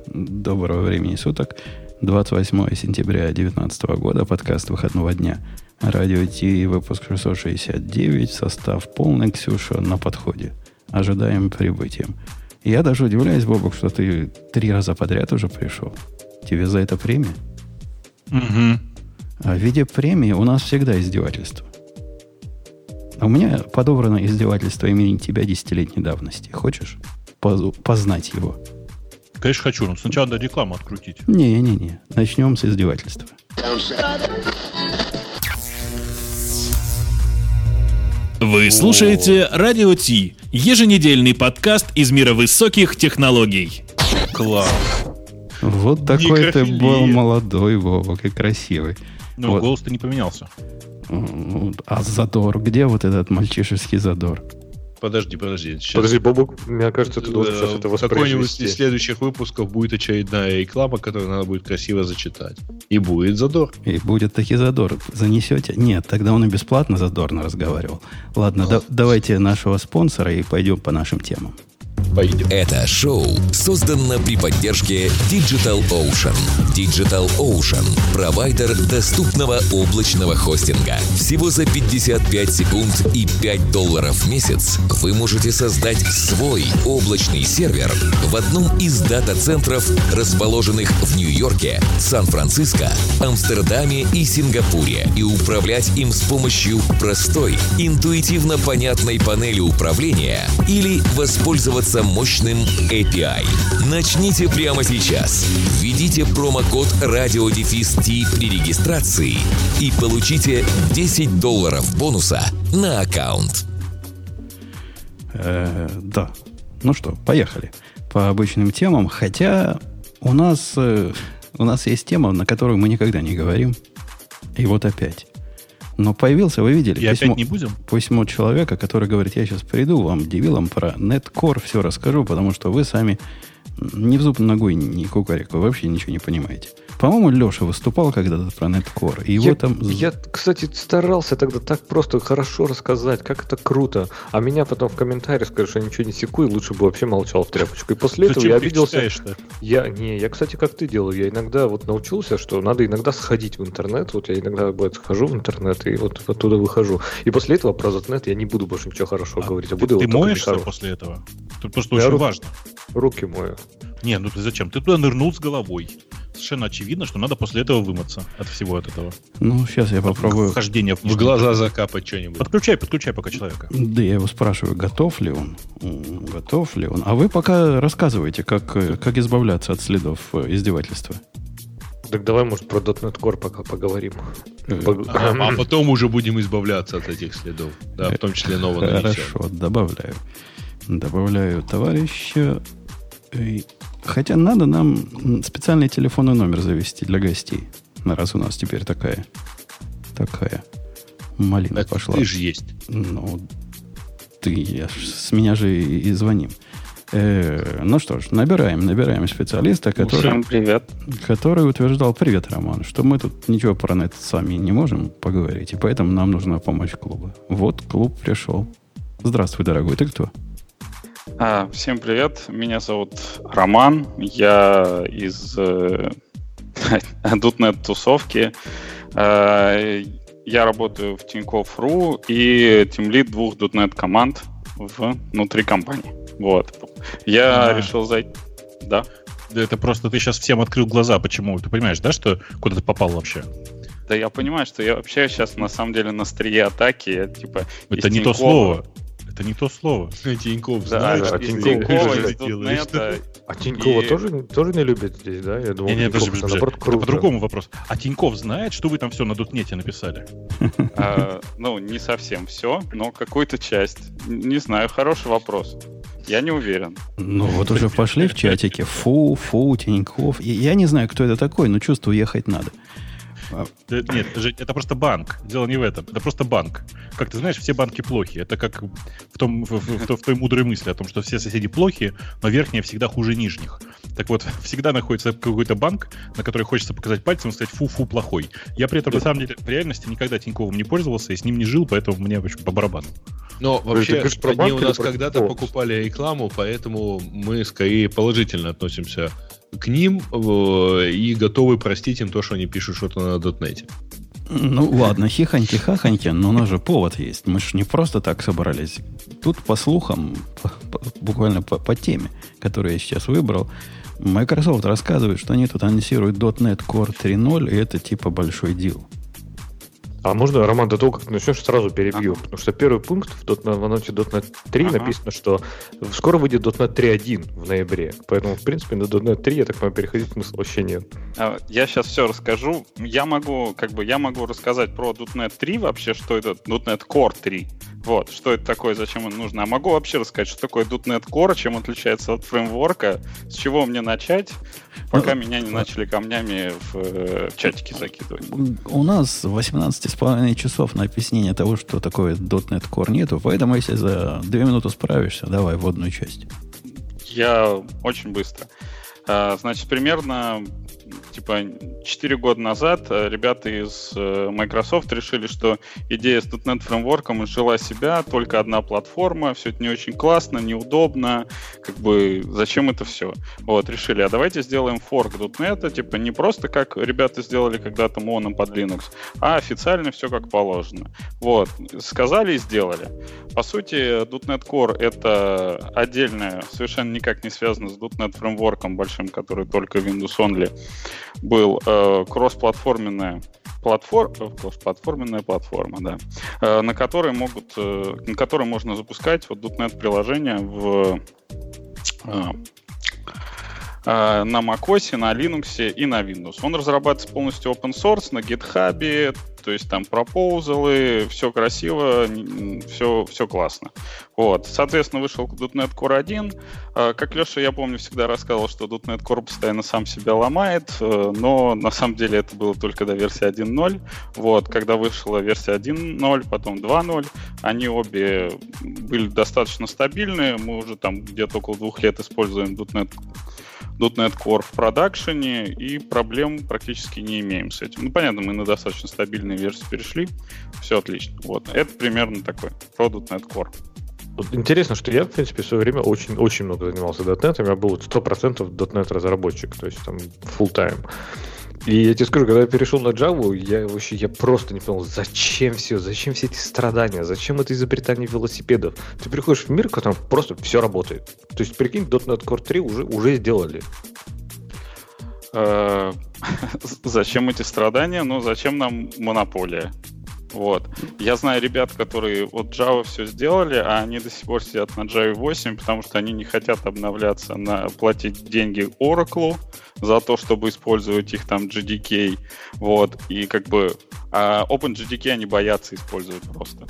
Доброго времени суток. 28 сентября 2019 года. Подкаст выходного дня. Радио Ти, выпуск 669. Состав полный. Ксюша на подходе. Ожидаем прибытием. Я даже удивляюсь, Бобок, что ты 3 раза подряд уже пришел. Тебе за это премия? Угу. А в виде премии у нас всегда издевательство. А у меня подобрано издевательство имени тебя 10-летней давности. Хочешь познать его? Конечно, хочу, но сначала надо рекламу открутить. Не. Начнем с издевательства. Вы слушаете Радио Ти, еженедельный подкаст из мира высоких технологий. Класс. Вот такой ты был молодой, Вовок, и красивый. Ну, вот. Голос-то не поменялся. А задор? Где вот этот мальчишеский задор? Подожди. Сейчас. Подожди, Бобок, мне кажется, ты должен сейчас это воспроизвести. В какой-нибудь из следующих выпусков будет очередная реклама, которую надо будет красиво зачитать. И будет задор. И будет таки задор. Занесете? Нет, тогда он и бесплатно задорно разговаривал. Ладно, давайте нашего спонсора и пойдем по нашим темам. Пойдем. Это шоу создано при поддержке Digital Ocean. Digital Ocean – провайдер доступного облачного хостинга. Всего за 55 секунд и $5 в месяц вы можете создать свой облачный сервер в одном из дата-центров, расположенных в Нью-Йорке, Сан-Франциско, Амстердаме и Сингапуре, и управлять им с помощью простой, интуитивно понятной панели управления или воспользоваться мощным API. Начните прямо сейчас. Введите промокод RadioDefist при регистрации и получите $10 бонуса на аккаунт. Да. Ну что, поехали. По обычным темам. Хотя у нас есть тема, на которую мы никогда не говорим. И вот опять. Но появился, вы видели, опять не будем? Письмо человека, который говорит, я сейчас приду вам, дебилам, про NetCore все расскажу, потому что вы сами ни в зуб ногой, ни кукареку, вообще ничего не понимаете. По-моему, Леша выступал когда-то про NetCore. И я, кстати, старался тогда так просто хорошо рассказать, как это круто. А меня потом в комментариях скажут, что я ничего не секу, и лучше бы вообще молчал в тряпочку. И после этого я обиделся. Я, кстати, как ты делаю, я иногда вот научился, что надо иногда сходить в интернет. Вот я иногда схожу в интернет и вот оттуда выхожу. И после этого про .NET я не буду больше ничего хорошего говорить. Ты моешься после этого? Это просто очень важно. Руки мою. Не, ну ты зачем? Ты туда нырнул с головой. Совершенно очевидно, что надо после этого вымыться от всего от этого. Ну, сейчас я попробую. Вхождение в глаза закапать что-нибудь. Подключай пока человека. Да, я его спрашиваю, готов ли он. А вы пока рассказывайте, как избавляться от следов издевательства. Так давай, может, про .NET Core пока поговорим. А потом уже будем избавляться от этих следов. Да, в том числе нового. Хорошо, добавляю товарища. Хотя надо нам специальный телефонный номер завести для гостей. Раз у нас теперь такая малина пошла. Ты же есть. Ну, с меня же и звоним. Ну что ж, набираем специалиста, который утверждал, привет, Роман, что мы тут ничего про это сами не можем поговорить, и поэтому нам нужна помощь клуба. Вот клуб пришел. Здравствуй, дорогой, ты кто? Всем привет, меня зовут Роман, я из .NET тусовки, я работаю в Тинькофф.ру и тимлид 2 .NET команд внутри компании. Вот. Я решил зайти. Да. Да это просто ты сейчас всем открыл глаза, почему? Ты понимаешь, да, что куда ты попал вообще? Да я понимаю, что я вообще сейчас на самом деле на острие атаки. Это не то слово. Это не то слово. Тинькофф знает, что А Тинькова тоже не любит здесь, да? Я думал, это по-другому вопрос. А Тинькофф знает, что вы там все на .NET написали? Ну, не совсем все, но какую-то часть. Не знаю, хороший вопрос. Я не уверен. Ну, вот уже пошли в чатике. Фу, Тинькофф. Я не знаю, кто это такой, но чувствую, ехать надо. Нет, это просто банк. Дело не в этом. Это просто банк. Как ты знаешь, все банки плохи. Это как в той мудрой мысли о том, что все соседи плохи, но верхние всегда хуже нижних. Так вот, всегда находится какой-то банк, на который хочется показать пальцем и сказать фу, плохой. Я при этом, на самом деле, в реальности никогда Тиньковым не пользовался и с ним не жил, поэтому мне по барабану. Но вообще, они у нас когда-то покупали рекламу, поэтому мы скорее положительно относимся к ним и готовы простить им то, что они пишут что-то на .NET. Ну, ладно, хихоньки-хахоньки, но у нас же повод есть. Мы же не просто так собрались. Тут, по слухам, буквально по теме, которую я сейчас выбрал, Microsoft рассказывает, что они тут анонсируют .NET Core 3.0, и это типа большой дел. А можно, Роман, до того, как ты начнешь, сразу перебью? Потому что первый пункт в анонсе .NET 3 написано, что скоро выйдет .NET 3.1 в ноябре. Поэтому, в принципе, на .NET 3, я так понимаю, переходить смысла вообще нет. Я сейчас все расскажу. Я могу рассказать про .NET 3 вообще, что это .NET Core 3. Вот, что это такое, зачем он нужно. А могу вообще рассказать, что такое .NET Core, чем он отличается от фреймворка, с чего мне начать, пока меня не начали камнями в чатике закидывать. У нас 18,5 часов на объяснение того, что такое .NET Core нету, поэтому если за 2 минуты справишься, давай в одну часть. Я очень быстро. Значит, примерно 4 года назад ребята из Microsoft решили, что идея с .NET фреймворком изжила себя, только одна платформа, все это не очень классно, неудобно, зачем это все? Вот, решили, а давайте сделаем форк .NET, не просто как ребята сделали когда-то моно под Linux, а официально все как положено. Вот, сказали и сделали. По сути, .NET Core — это отдельная, совершенно никак не связано с .NET фреймворком большим, который только Windows Only, был кроссплатформенная платформа, да, на которой можно запускать .NET приложения на macOS, на Linux и на Windows. Он разрабатывается полностью open source на GitHub, то есть там пропоузалы, все красиво, все классно. Вот. Соответственно, вышел .NET Core 1. Как Леша, я помню, всегда рассказывал, что .NET Core постоянно сам себя ломает, но на самом деле это было только до версии 1.0. Вот. Когда вышла версия 1.0, потом 2.0, они обе были достаточно стабильные. Мы уже там где-то около 2 лет используем .NET Core в продакшене, и проблем практически не имеем с этим. Ну, понятно, мы на достаточно стабильные версии перешли, все отлично. Вот. Это примерно такой про .NET Core. Интересно, что я, в принципе, в свое время очень много занимался .NET, я был 100% .NET разработчик, то есть там full-time. И я тебе скажу, когда я перешел на Java, я просто не понял, зачем все эти страдания, зачем это изобретание велосипедов. Ты приходишь в мир, в котором просто все работает. То есть, прикинь, .NET Core 3 уже сделали. Зачем эти страдания? Ну, зачем нам монополия? Вот. Я знаю ребят, которые от Java все сделали, а они до сих пор сидят на Java 8, потому что они не хотят обновляться, платить деньги Oracle за то, чтобы использовать их там JDK. Вот. И а OpenJDK они боятся использовать просто.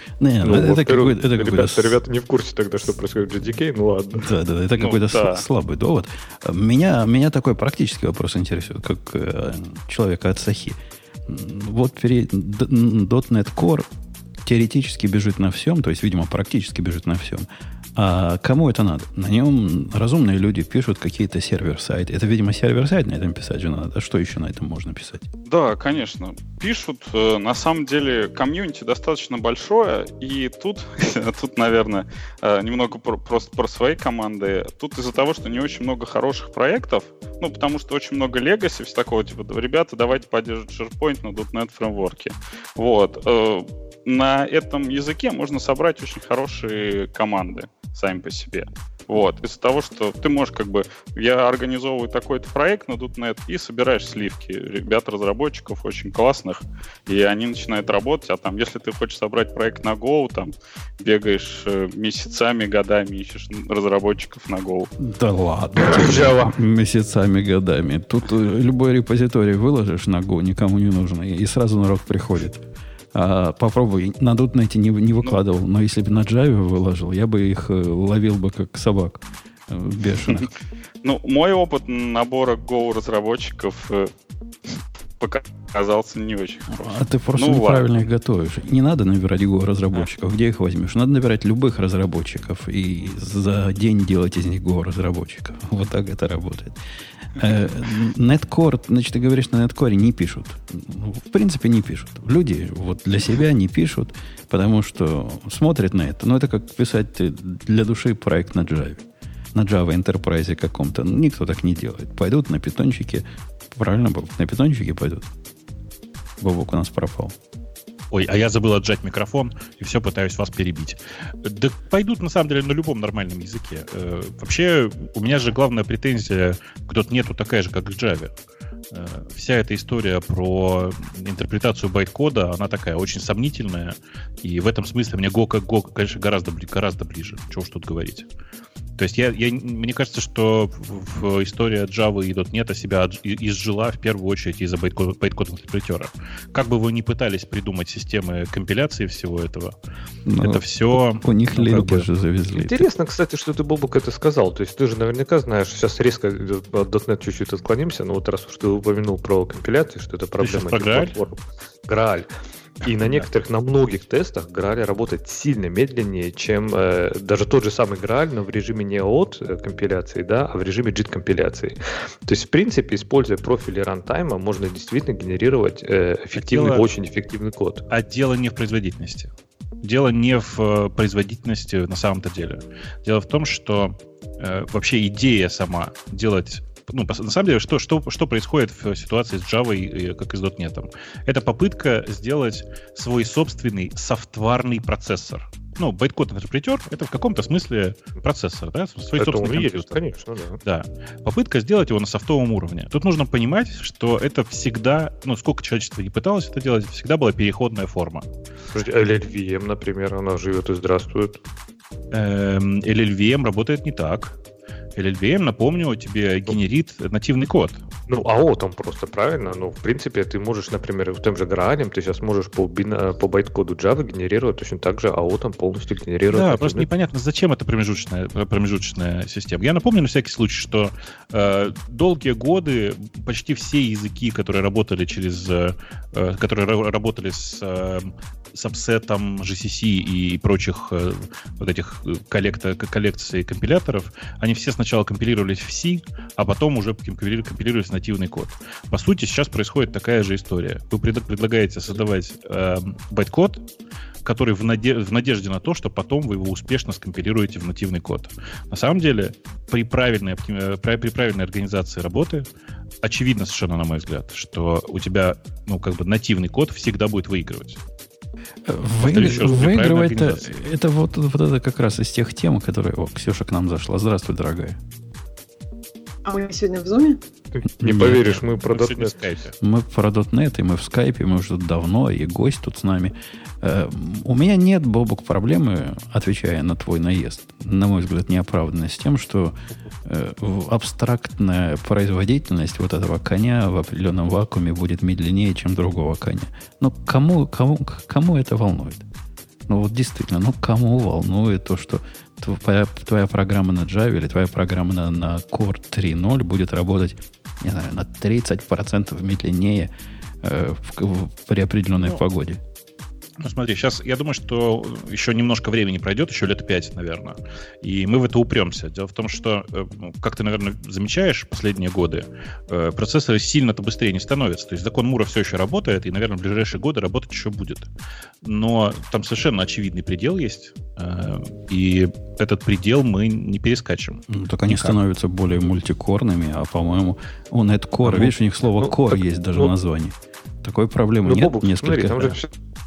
Ребята не в курсе тогда, что происходит в JDK, ну ладно. Да, это какой-то слабый довод. Меня такой практический вопрос интересует, как человека от Сахи. Вот .NET Core теоретически бежит на всем, то есть, видимо, практически бежит на всем. А кому это надо? На нем разумные люди пишут какие-то сервер-сайты. Это, видимо, сервер-сайт на этом писать же надо. А что еще на этом можно писать? Да, конечно. Пишут. На самом деле, комьюнити достаточно большое. И тут, наверное, немного просто про свои команды. Тут из-за того, что не очень много хороших проектов, потому что очень много legacy, все такого типа, ребята, давайте поддерживать SharePoint на .NET фреймворке. Вот. На этом языке можно собрать очень хорошие команды сами по себе. Вот. Из-за того, что ты можешь я организовываю такой-то проект на .NET и собираешь сливки ребят-разработчиков очень классных, и они начинают работать, а там, если ты хочешь собрать проект на Go, там, бегаешь месяцами, годами, ищешь разработчиков на Go. Да ладно. Месяцами, годами. Тут любой репозиторий выложишь на Go, никому не нужно, и сразу народ приходит. Попробуй, на .NET не выкладывал, но если бы на Java выложил, я бы их ловил бы как собак бешеных. Мой опыт набора Go-разработчиков показался не очень хорошим. А ты просто неправильно их готовишь. Не надо набирать Go-разработчиков. Где их возьмешь? Надо набирать любых разработчиков и за день делать из них Go-разработчиков. Вот так это работает. NetCore, значит, ты говоришь, на NetCore не пишут. В принципе, не пишут. Люди вот для себя не пишут, потому что смотрят на это. Это как писать для души проект на Java. на Java Enterprise каком-то. Никто так не делает. Пойдут на питончике. Правильно, Бобок? На питончике пойдут. Бобок у нас пропал. Ой, а я забыл отжать микрофон, и все пытаюсь вас перебить. Да пойдут, на самом деле, на любом нормальном языке. Вообще, у меня же главная претензия к .NET такая же, как к Java. Вся эта история про интерпретацию байт-кода, она такая очень сомнительная, и в этом смысле мне Go, конечно, гораздо ближе. Чего уж тут говорить. То есть мне кажется, что в истории Java и .NET себя изжила в первую очередь из-за байткод-интерпретера. Как бы вы ни пытались придумать системы компиляции всего этого, это все... У них линки же завезли. Интересно, кстати, что ты, Бобук, это сказал. То есть ты же наверняка знаешь, сейчас резко от .NET чуть-чуть отклонимся, но вот раз уж ты упомянул про компиляцию, что это проблема этих платформ. Graal. И на некоторых, на многих тестах Graal работает сильно медленнее, чем даже тот же самый Graal, но в режиме не от компиляции, да, а в режиме JIT-компиляции. То есть, в принципе, используя профили рантайма, можно действительно генерировать очень эффективный код. А дело не в производительности. Дело не в производительности на самом-то деле. Дело в том, что вообще идея сама делать... Ну, на самом деле, что происходит в ситуации с Java, как и с .NET? Это попытка сделать свой собственный софтварный процессор. Ну, байткод-интерпретер — это в каком-то смысле процессор, да? Свой это собственный компьютер. Есть, конечно, да. Да. Попытка сделать его на софтовом уровне. Тут нужно понимать, что это всегда, ну, сколько человечество не пыталось это делать, всегда была переходная форма. LLVM, например, она живет и здравствует. LLVM работает не так. LLVM, напомню, тебе генерит нативный код. Ну, АО там просто, правильно? Ну, в принципе, ты можешь, например, в том же Graal, ты сейчас можешь по байткоду Java генерировать точно так же, АО там полностью генерирует. Да, просто непонятно, зачем эта промежуточная система. Я напомню на всякий случай, что долгие годы почти все языки, которые работали с сабсетом GCC и прочих вот этих коллекций компиляторов, они все сначала компилировались в C, а потом уже компилировались в нативный код. По сути, сейчас происходит такая же история. Вы предлагаете создавать байткод, который в надежде на то, что потом вы его успешно скомпилируете в нативный код. На самом деле, при правильной организации работы, очевидно совершенно, на мой взгляд, что у тебя, ну, как бы нативный код всегда будет выигрывать. Выигрывать это вот это как раз из тех тем, которые... О, Ксюша к нам зашла. Здравствуй, дорогая. А мы сегодня в Зуме? Не поверишь, мы про .NET. Мы про .NET, и мы в скайпе, мы уже тут давно, и гость тут с нами. У меня нет, Бобок, проблемы, отвечая на твой наезд, на мой взгляд, неоправданно с тем, что абстрактная производительность вот этого коня в определенном вакууме будет медленнее, чем другого коня. Но кому это волнует? Ну вот действительно, кому волнует то, что твоя программа на Java или твоя программа на Core 3.0 будет работать, не знаю, на 30% медленнее при определенной погоде? Ну, смотри, сейчас я думаю, что еще немножко времени пройдет, еще лет 5, наверное, и мы в это упремся. Дело в том, что, как ты, наверное, замечаешь последние годы, процессоры сильно-то быстрее не становятся. То есть закон Мура все еще работает, и, наверное, в ближайшие годы работать еще будет. Но там совершенно очевидный предел есть, и этот предел мы не перескачем. Ну, так они становятся более мультикорными, а, по-моему, у NetCore, видишь, у них слово core есть даже в названии. Такой проблемы нет. Бобук, несколько. Смотри, там же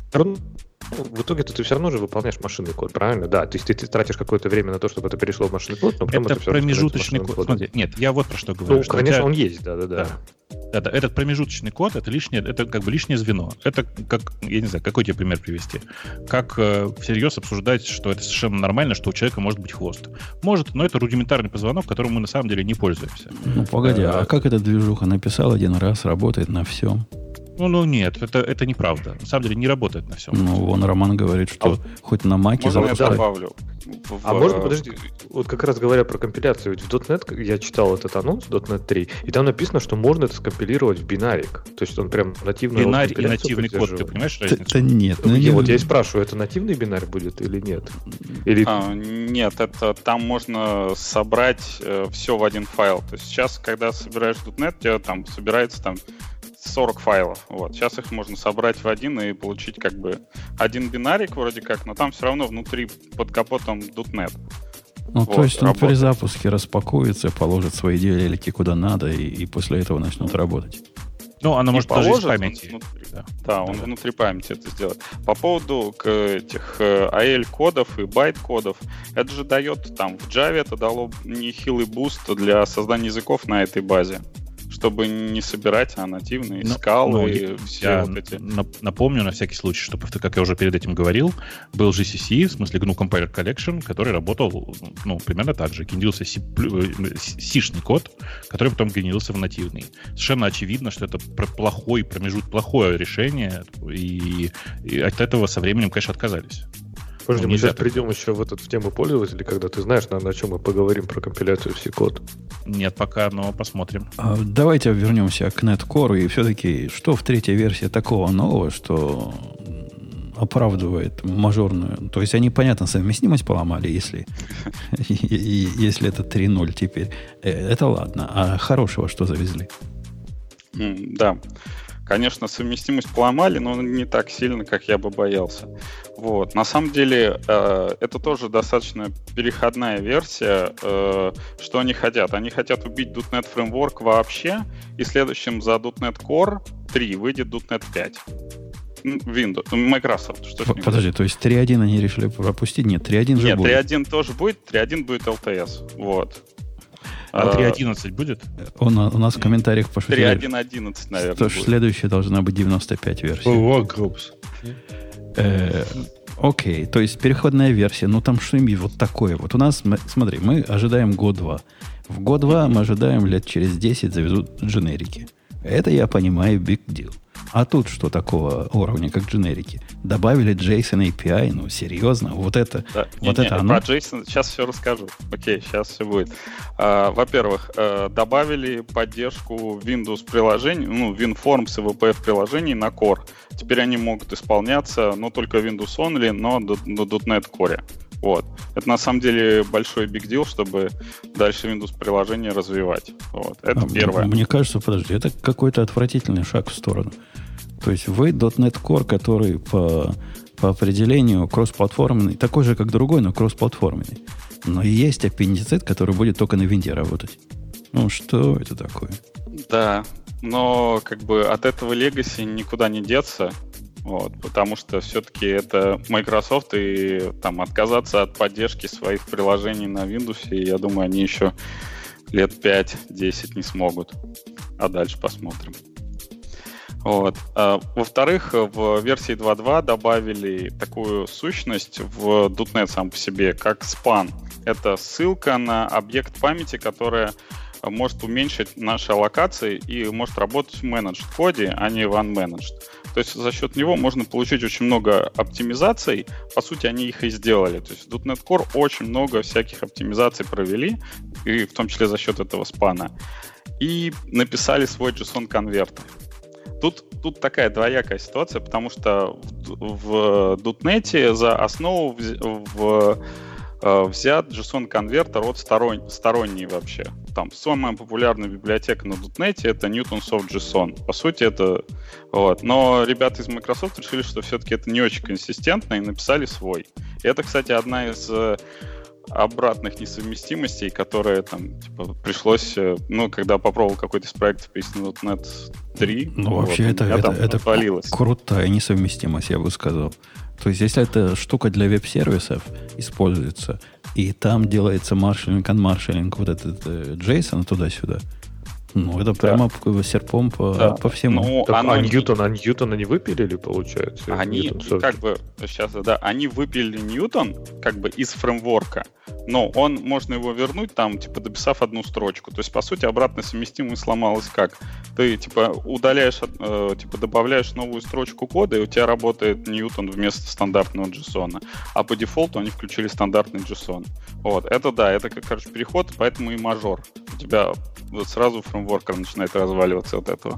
в итоге ты все равно же выполняешь машинный код, правильно? Да, то есть ты тратишь какое-то время на то, чтобы это перешло в машинный код, но потом это промежуточный код. Смотри, нет, я вот про что говорю. Ну, что конечно, он есть, да. Да, этот промежуточный код, это как бы лишнее звено. Это как, я не знаю, какой тебе пример привести? Как всерьез обсуждать, что это совершенно нормально, что у человека может быть хвост? Может, но это рудиментарный позвонок, которым мы на самом деле не пользуемся. Ну, погоди, а как эта движуха написал один раз, работает на всем? Ну нет, это неправда. На самом деле не работает на всем. Ну, вон Роман говорит, что хоть на Маке запускать. Можно я добавлю? Можно, подожди, вот как раз говоря про компиляцию, ведь в .NET я читал этот анонс, .NET 3, и там написано, что можно это скомпилировать в бинарик. То есть он прям нативный бинарь и нативный код, ты понимаешь разницу? Это нет. Вот я и спрашиваю, это нативный бинарь будет или нет? Нет, это там можно собрать все в один файл. То есть сейчас, когда собираешь .NET, тебе там собирается там 40 файлов. Вот. Сейчас их можно собрать в один и получить как бы один бинарик вроде как, но там все равно внутри под капотом .NET. Ну, вот, то есть он при запуске распакуется, положит свои делики куда надо, и после этого начнут работать. Ну, она может даже из памяти. Он внутри памяти это сделает. По поводу этих AL-кодов и байт-кодов, это же дает, там, в Java это дало нехилый буст для создания языков на этой базе, чтобы не собирать нативные скалы и все вот эти. Напомню на всякий случай, что, как я уже перед этим говорил, был GCC, в смысле GNU Compiler Collection, который работал, примерно так же. Генерился C-шный код, который потом генерился в нативный. Совершенно очевидно, что это плохое решение, и от этого со временем, конечно, отказались. Подожди, мы сейчас придем еще в тему пользователей, когда ты знаешь, наверное, о чем мы поговорим про компиляцию C-код. Нет, пока, но посмотрим. Давайте вернемся к NetCore. И все-таки, что в третьей версии такого нового, что оправдывает мажорную... То есть они, понятно, совместимость поломали, если это 3.0 теперь. Это ладно. А хорошего что завезли? Да. Конечно, совместимость поломали, но не так сильно, как я бы боялся. Вот. На самом деле, это тоже достаточно переходная версия. Что они хотят? Они хотят убить .NET Framework вообще, и следующим за .NET Core 3 выйдет .NET 5. Windows, Microsoft. Что Подожди, то есть 3.1 они решили пропустить? Нет, 3.1 же будет. Нет, 3.1 тоже будет, 3.1 будет LTS. Вот. А 3.11 будет? У нас в комментариях пошутили. 3.1.11, наверное. Что следующая должна быть 95 версия. Workgroups. Окей, то есть переходная версия. Ну там что-нибудь вот такое. Вот у нас, смотри, мы ожидаем год-два. В год-два мы ожидаем лет через 10 завезут дженерики. Это я понимаю, big deal. А тут что такого уровня, как дженерики? Добавили JSON API, серьезно? Вот это, да, это оно? Про JSON сейчас все расскажу. Окей, сейчас все будет. Во-первых, добавили поддержку Windows приложений, WinForms и WPF приложений на Core. Теперь они могут исполняться, только Windows Only, но на .NET Core. Вот. Это на самом деле большой big deal, чтобы дальше Windows приложение развивать. Вот. Это первое. Мне кажется, подожди, это какой-то отвратительный шаг в сторону. То есть вы .NET Core, который по определению кроссплатформенный, такой же, как другой, но кроссплатформенный. Но и есть аппендицит, который будет только на винде работать. Что это такое? Да, но от этого legacy никуда не деться. Вот, потому что все-таки это Microsoft, и отказаться от поддержки своих приложений на Windows, я думаю, они еще лет 5-10 не смогут. А дальше посмотрим. Вот. Во-вторых, в версии 2.2 добавили такую сущность в .NET сам по себе, как span. Это ссылка на объект памяти, которая может уменьшить наши аллокации и может работать в managed коде, а не в unmanaged. То есть за счет него можно получить очень много оптимизаций. По сути, они их и сделали. То есть в .NET Core очень много всяких оптимизаций провели, и в том числе за счет этого спана. И написали свой JSON-конвертер. Тут такая двоякая ситуация, потому что в .NET за основу взят JSON-конвертер от сторонний вообще. Там самая популярная библиотека на .NET это Newton Soft JSON. По сути, это... Вот. Но ребята из Microsoft решили, что все-таки это не очень консистентно, и написали свой. И это, кстати, одна из обратных несовместимостей, которые пришлось... когда попробовал какой-то из проектов писать на .NET 3, вообще это крутая несовместимость, я бы сказал. То есть, если эта штука для веб-сервисов используется, и там делается маршалинг, анмаршалинг, вот этот JSON туда-сюда, это прямо серпом по всему. Ньютона не выпилили, получается? Они они выпилили Ньютон из фреймворка, но можно его вернуть, дописав одну строчку. То есть, по сути, обратная совместимость сломалась как? Ты, удаляешь, добавляешь новую строчку кода, и у тебя работает Ньютон вместо стандартного JSON. А по дефолту они включили стандартный JSON. Вот. Это переход, поэтому и мажор. У тебя сразу фреймворк начинает разваливаться от этого.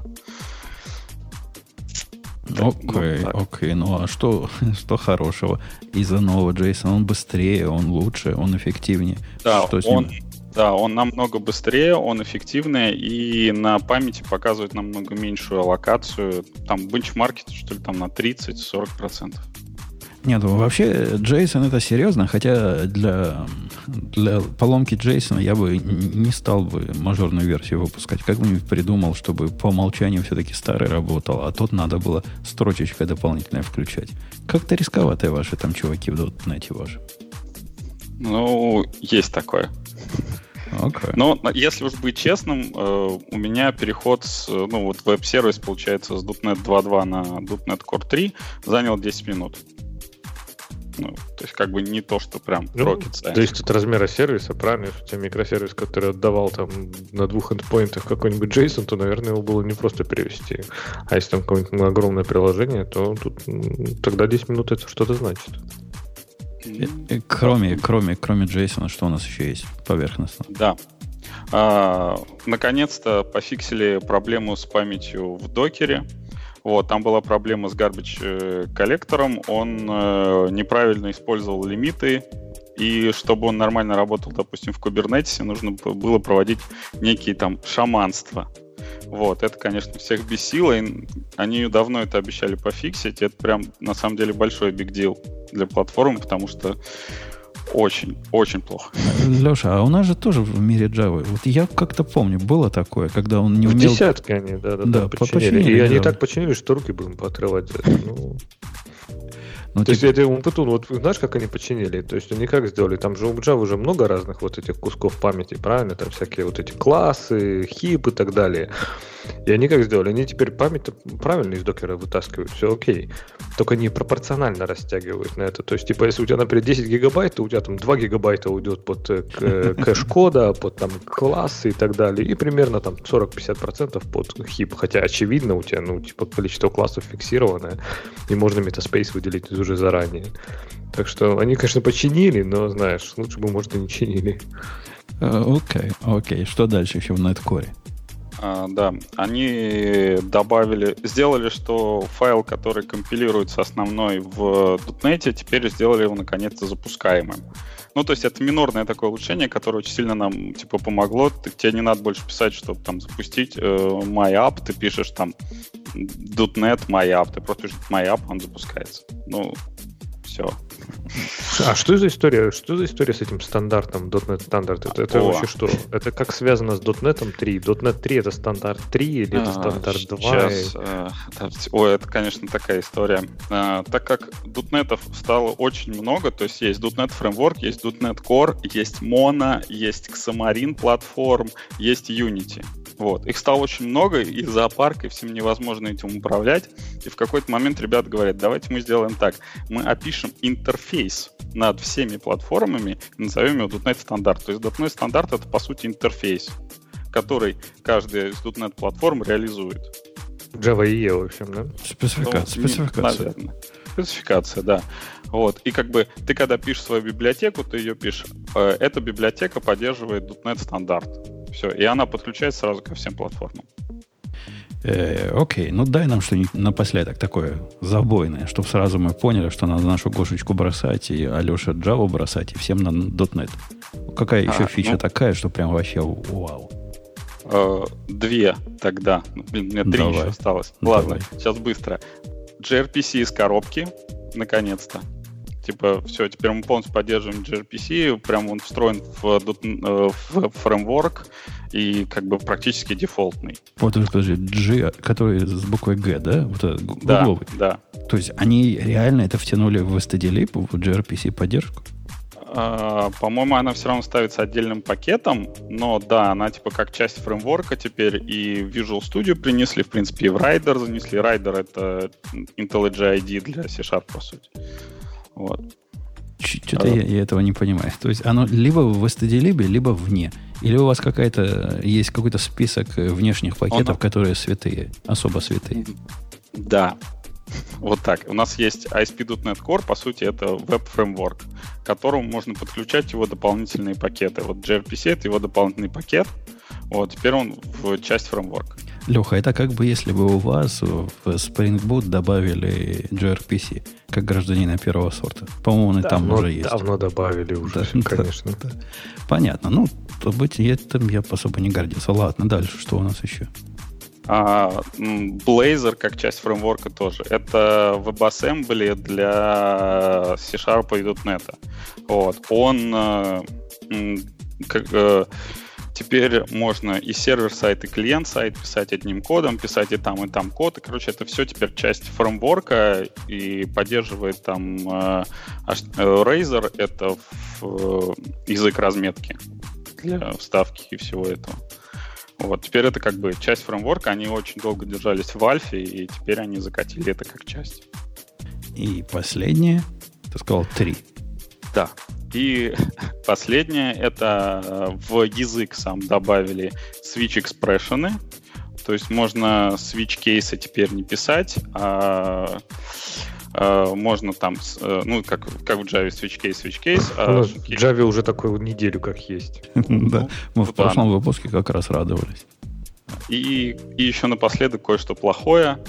Окей. А что хорошего из-за нового JSON? Он быстрее, он лучше, он эффективнее. Он намного быстрее, он эффективнее, и на памяти показывает намного меньшую аллокацию. Там бенчмарки, что ли, на 30-40%. Нет, вообще JSON это серьезно, хотя для поломки JSON я бы не стал бы мажорную версию выпускать. Как-нибудь придумал, чтобы по умолчанию все-таки старый работал, а тут надо было строчечкой дополнительное включать. Как-то рисковатые ваши там чуваки в .NET ваши. Ну, есть такое. Okay. Но если уж быть честным, у меня переход вот веб-сервис, получается, с .NET 2.2 на .NET Core 3 занял 10 минут. Ну, то есть, как бы не то, что прям rocket science. То есть, от размера сервиса, правильно? Если у тебя микросервис, который отдавал там на 2 эндпоинтах какой-нибудь JSON, то, наверное, его было не просто перевести. А если там какое-нибудь огромное приложение, то тут тогда 10 минут это что-то значит. Кроме JSON, что у нас еще есть поверхностно? Да. Наконец-то пофиксили проблему с памятью в докере. Вот, там была проблема с garbage коллектором, он неправильно использовал лимиты, и чтобы он нормально работал, допустим, в Kubernetes, нужно было проводить некие там шаманства. Вот, это, конечно, всех бесило, и они давно это обещали пофиксить, это прям, на самом деле, большой big deal для платформы, потому что очень плохо. Леша, а у нас же тоже в мире Java, вот я как-то помню, было такое, когда он не умел... В десятке они, да, починили. И они так починили, что руки будем поотрывать за это. То есть это Умпутун, вот знаешь, как они починили? То есть они как сделали? Там же у Java уже много разных вот этих кусков памяти, правильно? Там всякие вот эти классы, хип и так далее. И они как сделали? Они теперь память правильно из докера вытаскивают, все окей. Только они пропорционально растягивают на это. То есть, типа, если у тебя, например, 10 гигабайт, то у тебя там 2 гигабайта уйдет под кэш-кода, под там классы и так далее. И примерно там 40-50% под хип. Хотя, очевидно, у тебя, количество классов фиксированное, и можно метаспейс выделить уже заранее. Так что они, конечно, починили, но, знаешь, лучше бы, может, и не чинили. Окей. Что дальше еще в NetCore? Да, они сделали, что файл, который компилируется основной в .NET, теперь сделали его наконец-то запускаемым. Ну, то есть это минорное такое улучшение, которое очень сильно нам, помогло. Тебе не надо больше писать, чтобы там запустить MyApp, ты пишешь там .NET MyApp, ты просто пишешь MyApp, он запускается. Ну, все. А что за история? Что за история с этим стандартом .NET стандарт? Это вообще что? Это как связано с .NET 3? .NET 3 это стандарт 3 или это стандарт 2? Сейчас. Это, конечно, такая история. Так как .NET стало очень много, то есть .NET Framework, есть .NET Core, есть Mono, есть Xamarin платформ, есть Unity. Вот. Их стало очень много, и зоопарк, и всем невозможно этим управлять. И в какой-то момент ребята говорят, давайте мы сделаем так. Мы опишем интерфейс над всеми платформами и назовем его .NET стандарт. То есть .NET стандарт — это, по сути, интерфейс, который каждая из .NET платформ реализует. Java EE, в общем, да? Спецификация. Наверное. Спецификация, да. Вот. И как бы ты, когда пишешь свою библиотеку, ты ее пишешь. Эта библиотека поддерживает .NET стандарт. Все. И она подключается сразу ко всем платформам. Окей, дай нам что-нибудь напоследок такое забойное, чтобы сразу мы поняли, что надо нашу Гошечку бросать, и Алеша Java бросать, и всем на .NET. Какая еще фича такая, что прям вообще вау? 2 тогда. У меня 3 еще осталось. Ладно, сейчас быстро. gRPC из коробки, наконец-то. Все, теперь мы полностью поддерживаем gRPC, прям он встроен в фреймворк и как бы практически дефолтный. Вот, подожди, G, который с буквой G, да? Вот этот гугловый. Да. То есть они реально это втянули в stdlib, в gRPC поддержку? По-моему, она все равно ставится отдельным пакетом, но да, она как часть фреймворка теперь и в Visual Studio принесли, в принципе, и в Rider занесли. Rider — это IntelliJ IDE для C#, по сути. Вот. Что-то я этого не понимаю. То есть оно либо в stdlib, либо вне. Или у вас есть какой-то список внешних пакетов, которые святые, особо святые? Да. Вот так. У нас есть ASP.NET Core, по сути, это веб-фреймворк, к которому можно подключать его дополнительные пакеты. Вот gRPC — это его дополнительный пакет. Вот, теперь он в часть фреймворка. Леха, это как бы если бы у вас в Spring Boot добавили gRPC, как гражданина первого сорта. По-моему, он и там уже есть. Давно добавили уже, конечно. Да. Понятно. Быть этим я особо не гордился. Ладно, дальше, что у нас еще? Blazor как часть фреймворка тоже. Это WebAssembly для C-Sharp и .NET. Вот. Он теперь можно и сервер-сайт, и клиент-сайт писать одним кодом, писать и там код. И, короче, это все теперь часть фреймворка и поддерживает там Razor, это язык разметки для вставки и всего этого. Вот, теперь это как бы часть фреймворка, они очень долго держались в альфе, и теперь они закатили это как часть. И последнее, ты сказал 3. Да. И последнее, это в язык сам добавили switch expression, то есть можно switch кейсы теперь не писать, а можно там, ну, как в Java switch case. В Java уже такую неделю как есть. Да, мы в прошлом выпуске как раз радовались. И еще напоследок кое-что плохое.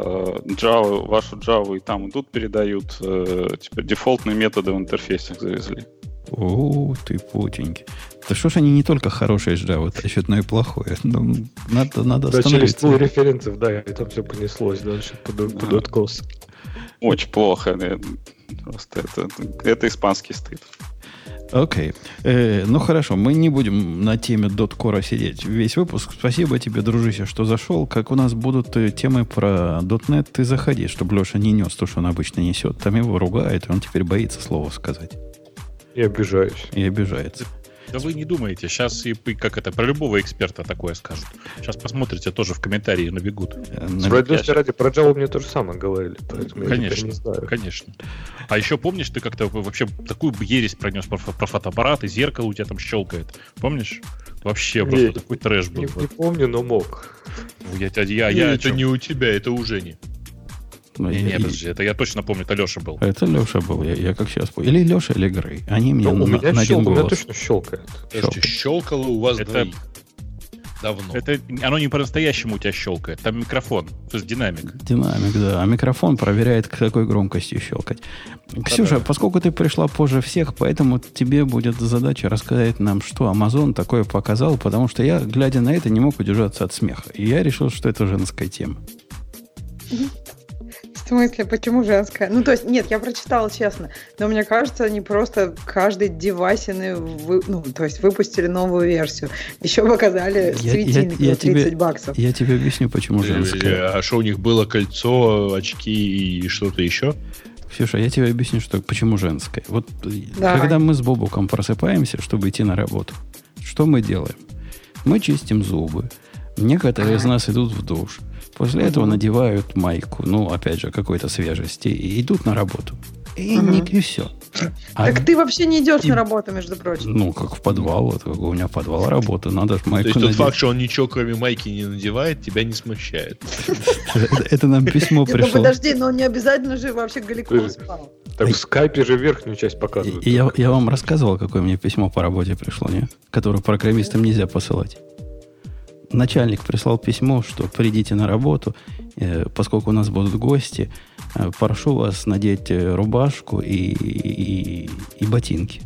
Вашу Java и там, и тут передают, типа, дефолтные методы в интерфейсах завезли. О, ты путенький. Да что ж они не только хорошие с Java тащат, но и плохое. Ну, надо остановиться. Через пул референсов, да, и там все понеслось дальше под откос. Очень плохо. Просто это испанский стыд. Окей. Ну хорошо, мы не будем на теме .core сидеть весь выпуск. Спасибо тебе, дружище, что зашел. Как у нас будут темы про .NET, ты заходи, чтобы Леша не нес то, что он обычно несет. Там его ругают, и он теперь боится слова сказать. И обижаюсь. И обижается. Да вы не думаете, сейчас и как это про любого эксперта такое скажут. Сейчас посмотрите, тоже в комментарии набегут. Справедливости ради, про Java мне то же самое говорили, поэтому конечно, я не знаю. Конечно. А еще помнишь, ты как-то вообще такую ересь пронес про фотоаппарат, и зеркало у тебя там щелкает. Помнишь? Вообще просто такой трэш был. Не помню, но мог. Это не у тебя, это у Жени. Нет, подожди, это я точно помню, это Леша был. Это Леша был, я как сейчас помню. Или Леша, или Грей. Они мне на один голос. У меня точно щелкает. Щелкало у вас двоих. Давно. Это оно не по-настоящему у тебя щелкает. Там микрофон, то есть динамик. Динамик, да. А микрофон проверяет, к какой громкостью щелкать. Ксюша, поскольку ты пришла позже всех, поэтому тебе будет задача рассказать нам, что Amazon такое показал, потому что я, глядя на это, не мог удержаться от смеха. И я решил, что это женская тема. В смысле, почему женская? Ну, то есть, нет, я прочитала честно, но мне кажется, они просто каждый девайсный, то есть, выпустили новую версию. Еще показали светильник за $30. Я тебе объясню, почему женская. А что у них было? Кольцо, очки и что-то еще? Ксюша, я тебе объясню, почему женская. Вот когда мы с Бобуком просыпаемся, чтобы идти на работу, что мы делаем? Мы чистим зубы. Некоторые из нас идут в душ. После этого надевают майку, опять же, какой-то свежести, и идут на работу. И все. Так ты вообще не идешь на работу, между прочим. Как в подвал. Это у меня подвал работы, надо же майку надеть. То есть тот факт, что он ничего кроме майки не надевает, тебя не смущает. Это нам письмо пришло. Подожди, но не обязательно же вообще голиком спал. Так в скайпе же верхнюю часть показывают. Я вам рассказывал, какое мне письмо по работе пришло, не? Которое программистам нельзя посылать. Начальник прислал письмо, что придите на работу, поскольку у нас будут гости, прошу вас надеть рубашку и ботинки.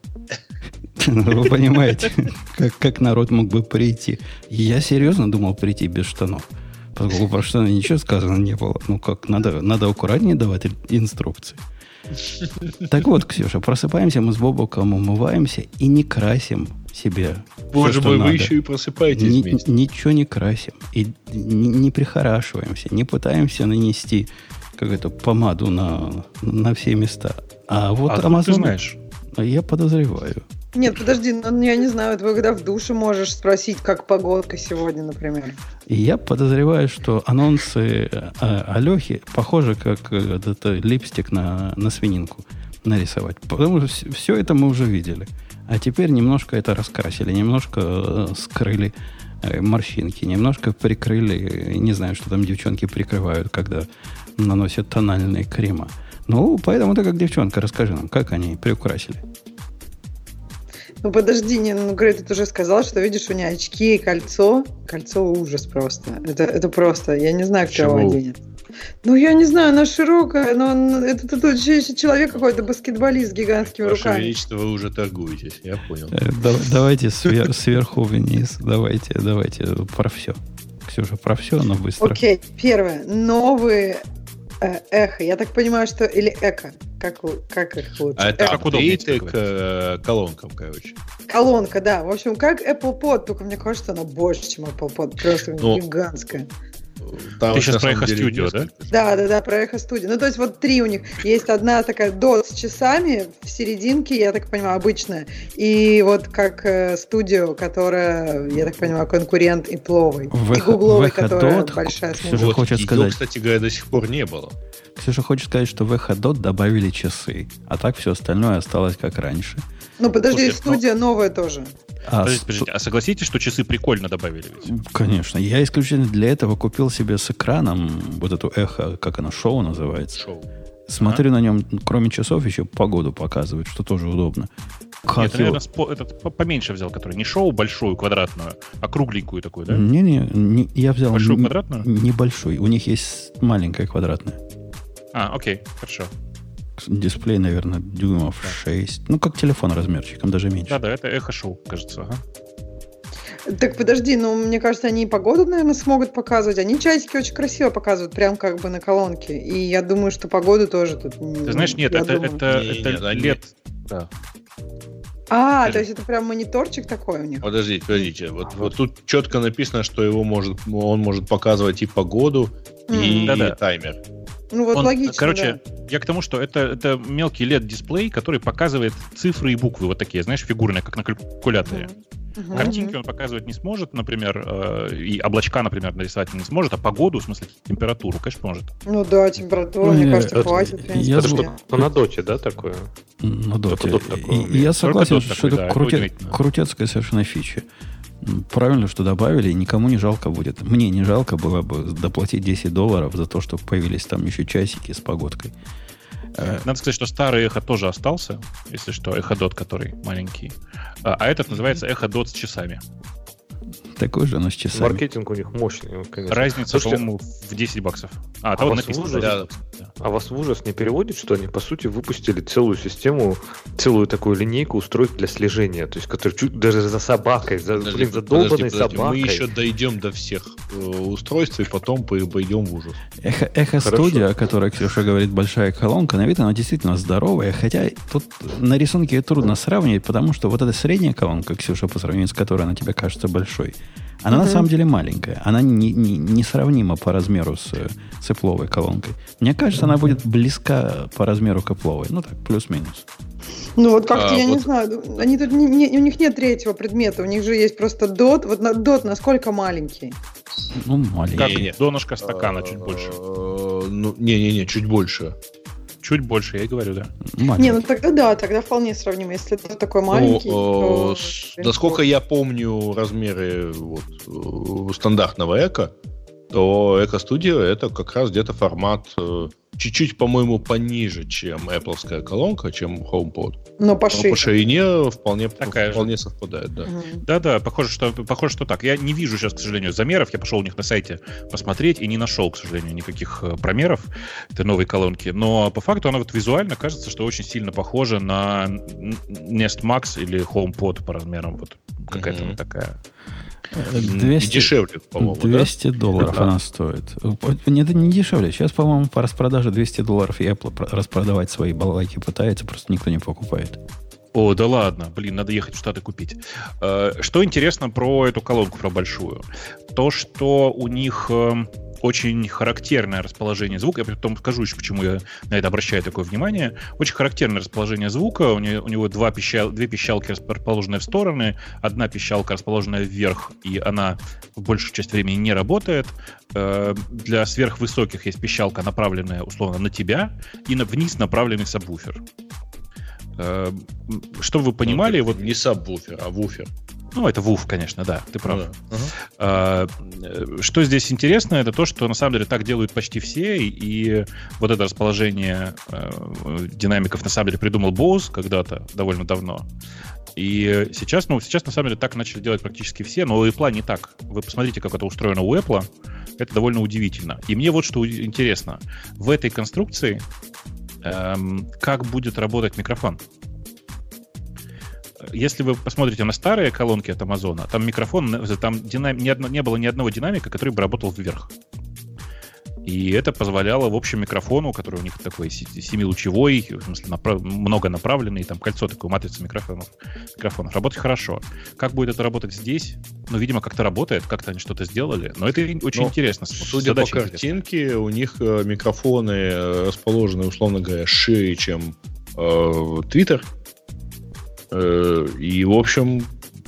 Вы понимаете, как народ мог бы прийти. Я серьезно думал прийти без штанов, поскольку про штаны ничего сказано не было. Надо аккуратнее давать инструкции. Так вот, Ксюша, просыпаемся мы с Бобоком, умываемся и не красим себе. Боже мой, вы еще и просыпаетесь вместе. Ничего не красим. И не прихорашиваемся, не пытаемся нанести какую-то помаду на все места. А вот Amazon... Ты знаешь. Я подозреваю. Нет, подожди, я не знаю, ты когда в душе можешь спросить, как погодка сегодня, например. И я подозреваю, что анонсы Алехи похожи, как липстик на свининку нарисовать. Потому что все это мы уже видели. А теперь немножко это раскрасили, немножко скрыли морщинки, немножко прикрыли, не знаю, что там девчонки прикрывают, когда наносят тональные крема. Поэтому ты как девчонка, расскажи нам, как они приукрасили. Подожди, Грей, ты уже сказал, что видишь, у меня очки и кольцо. Кольцо ужас просто. Это просто, я не знаю, кто его оденет. Я не знаю, она широкая, но это человек какой-то баскетболист с гигантскими руками. Ваше Величество, вы уже торгуетесь, я понял. Давайте сверху вниз, давайте про все. Ксюша, про все, но быстро. Окей, первое. Новые эхо. Я так понимаю, что... Или эко. Как их лучше? А это апдейты к колонкам, короче. Колонка, да. В общем, как Apple Pod, только мне кажется, она больше, чем Apple Pod. Просто гигантская. Там ты сейчас про Echo Studio, да? Да, про Echo Studio. Ну, то есть вот 3 у них. Есть одна такая DOT с часами в серединке, я так понимаю, обычная. И вот как Studio, которая, я так понимаю, конкурент и пловый. И гугловый, которая большая смута. Ксюша хочет сказать... кстати говоря, до сих пор не было. Ксюша хочет сказать, что в Echo Dot добавили часы, а так все остальное осталось как раньше. Ну, подожди, студия новая тоже. Подождите, а согласитесь, что часы прикольно добавили ведь? Конечно. Я исключительно для этого купил себе с экраном вот эту эхо, как оно, шоу называется. Шоу. Смотрю на нем, кроме часов, еще погоду показывает, что тоже удобно. Нет, ты, наверное, этот поменьше взял, который не шоу большую, квадратную, а кругленькую такую, да? Не, я взял большую квадратную? Небольшую. У них есть маленькая квадратная. Окей, хорошо. Дисплей, наверное, дюймов 6. Ну, как телефон размерчиком, даже меньше. Да, это эхо-шоу, кажется. Ага. Так подожди, мне кажется, они и погоду, наверное, смогут показывать. Они часики очень красиво показывают, прям как бы на колонке. И я думаю, что погоду тоже тут... Ты знаешь, нет, это лет... Да. То есть это прям мониторчик такой у них? Подождите. Вот тут четко написано, что он может показывать и погоду, и таймер. Ну вот логично, короче, я к тому, что это мелкий LED-дисплей, который показывает цифры и буквы вот такие, знаешь, фигурные, как на калькуляторе. Картинки он показывать не сможет, например, и облачка, например, нарисовать не сможет, а погоду, в смысле температуру, конечно, может. Ну да, температуру, мне кажется, хватит. Это что на доте, да, такое? На доте. Я согласен, что это крутецкая совершенно фича. Правильно, что добавили, и никому не жалко будет. Мне не жалко было бы доплатить $10 за то, что появились там еще часики с погодкой. Надо сказать, что старый эхо тоже остался, если что, эхо Dot, который маленький. А этот называется эхо Dot с часами. Такой же, но с часами. Маркетинг у них мощный, конечно. Разница, по-моему, в $10. Там написано. А вас в ужас не переводит, что они, по сути, выпустили целую систему, целую такую линейку устройств для слежения, то есть, который чуть даже за собакой, за долбанной собакой. Мы еще дойдем до всех устройств, и потом пойдем в ужас. Эхо Studio, о которой Ксюша говорит, большая колонка, на вид она действительно здоровая, хотя тут на рисунке трудно сравнивать, потому что вот эта средняя колонка, Ксюша, по сравнению с которой она тебе кажется большой, она на самом деле маленькая. Она несравнима по размеру с Apple'овой колонкой. Мне кажется, она будет близка по размеру к Apple'овой. Ну так, плюс-минус. Ну вот как-то, я не знаю, они тут у них нет третьего предмета, у них же есть просто DOT. Вот DOT насколько маленький? Ну, маленький. Как донышко стакана чуть больше. Чуть больше. Чуть больше, я и говорю, да. Маленький. Тогда вполне сравнимо. Если это такой маленький, то... Насколько я помню размеры стандартного Echo, то Echo Studio это как раз где-то формат чуть-чуть, по-моему, пониже, чем Apple'ская колонка, чем HomePod. Но по ширине вполне совпадает, да. Да, похоже, что так. Я не вижу сейчас, к сожалению, замеров. Я пошел у них на сайте посмотреть и не нашел, к сожалению, никаких промеров этой новой колонки. Но по факту она вот визуально кажется, что очень сильно похожа на Nest Max или HomePod по размерам. Вот какая-то вот такая. 200, дешевле, по-моему, $200 она стоит. Это не дешевле. Сейчас, по-моему, по распродаже $200 и Apple распродавать свои балалайки пытается, просто никто не покупает. О, да ладно, надо ехать в Штаты купить. Что интересно про эту колонку, про большую? То, что у них очень характерное расположение звука. Я потом скажу еще, почему я на это обращаю такое внимание. Очень характерное расположение звука. У него две пищалки, расположенные в стороны. Одна пищалка расположенная вверх, и она в большую часть времени не работает. Для сверхвысоких есть пищалка, направленная условно на тебя, и вниз направленный сабвуфер. Чтобы вы понимали... Вот не сабвуфер, а вуфер. Ну, это вуф, конечно, да, ты прав. Что здесь интересно, это то, что на самом деле так делают почти все, и вот это расположение динамиков на самом деле придумал Bose когда-то, довольно давно. И сейчас на самом деле так начали делать практически все, но у Apple не так. Вы посмотрите, как это устроено у Apple, это довольно удивительно. И мне вот что интересно. В этой конструкции как будет работать микрофон. если вы посмотрите на старые колонки от Амазона, там микрофон, там не было ни одного динамика, который бы работал вверх. И это позволяло, в общем, микрофону, который у них такой 7-лучевой, в смысле многонаправленный, там кольцо такое, матрица микрофонов, работать хорошо. Как будет это работать здесь? Ну, видимо, как-то работает, как-то они что-то сделали, но это очень интересно. Судя по картинке, у них микрофоны расположены, условно говоря, шире, чем Twitter. И, в общем...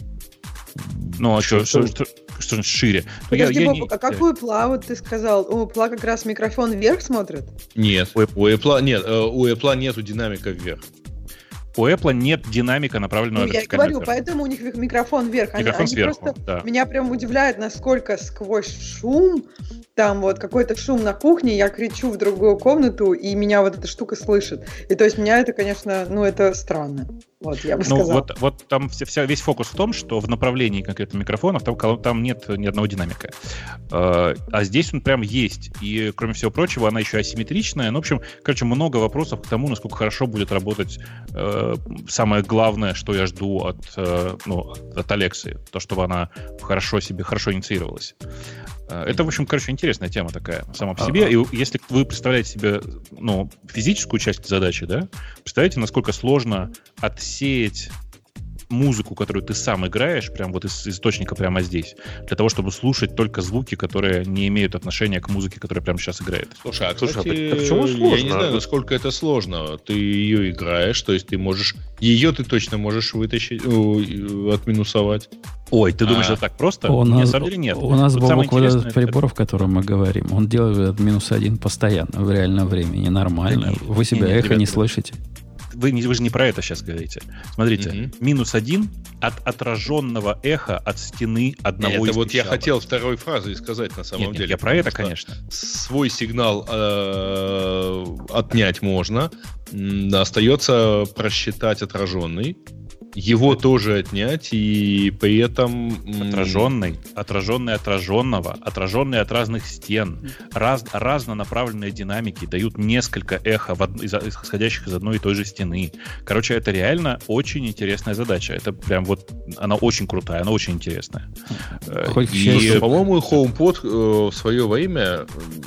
Ну, а что значит шире? Подожди, Боб, а какую Пла вот ты сказал? У Пла как раз микрофон вверх смотрит? Нет, у Apple нету динамика вверх. У Apple нет динамика, направленного вертикально. Я говорю, поэтому у них микрофон вверх. Микрофон сверху, просто, да. Меня прям удивляет, насколько сквозь шум, там вот какой-то шум на кухне, я кричу в другую комнату, и меня вот эта штука слышит. И то есть меня это, конечно, это странно. Вот, я бы сказал. Вот там весь фокус в том, что в направлении конкретно микрофонов там нет ни одного динамика. А здесь он прям есть. И, кроме всего прочего, она еще асимметричная. Ну, в общем, много вопросов к тому, насколько хорошо будет работать самое главное, что я жду от Алексы. То, чтобы она хорошо инициировалась. Это, в общем, интересная тема такая сама по себе. И если вы представляете себе физическую часть задачи, да, представляете, насколько сложно отсеять музыку, которую ты сам играешь, прям вот из источника прямо здесь, для того, чтобы слушать только звуки, которые не имеют отношения к музыке, которая прямо сейчас играет. Слушай, почему сложно? Я не знаю, насколько это сложно. Ты ее играешь, то есть ты точно можешь вытащить, отминусовать. Ой, ты думаешь, это так просто? На самом деле нет. У нас Бобок вот этот прибор, в котором мы говорим, он делает -1 постоянно, в реальном времени, нормально. Вы себя эхо не слышите? Вы же не про это сейчас говорите. Смотрите, -1 от отраженного эха от стены одного из Это вот я хотел второй фразой сказать на самом деле. Я про это, конечно. Свой сигнал отнять можно, остается просчитать отраженный. Его тоже отнять, и при этом... Отраженный отраженного, отраженный от разных стен, разнонаправленные динамики дают несколько эхо, исходящих из одной и той же стены. Короче, это реально очень интересная задача. Это прям она очень крутая, она очень интересная. По-моему, HomePod в свое время...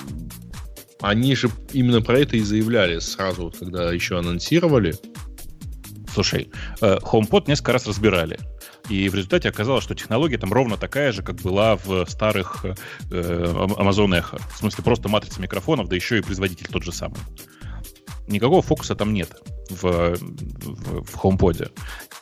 Они же именно про это и заявляли сразу, когда еще анонсировали. Слушай, HomePod несколько раз разбирали. И в результате оказалось, что технология там ровно такая же, как была в старых Amazon Echo. В смысле, просто матрица микрофонов, да еще и производитель тот же самый. Никакого фокуса там нет в HomePod.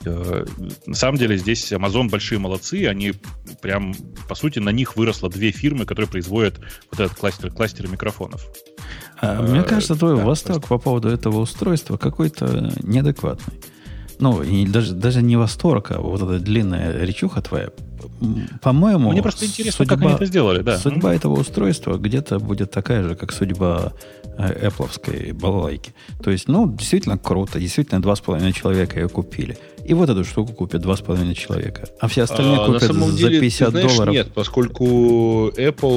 На самом деле здесь Amazon большие молодцы. Они прям, по сути, на них выросло 2 фирмы, которые производят вот этот кластер микрофонов. Мне кажется, твой восторг по поводу этого устройства какой-то неадекватный. И даже не восторг, а вот эта длинная речуха твоя. По-моему, мне просто интересно, как они это сделали. Да. Судьба этого устройства где-то будет такая же, как судьба Apple-овской балалайки. То есть, действительно круто. Действительно, 2,5 человека ее купили. И вот эту штуку купят 2,5 человека. А все остальные купят за $50. Нет, поскольку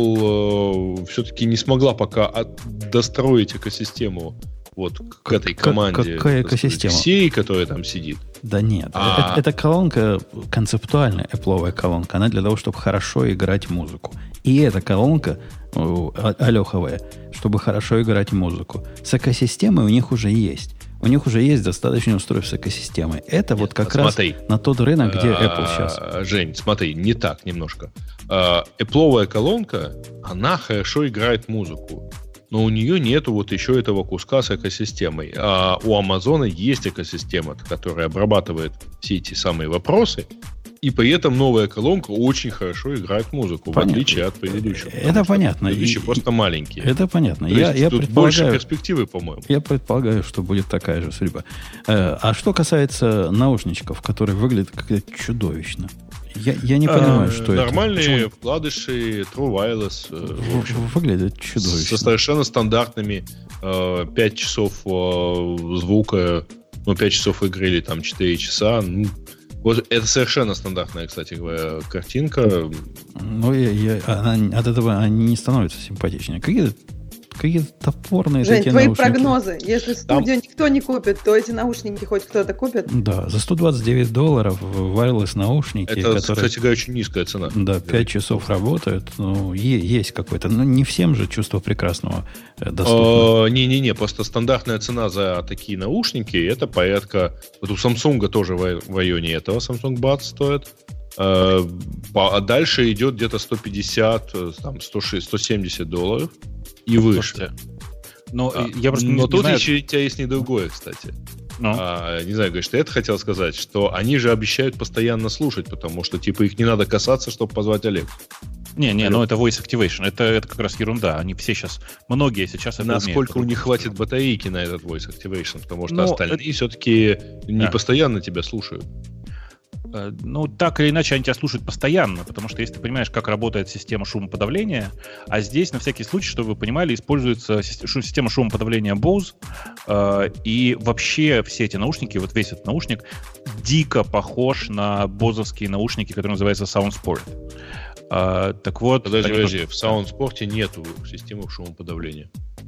Apple все-таки не смогла пока достроить экосистему к этой команде. Какая экосистема? Всей, которая там сидит. Да нет. Это колонка, концептуальная Apple'овая колонка. Она для того, чтобы хорошо играть музыку. И эта колонка алеховая, чтобы хорошо играть музыку. С экосистемой у них уже есть. У них уже есть достаточно устройств с экосистемой. Это как раз на тот рынок, где Apple сейчас. Жень, смотри, не так немножко. Apple'овая колонка, она хорошо играет музыку. Но у нее нету еще этого куска с экосистемой. А у Амазона есть экосистема, которая обрабатывает все эти самые вопросы, и при этом новая колонка очень хорошо играет музыку, понятно. В отличие от предыдущего. Это понятно. Предыдущие просто маленькие. Это понятно. Я тут больше перспективы, по-моему. Я предполагаю, что будет такая же судьба. А что касается наушничков, которые выглядят как-то чудовищно. Я не понимаю, что нормальные это. Нормальные вкладыши, True Wireless. Выглядят чудовищно. Со совершенно стандартными 5 часов звука, 5 часов игры или 4 часа. Это совершенно стандартная, кстати говоря, картинка. От этого они не становятся симпатичнее. какие-то топорные Жень, такие твои наушники. Прогнозы. Если студию никто не купит, то эти наушники хоть кто-то купит? Да, за $129 wireless наушники. Это, которые, кстати говоря, очень низкая цена. Да, 5 часов работают. Ну, есть какой-то. Ну, не всем же чувство прекрасного доступно. Не-не-не, просто стандартная цена за такие наушники, это порядка... Вот у Samsung тоже в районе этого Samsung Buds стоит. А дальше идет где-то 150, там, $170 и выше. Но тут еще у тебя есть не другое, кстати. Не знаю, говоришь, ты это хотел сказать, что они же обещают постоянно слушать, потому что, типа, их не надо касаться, чтобы позвать Алексу. Ну это voice activation, это как раз ерунда. Они все сейчас, многие сейчас это умеют. Насколько у них хватит батарейки на этот voice activation, потому что остальные все-таки не постоянно тебя слушают. Ну, так или иначе, они тебя слушают постоянно, потому что если ты понимаешь, как работает система шумоподавления, а здесь, на всякий случай, чтобы вы понимали, используется система шумоподавления Bose, и вообще все эти наушники, вот весь этот наушник, дико похож на бозовские наушники, которые называются SoundSport. Так вот... Подожди, в SoundSport нету системы шумоподавления.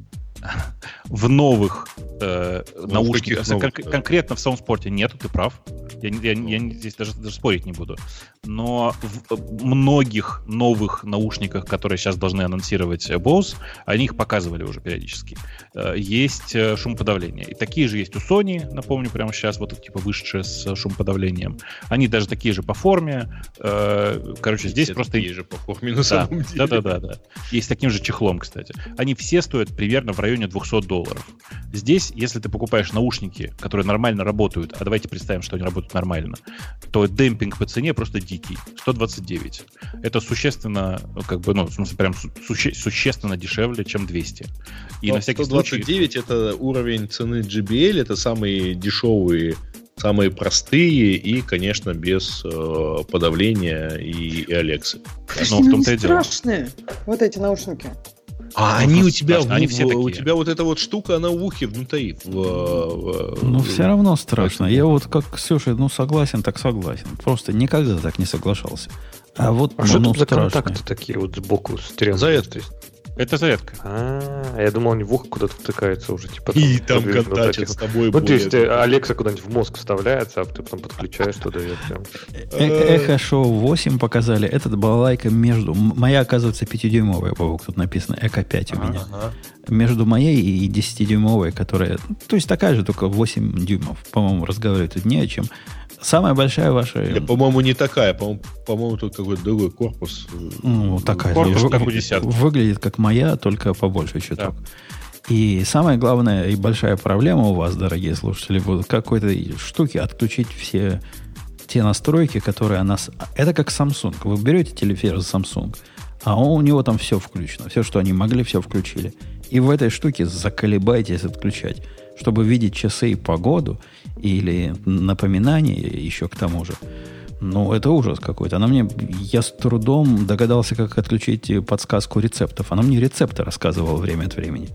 В новых наушниках, конкретно в SoundSport нету, ты прав. Я здесь даже спорить не буду. Но в многих новых наушниках, которые сейчас должны анонсировать Bose, они их показывали уже периодически, есть шумоподавление. И такие же есть у Sony, напомню, прямо сейчас, вот типа вышедшие с шумоподавлением. Они даже такие же по форме. Короче, здесь просто... Такие же по форме на самом деле. Да. И с таким же чехлом, кстати. Они все стоят примерно в районе $200. Здесь, если ты покупаешь наушники, которые нормально работают, а давайте представим, что они работают нормально, то демпинг по цене просто дикий. 129. Это существенно, в смысле, прям существенно дешевле, чем 200. И на всякий 129 случай... это уровень цены JBL, это самые дешевые, самые простые и, конечно, без подавления и Алексы. Но в том-то и дело. Страшные вот эти наушники. Они у тебя, у тебя вот эта вот штука, она в ухе внутри. Все равно страшно. Я вот как Ксюша, согласен, так согласен. Просто никогда так не соглашался. А вот что тут за контакты такие вот сбоку стрелы? Зарядка. Это зарядка. Я думал, они в ухо куда-то втыкаются уже. Типа, и там контачат с тобой. То есть Алекса куда-нибудь в мозг вставляется, а ты потом подключаешь туда ее прям. Эхо Show 8 показали. Этот балалайка между... Моя, оказывается, 5-дюймовая, тут написано. Эко 5 у меня. Между моей и 10-дюймовой, которая... То есть такая же, только 8 дюймов. По-моему, разговаривать тут не о чем. Самая большая ваша... по-моему, не такая. По-моему, тут какой-то другой корпус. Такая. Корпус как у десятки. Выглядит как моя, только побольше чуток. Да. И самая главная и большая проблема у вас, дорогие слушатели, вот какой-то штуки отключить все те настройки, которые она... Это как Samsung. Вы берете телефон Samsung, а у него там все включено. Все, что они могли, все включили. И в этой штуке заколебайтесь отключать, чтобы видеть часы и погоду, или напоминания еще к тому же. Это ужас какой-то. Я с трудом догадался, как отключить подсказку рецептов. Она мне рецепты рассказывала время от времени.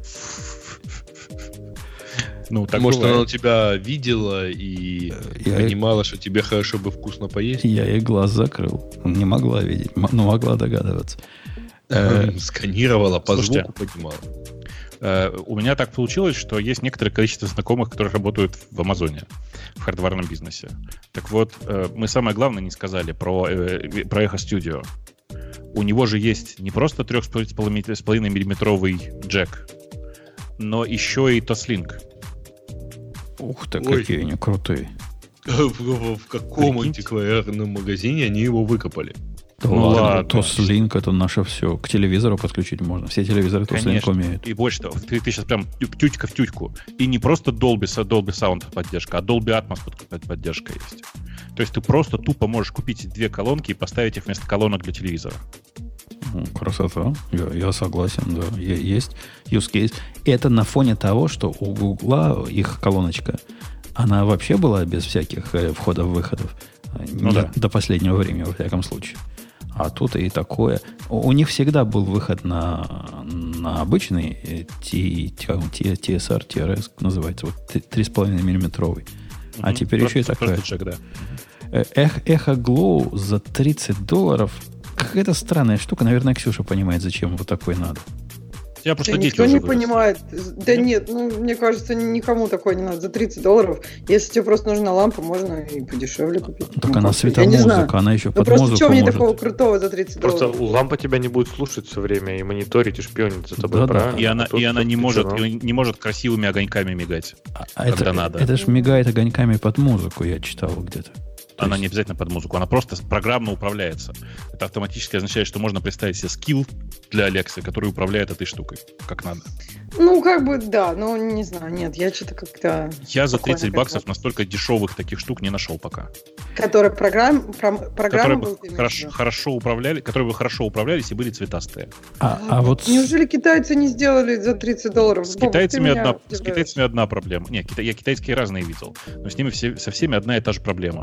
Может, она тебя видела и понимала, что тебе хорошо бы вкусно поесть? Я ей глаз закрыл. Не могла видеть, но могла догадываться. Сканировала, по звуку понимала. У меня так получилось, что есть некоторое количество знакомых, которые работают в Амазоне, в хардварном бизнесе. Так вот, мы самое главное не сказали про Echo Studio. У него же есть не просто 3,5 миллиметровый джек, но еще и Toslink. Ух ты, какие они крутые. В каком антиквариатном магазине они его выкопали? Ладно, Toslink это наше все. К телевизору подключить можно. Все телевизоры Toslink умеют. И больше того, ты сейчас прям тютька в тютьку. И не просто Dolby Sound поддержка, а Dolby Atmos поддержка есть. То есть ты просто тупо можешь купить 2 колонки и поставить их вместо колонок для телевизора. Красота. Я согласен, да. Есть use case. И это на фоне того, что у Гугла их колоночка, она вообще была без всяких входов-выходов. До последнего времени, во всяком случае. А тут и такое. У них всегда был выход на обычный TSR, TRS называется, вот 3,5 миллиметровый. А теперь еще и такая. Echo Glow за $30. Какая-то странная штука. Наверное, Ксюша понимает, зачем вот такой надо. Тебя просто дети никто не понимает. Да нет, мне кажется, никому такое не надо. За $30, если тебе просто нужна лампа, можно и подешевле купить. Так она светомузыка, она еще под музыку просто что мне такого крутого за $30? Просто лампа тебя не будет слушать все время и мониторить, и шпионить за тобой, правильно? И она не может красивыми огоньками мигать, когда надо. Это ж мигает огоньками под музыку, я читал где-то. Она не обязательно под музыку, она просто программно управляется. Это автоматически означает, что можно представить себе скилл для Алексы, который управляет этой штукой, как надо. Да, не знаю, нет, я что-то как-то... Я за $30 настолько дешевых таких штук не нашел пока. Которые программы хорошо управляли, которые бы хорошо управлялись и были цветастые. Неужели китайцы не сделали за $30? С китайцами одна проблема. Нет, я китайские разные видел, но с ними со всеми одна и та же проблема.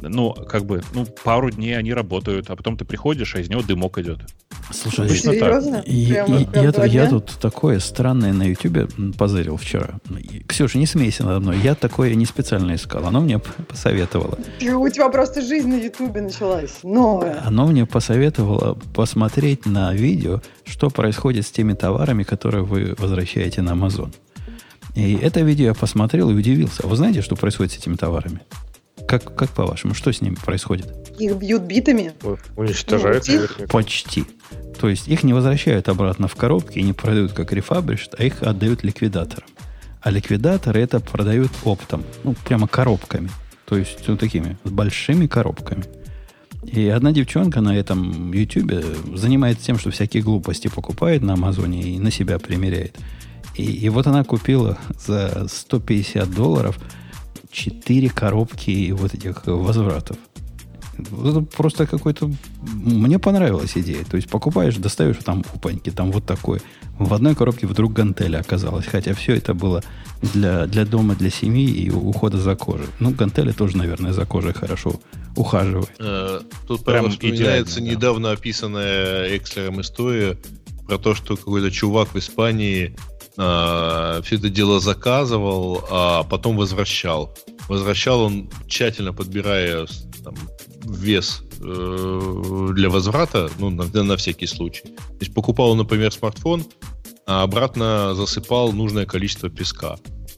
Пару дней они работают, а потом ты приходишь, а из него дымок идет. Слушай, серьезно? Я тут такое странное на Ютубе позырил вчера. Ксюша, не смейся надо мной. Я такое не специально искал. Оно мне посоветовало. У тебя просто жизнь на Ютубе началась. Новая. Оно мне посоветовало посмотреть на видео, что происходит с теми товарами, которые вы возвращаете на Amazon. И это видео я посмотрел и удивился. А вы знаете, что происходит с этими товарами? Как по-вашему, что с ними происходит? Их бьют битами? Уничтожают. Почти. То есть их не возвращают обратно в коробки и не продают как рефабришт, а их отдают ликвидаторам. А ликвидаторы это продают оптом, прямо коробками. То есть такими большими коробками. И одна девчонка на этом Ютубе занимается тем, что всякие глупости покупает на Амазоне и на себя примеряет. И вот она купила за $150 4 коробки вот этих возвратов. Это просто какой-то... Мне понравилась идея. То есть покупаешь, достаешь там опаньки, там вот такой. В одной коробке вдруг гантеля оказалась. Хотя все это было для дома, для семьи и ухода за кожей. Гантели тоже, наверное, за кожей хорошо ухаживает. Тут прямо вспоминается недавно описанная Экслером история про то, что какой-то чувак в Испании все это дело заказывал, а потом возвращал. Возвращал он, тщательно подбирая вес для возврата, на всякий случай. То есть покупал он, например, смартфон, а обратно засыпал нужное количество песка.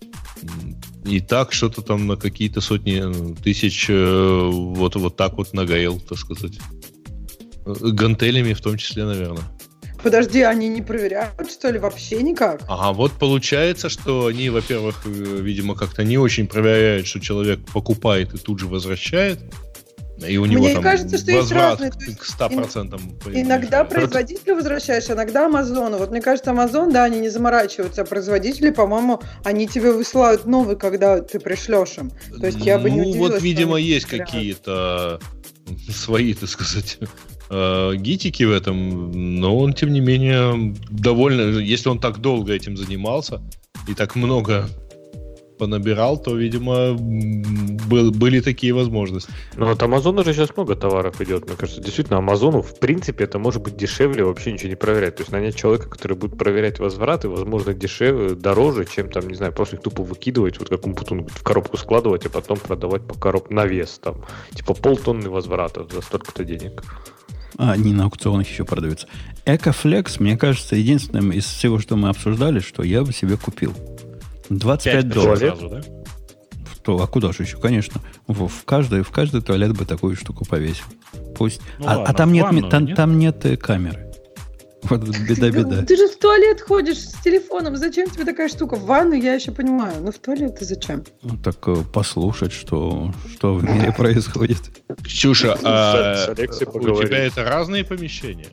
И так что-то там на какие-то сотни тысяч вот так вот нагаил, так сказать. Гантелями в том числе, наверное. Подожди, они не проверяют, что ли, вообще никак? Ага, вот получается, что они, во-первых, видимо, как-то не очень проверяют, что человек покупает и тут же возвращает. И у него Мне кажется, что возврат есть разные. к 100%. Иногда производителю возвращаешь, иногда Амазону. Вот мне кажется, Амазон, да, они не заморачиваются, а производители, по-моему, они тебе высылают новый, когда ты пришлешь им. То есть я бы не удивилась. Вот, видимо, есть какие-то свои, так сказать, гитики в этом, но он, тем не менее, довольно... Если он так долго этим занимался и так много понабирал, то, видимо, были такие возможности. Но от Амазона же сейчас много товаров идет. Мне кажется, действительно, Амазону, в принципе, это может быть дешевле вообще ничего не проверять. То есть нанять человека, который будет проверять возвраты, возможно, дешевле, дороже, чем там, не знаю, просто их тупо выкидывать, вот как он в коробку складывать, а потом продавать по коробке на вес. Там, типа полтонны возврата за столько-то денег. Они на аукционах еще продаются. Экофлекс, мне кажется, единственным из всего, что мы обсуждали, что я бы себе купил. $25. Сразу, да? А куда же еще? Конечно. В каждый туалет бы такую штуку повесил. Пусть. Ладно, там нет камеры. Вот беда. Ты же в туалет ходишь с телефоном. Зачем тебе такая штука? В ванну я еще понимаю. Но в туалет ты зачем? Так послушать, что в мире происходит. Ксюша, у тебя это разные помещения?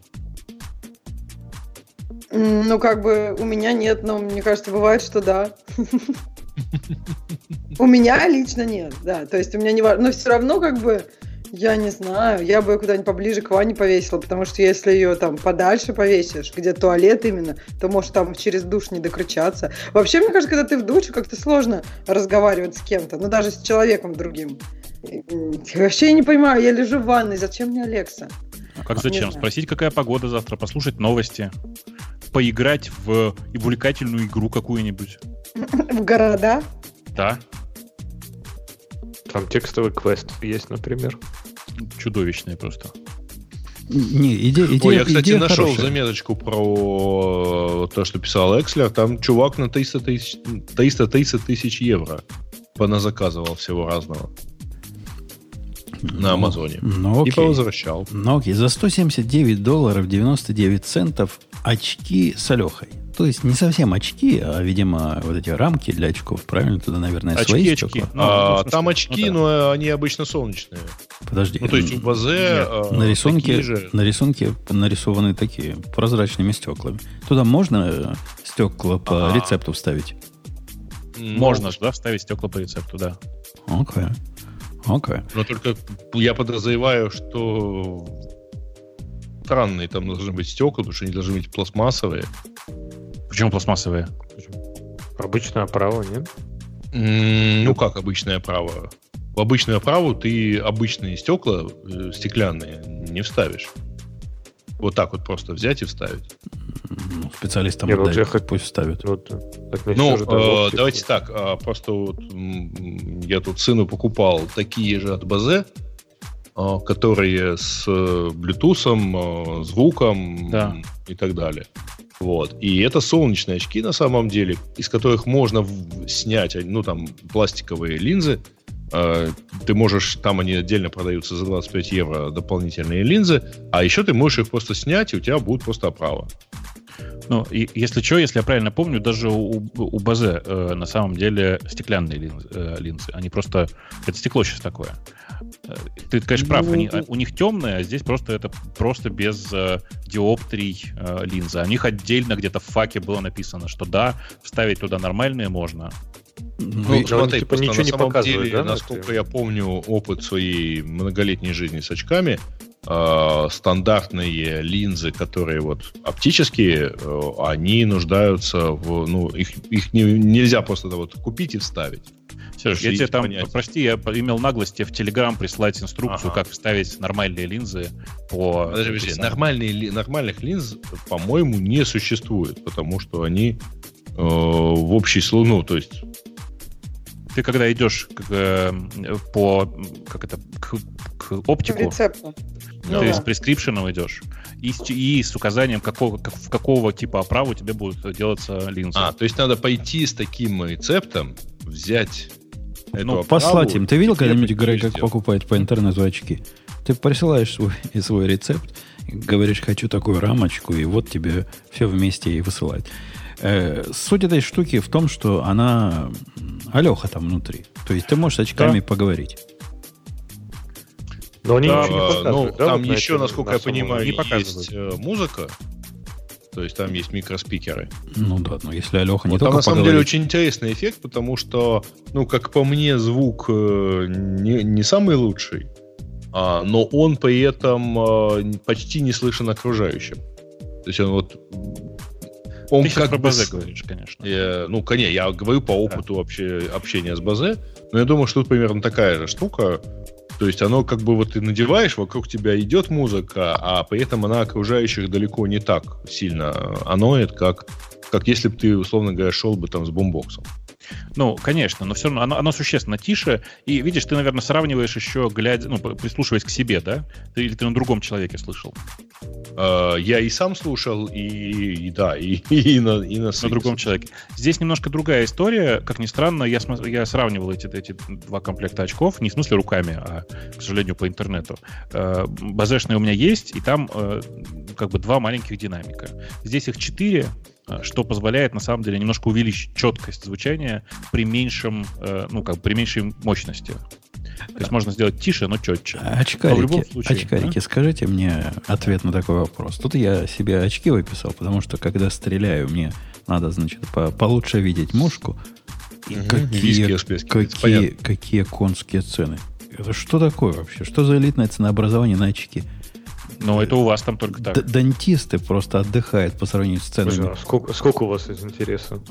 У меня нет, но мне кажется, бывает, что да. У меня лично нет, да. То есть у меня не важно. Но все равно, я не знаю, я бы ее куда-нибудь поближе к ванне повесила, потому что если ее там подальше повесишь, где туалет именно, то может там через душ не докричаться. Вообще, мне кажется, когда ты в душе, как-то сложно разговаривать с кем-то, даже с человеком другим. Вообще я не понимаю, я лежу в ванной, зачем мне Алекса? Как зачем? Спросить, какая погода завтра, послушать новости, поиграть в увлекательную игру какую-нибудь. В города? Да. Там текстовый квест есть, например. Чудовищный просто. Я, кстати, нашел заметочку про то, что писал Экслер. Там чувак на 330 тысяч евро поназаказывал всего разного на Амазоне. И повозвращал. Окей, за $179.99 очки с Алехой. То есть не совсем очки, а, видимо, вот эти рамки для очков. Правильно? Туда, наверное, свои стекла. Там очки, но они обычно солнечные. Подожди. То есть у Базе на рисунке нарисованы такие прозрачными стеклами. Туда можно стекла по рецепту вставить? Можно туда вставить стекла по рецепту, да. Окей. Но только я подозреваю, что странные там должны быть стекла, потому что они должны быть пластмассовые. Почему пластмассовые? Обычная оправа, нет? Как обычная оправа? В обычную оправу ты обычные стекла стеклянные не вставишь. Вот так вот просто взять и вставить. Специалистам отдать, пусть вставят. Давайте так. Просто я тут сыну покупал такие же от Базе, которые с Bluetooth, звуком и так далее. Вот. И это солнечные очки на самом деле, из которых можно снять, пластиковые линзы. Ты можешь, там они отдельно продаются за 25 евро дополнительные линзы, а еще ты можешь их просто снять, и у тебя будет просто оправа. Если я правильно помню, даже у Базе на самом деле стеклянные линзы. Они просто... Это стекло сейчас такое. Ты, конечно, прав. У них темные, а здесь это просто без диоптрий линзы. У них отдельно где-то в факе было написано, что да, вставить туда нормальные можно. Смотри, ничего не показывает, деле, насколько я помню опыт своей многолетней жизни с очками, стандартные линзы, которые оптические, они нуждаются их нельзя просто купить и вставить. Сереж, я тебе прости, я имел наглость тебе в Telegram прислать инструкцию, как вставить нормальные линзы по... Подожди, нормальных линз, по-моему, не существует, потому что они в общей слону, то есть... Ты когда идешь к оптику, рецепту. Ты с прескрипшеном идешь и с указанием, какого типа оправы тебе будут делаться линзы. То есть надо пойти с таким рецептом, взять эту оправу. Послать им. Ты видел когда-нибудь, Грей, как покупать по интернету очки? Ты присылаешь свой рецепт, говоришь, хочу такую рамочку, и вот тебе все вместе и высылают. Суть этой штуки в том, что она... Алеха там внутри. То есть ты можешь с очками поговорить. Но они ничего не показывают. Там еще, насколько я понимаю, есть музыка. То есть там есть микроспикеры. Но если Алеха не только там на самом деле очень интересный эффект, потому что, как по мне, звук не самый лучший, но он при этом почти не слышен окружающим. То есть он ты как про Базе говоришь, конечно. Я говорю по опыту общения с Базе, но я думаю, что тут примерно такая же штука. То есть оно ты надеваешь, вокруг тебя идет музыка, а при этом она окружающих далеко не так сильно аноет, как если бы ты, условно говоря, шел бы там с бумбоксом. Конечно, но все равно оно существенно тише. И видишь, ты, наверное, сравниваешь еще, прислушиваясь к себе, да? Или ты на другом человеке слышал? Я и сам слушал, и на другом человеке. Здесь немножко другая история. Как ни странно, я сравнивал эти два комплекта очков, не в смысле руками, а, к сожалению, по интернету. Базешные у меня есть, и там два маленьких динамика. Здесь их 4, что позволяет, на самом деле, немножко увеличить четкость звучания при при меньшей мощности. То есть можно сделать тише, но четче. Очкарики, скажите мне ответ на такой вопрос. Тут я себе очки выписал, потому что, когда стреляю, мне надо, получше видеть мушку. И какие конские цены. Это что такое вообще? Что за элитное ценообразование на очки? Это у вас там только так. Дантисты просто отдыхают по сравнению с ценами. Сколько у вас из интереса?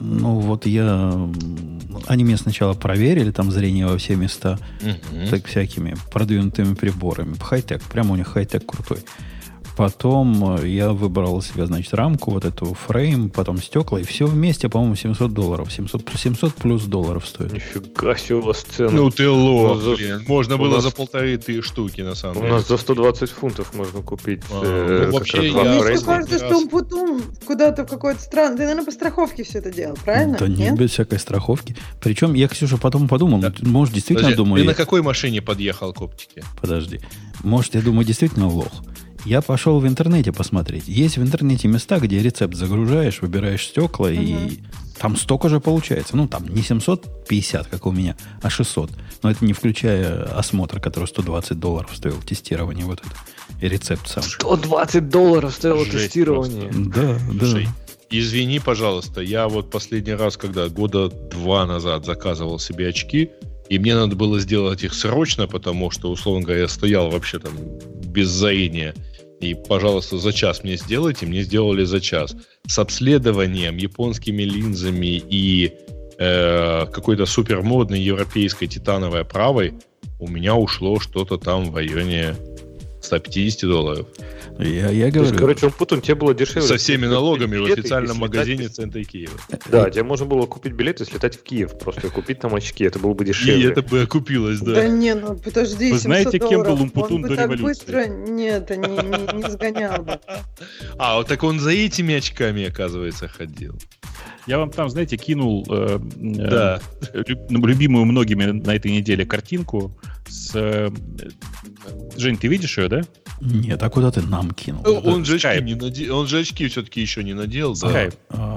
Они меня сначала проверили, там зрение во все места, так всякими продвинутыми приборами. Хай-тек, прямо у них хай-тек крутой. Потом я выбрал себе, значит, рамку, вот эту фрейм, потом стекла, и все вместе, по-моему, $700. 700 плюс долларов стоит. Нифига себе у вас цены. Ну ты лох, блин. Можно было за 1500 штуки, на самом деле. У нас за 120 фунтов можно купить. Вообще, мне кажется, что Умпутун куда-то в какой-то стран. Ты, наверное, по страховке все это делал, правильно? Да нет, без всякой страховки. Причем я, Ксюша, потом подумал, может, действительно думаю... Ты на какой машине подъехал к оптике? Подожди. Может, я думаю, действительно лох. Я пошел в интернете посмотреть. Есть в интернете места, где рецепт загружаешь, выбираешь стекла, и там столько же получается. Ну, там не 750, как у меня, а 600. Но это не включая осмотр, который $120 стоил, тестирование вот это. И рецепт сам. $120 стоило тестирование. Да, Слушай, извини, пожалуйста, я вот последний раз, когда года 2 назад заказывал себе очки, и мне надо было сделать их срочно, потому что, условно говоря, я стоял вообще там без зрения. И, пожалуйста, за час мне сделайте. Мне сделали за час. С обследованием, японскими линзами и какой-то супермодной европейской титановой оправой у меня ушло что-то там в районе $150. Я говорю... Короче, Умпутун, тебе было дешевле. Со всеми налогами в официальном магазине в центре Киева. Да, тебе можно было купить билет и слетать в Киев просто и купить там очки. Это было бы дешевле. И это бы окупилось, да. Да не, ну подожди, Вы знаете, кем был Умпутун до революции? Быстро... Нет, не сгонял бы. А, вот так он за этими очками, оказывается, ходил. Я вам там, знаете, кинул любимую многими на этой неделе картинку с... Жень, ты видишь ее, да? Нет, а куда ты нам кинул? Он же очки не надел, он же очки все-таки еще не надел, да.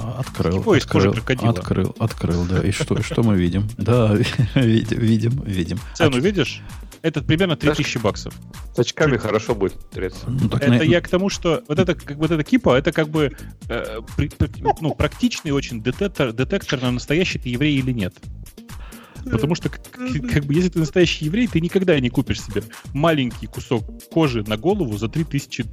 Открыл, да. И что мы видим? Да, видим. Цену видишь? Это примерно $3000. С очками хорошо будет смотреться. Это я к тому, что вот эта кипа, это как бы практичный очень детектор, на настоящий ты еврей или нет. Потому что, как бы, если ты настоящий еврей, ты никогда не купишь себе маленький кусок кожи на голову за $3000.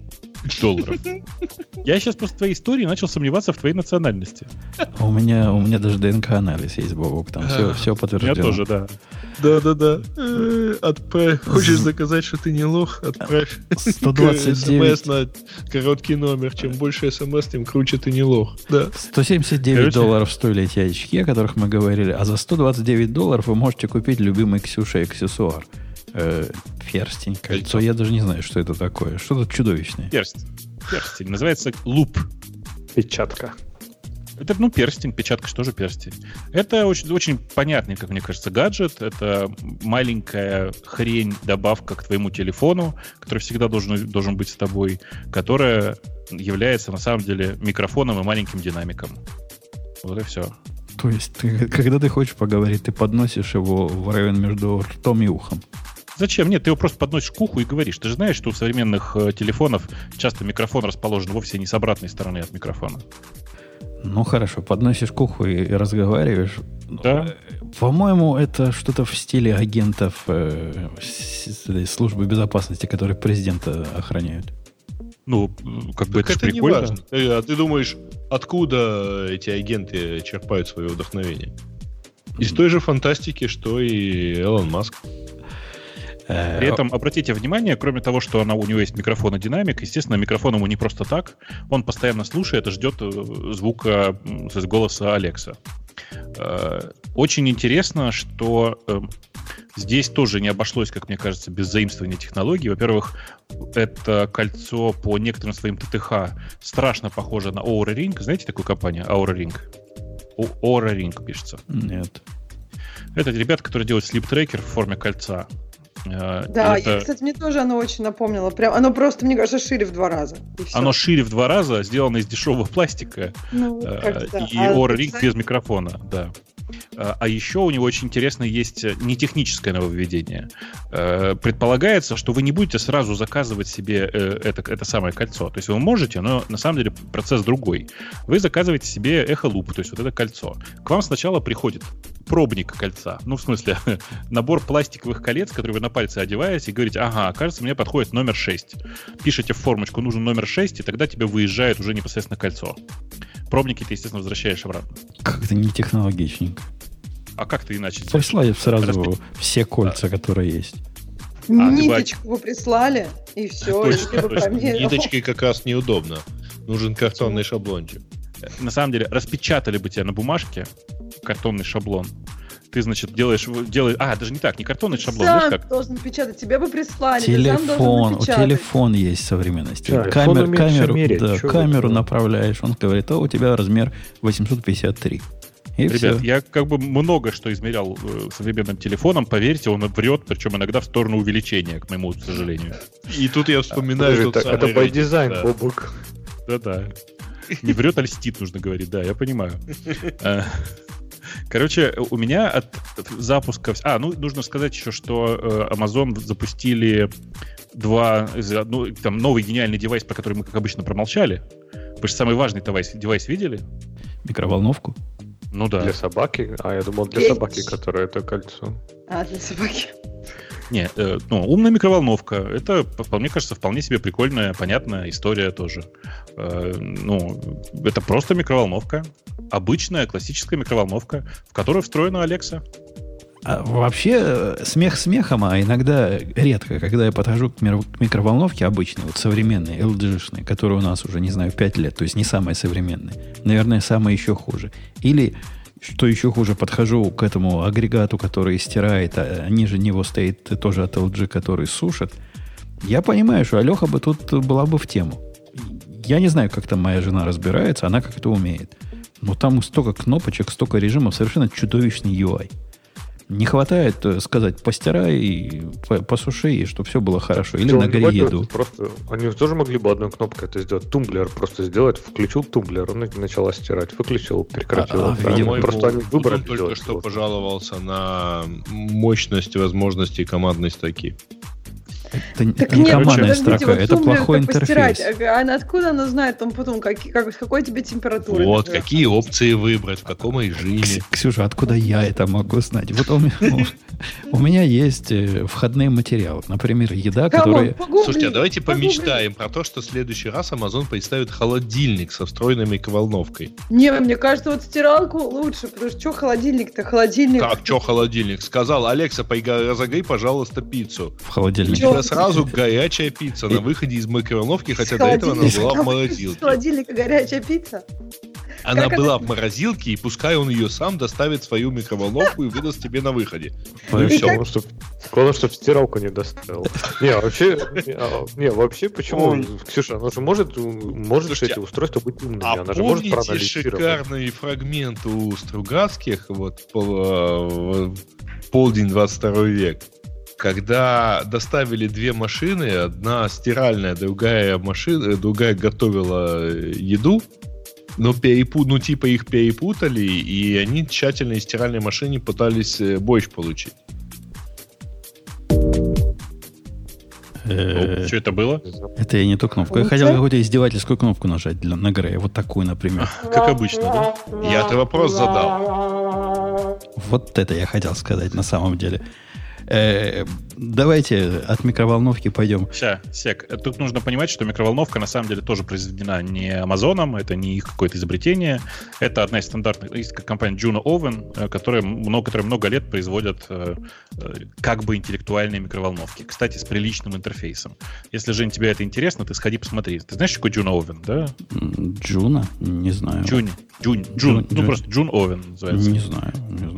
Я сейчас после твоей истории начал сомневаться в твоей национальности. У меня даже ДНК-анализ есть, Бобок, там все подтверждено. У меня тоже, да. Да. Отправь. Хочешь заказать, что ты не лох? Отправь 129 смс на короткий номер. Чем больше смс, тем круче ты не лох. Да. $179 стоили эти очки, о которых мы говорили, а за $129 вы можете купить любимый Ксюша аксессуар. Перстень, кольцо. Я даже не знаю, что это такое. Что-то чудовищное. Перстень. Называется луп. Печатка. Это, перстень, печатка, что же перстень? Это очень, очень понятный, как мне кажется, гаджет. Это маленькая хрень, добавка к твоему телефону, который всегда должен быть с тобой, которая является, на самом деле, микрофоном и маленьким динамиком. Вот и все. То есть, когда ты хочешь поговорить, ты подносишь его в район между ртом и ухом? Зачем? Нет, ты его просто подносишь к уху и говоришь. Ты же знаешь, что у современных телефонов часто микрофон расположен вовсе не с обратной стороны от микрофона. Ну, хорошо, подносишь к уху и разговариваешь. Да. По-моему, это что-то в стиле агентов службы безопасности, которые президента охраняют. Ну, как бы это же прикольно. Не важно. А ты думаешь, откуда эти агенты черпают свое вдохновение? Из той же фантастики, что и Элон Маск. При этом, обратите внимание, кроме того, что у него есть микрофон и динамик, естественно, микрофон ему не просто так. Он постоянно слушает и ждет звука с голоса Алекса. Очень интересно, что здесь тоже не обошлось, как мне кажется, без заимствования технологий. Во-первых, это кольцо по некоторым своим ТТХ страшно похоже на Oura Ring. Знаете такую компанию? Oura Ring. Oura Ring пишется. Нет. Это ребята, которые делают слип-трекер в форме кольца. Да, кстати, мне тоже оно очень напомнило. Прям, оно просто, мне кажется, шире в 2 раза. Оно шире в 2 раза, сделано из дешевого пластика. И Oura Ring без микрофона, да. А еще у него очень интересно есть нетехническое нововведение. Предполагается, что вы не будете сразу заказывать себе это самое кольцо. То есть вы можете, но на самом деле процесс другой. Вы заказываете себе эхолуп, то есть вот это кольцо. К вам сначала приходит пробник кольца. Ну, в смысле, набор пластиковых колец, которые вы на пальцы одеваете и говорите, ага, кажется, мне подходит номер 6. Пишите в формочку, нужен номер 6, и тогда тебе выезжает уже непосредственно кольцо. Пробники ты, естественно, возвращаешь обратно. Как-то не технологичненько. А как ты иначе? Прислали сразу все кольца, которые есть. Ниточку бы прислали, и все. Ниточкой как раз неудобно. Нужен картонный шаблончик. На самом деле, распечатали бы тебя на бумажке картонный шаблон. Ты, значит, делаешь... даже не так, не картонный шаблон. Сам должен печатать, тебе бы прислали. Телефон есть современность. Камеру направляешь, он говорит, у тебя размер 853. И ребят, все. я как бы много что измерял современным телефоном. Поверьте, он врет, причем иногда в сторону увеличения, к моему сожалению. И тут я вспоминаю... Это by design, Бобук. Да-да. Не врет, а льстит, нужно говорить. Да, я понимаю. Короче, у меня от запуска... нужно сказать еще, что Amazon запустили новый гениальный девайс, про который мы, как обычно, промолчали. Вы же самый важный девайс видели? Микроволновку? Ну да. Для собаки? Я думал, для собаки, которая это кольцо. Для собаки. Не, умная микроволновка. Это, мне кажется, вполне себе прикольная, понятная история тоже. Это просто микроволновка. Обычная, классическая микроволновка, в которую встроена Alexa. Вообще, смех смехом, а иногда редко, когда я подхожу к микроволновке обычной, современной, LG-шной, которая у нас уже, 5 лет, то есть не самая современная, наверное, самая еще хуже. Или, что еще хуже, подхожу к этому агрегату, который стирает, а ниже него стоит тоже от LG, который сушит. Я понимаю, что Алеха бы тут была бы в тему. Я не знаю, как там моя жена разбирается, она как это умеет. Но там столько кнопочек, столько режимов, совершенно чудовищный UI. Не хватает сказать, постирай и посуши, и чтобы все было хорошо. Или нагрей еду. Просто, они тоже могли бы одной кнопкой это сделать. Тумблер просто сделать. Включил тумблер, он начала стирать. Выключил, прекратил. Просто они выбрали. Только что пожаловался на мощность возможностей командной строки. Это не командная строка, это плохой интерфейс. Откуда она знает там потом, с какой тебе температуры? Вот, какие опции выбрать, в каком режиме. Ксюша, откуда я это могу знать? Вот у меня есть входные материалы. Например, еда, которая... Слушайте, а давайте помечтаем про то, что в следующий раз Amazon представит холодильник со встроенной микроволновкой. Не, мне кажется, вот стиралку лучше, потому что что холодильник-то? Холодильник. Как, что холодильник? Сказал, Алекса, разогрей, пожалуйста, пиццу. В холодильнике. Сразу горячая пицца на выходе из микроволновки, хотя до этого она была в морозилке. С холодильника горячая пицца? Она была в морозилке, и пускай он ее сам доставит в свою микроволновку и выдаст тебе на выходе. Ну и все. Главное, чтобы стиралку не доставил. Вообще, почему? Ксюша, она же может эти устройства быть умными. Она же может проанализировать. Шикарный фрагмент у Стругацких, полдень 22 век, когда доставили две машины, одна стиральная, другая готовила еду, но их перепутали, и они тщательно из стиральной машины пытались борщ получить. Что это было? Это я не ту кнопку. Я хотел какую-то издевательскую кнопку нажать на Грея. Вот такую, например. Как обычно, да? Я-то вопрос задал. Вот это я хотел сказать на самом деле. Давайте от микроволновки пойдем. Сек. Тут нужно понимать, что микроволновка на самом деле тоже произведена не Амазоном, это не их какое-то изобретение. Это одна из стандартных, есть компания Juno Oven, которая много лет производят как бы интеллектуальные микроволновки. Кстати, с приличным интерфейсом. Если, Жень, тебе это интересно, ты сходи посмотри. Ты знаешь, что такое Juno Oven, да? Juno? Не знаю. June. Просто Juno Oven называется. Не знаю.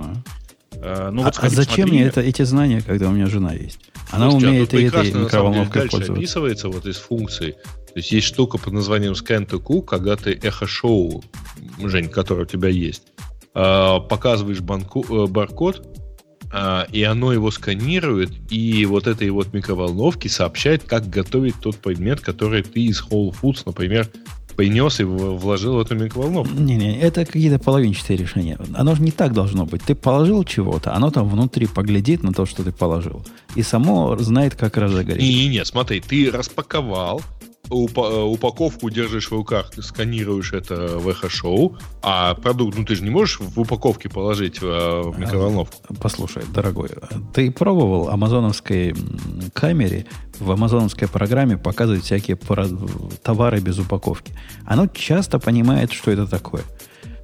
Зачем мне эти знания, когда у меня жена есть? Она умеет и этой микроволновкой пользоваться. Описывается из функций. То есть штука под названием Scan to Cook, когда ты эхо-шоу, Жень, который у тебя есть, показываешь баркод, и оно его сканирует, и вот этой микроволновке сообщает, как готовить тот предмет, который ты из Whole Foods, например, принес и вложил в эту микроволновку. Не, это какие-то половинчатые решения. Оно же не так должно быть. Ты положил чего-то, оно там внутри поглядит на то, что ты положил, и само знает, как разогреть. Не, смотри, ты распаковал, упаковку держишь в руках, ты сканируешь это в эхо-шоу, а продукт, ты же не можешь в упаковке положить в микроволновку. Послушай, дорогой, ты пробовал амазоновской камере, в амазоновской программе показывать всякие товары без упаковки? Оно часто понимает, что это такое.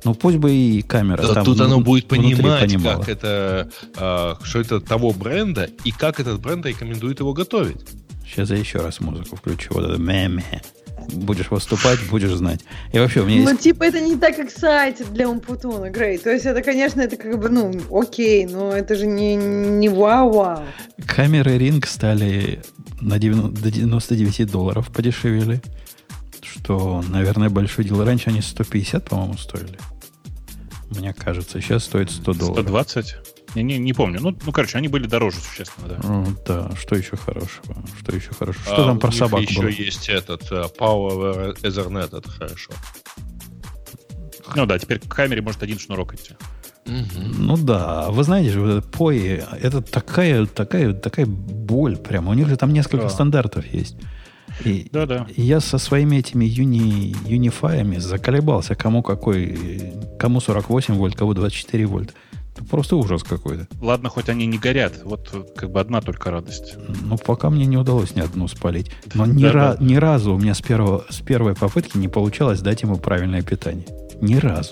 Ну, пусть бы и камера да, там тут оно будет понимать, понимала. как это, что это того бренда, и как этот бренд рекомендует его готовить. Сейчас я еще раз музыку включу. Вот это мэ-мэ. Будешь выступать, будешь знать. И вообще, у меня есть... Ну, типа, это не так excited для Умпутуна, Грей. То есть, это, конечно, это как бы, ну, окей, но это же не вау-вау. Камеры Ring стали до $99 подешевели. Что, наверное, большое дело. Раньше они 150, по-моему, стоили. Мне кажется. Сейчас стоит $100. 120? Я не помню. Ну, короче, они были дороже существенно, да. Да, что еще хорошего? Что там про собак было? Еще есть этот Power Ethernet, это хорошо. Ну да, теперь к камере может один шнурок идти. Ну да, вы знаете же, вот это POE, это такая боль прямо. У них же там несколько стандартов есть. И я со своими этими юнифаями заколебался, кому 48 вольт, кому 24 вольт. Это просто ужас какой-то. Ладно, хоть они не горят. Вот как бы одна только радость. Ну, пока мне не удалось ни одну спалить. Но ни разу у меня с первой попытки не получалось дать ему правильное питание. Ни разу.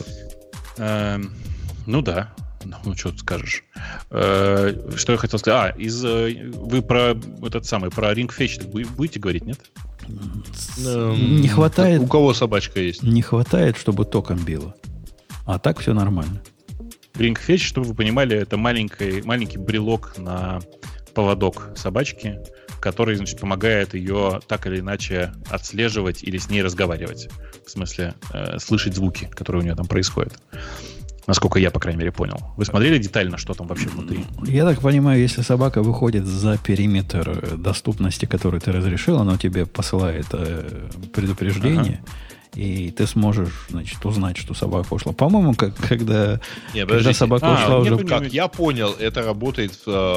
Ну да. Ну, что ты скажешь. Что я хотел сказать? Вы про про Ring Fetch будете говорить, нет? Не хватает... У кого собачка есть? Не хватает, чтобы током било. А так все нормально. Ring Fetch, чтобы вы понимали, это маленький брелок на поводок собачки, который, значит, помогает ее так или иначе отслеживать или с ней разговаривать. В смысле, слышать звуки, которые у нее там происходят. Насколько я, по крайней мере, понял. Вы смотрели детально, что там вообще внутри? Я так понимаю, если собака выходит за периметр доступности, который ты разрешил, она тебе посылает предупреждение, и ты сможешь, значит, узнать, что собака ушла. По-моему, когда собака ушла уже... Как я понял, это работает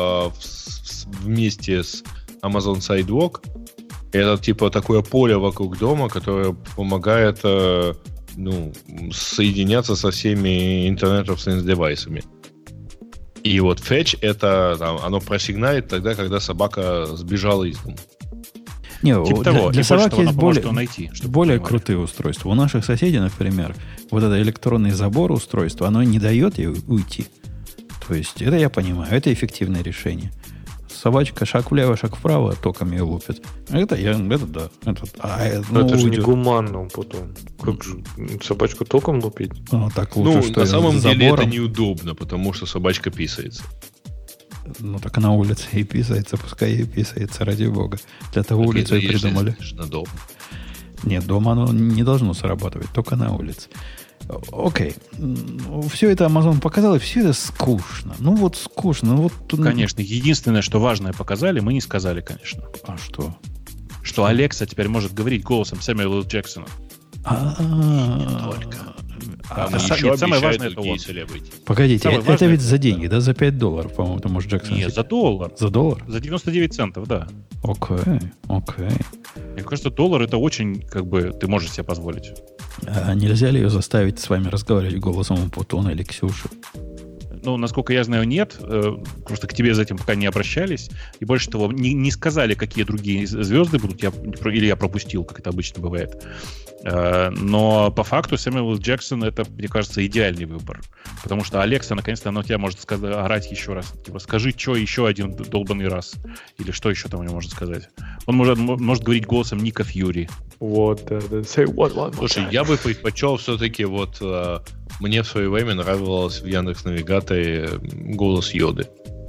вместе с Amazon Sidewalk. Это типа такое поле вокруг дома, которое помогает... соединяться со всеми Internet of Things девайсами. И вот Fetch оно просигналит тогда, когда собака сбежала из дома. Для собак есть более крутые устройства. У наших соседей, например, вот это электронный забор устройство, оно не дает ей уйти. То есть, это я понимаю, это эффективное решение. Собачка шаг влево, шаг вправо, током ее лупит. Это да. Это же не гуманно потом. Как же собачку током лупить? Так лучше, что на самом деле забором. это неудобно, потому что собачка писается. Ну, так на улице и писается, пускай и писается, ради бога. Для того улицу и придумали. На дом. Нет, дома оно не должно срабатывать, только на улице. Окей. Все это Amazon показал, и все это скучно. скучно. Конечно. Единственное, что важное показали, мы не сказали, конечно. А что? Что Алекса теперь может говорить голосом Сэмюэла Джексона. Не только. Самое важное это он. Погодите, это ведь за деньги, да? За $5, по-моему, ты можешь Джексон. Нет, за $1. За $1? За 99 центов, да. Окей. Мне кажется, $1 это очень, ты можешь себе позволить. А нельзя ли ее заставить с вами разговаривать голосом Умпутуна или Ксюши? Ну, насколько я знаю, нет. Просто к тебе за этим пока не обращались. И больше того, не сказали, какие другие звезды будут. Или я пропустил, как это обычно бывает. Но по факту Сэмюэл Джексон это, мне кажется, идеальный выбор. Потому что Алекса, наконец-то, она тебя может орать еще раз. Типа, скажи, что еще один долбанный раз. Или что еще там у него может сказать. Он может говорить голосом Ника Фьюри. Say what. Слушай, я бы предпочел все-таки мне в свое время нравилось в Яндекс.Навигаторе голос Йоды.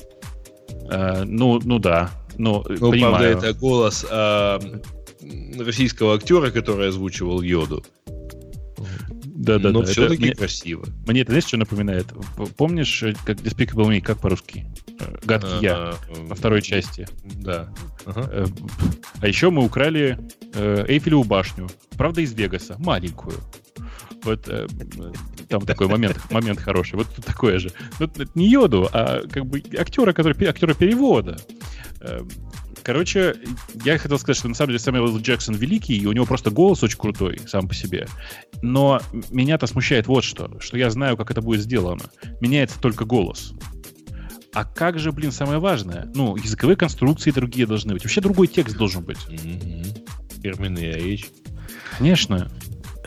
Да. Понимаю. Правда, это голос российского актера, который озвучивал Йоду. Да. Но все-таки красиво. Мне это, знаешь, что напоминает? Помнишь, как Despicable Me, как по-русски? Гадкий я во второй части. Да. А еще мы украли Эйфелеву башню. Правда, из Вегаса. Маленькую. Вот там такой момент хороший. Вот тут такое же. Не Йоду, а актера перевода. Короче, я хотел сказать, что на самом деле Сэмюэл Джексон великий, и у него просто голос очень крутой сам по себе. Но меня-то смущает вот что я знаю, как это будет сделано. Меняется только голос. А как же, самое важное? Языковые конструкции другие должны быть. Вообще другой текст должен быть. Фирменная речь. Конечно.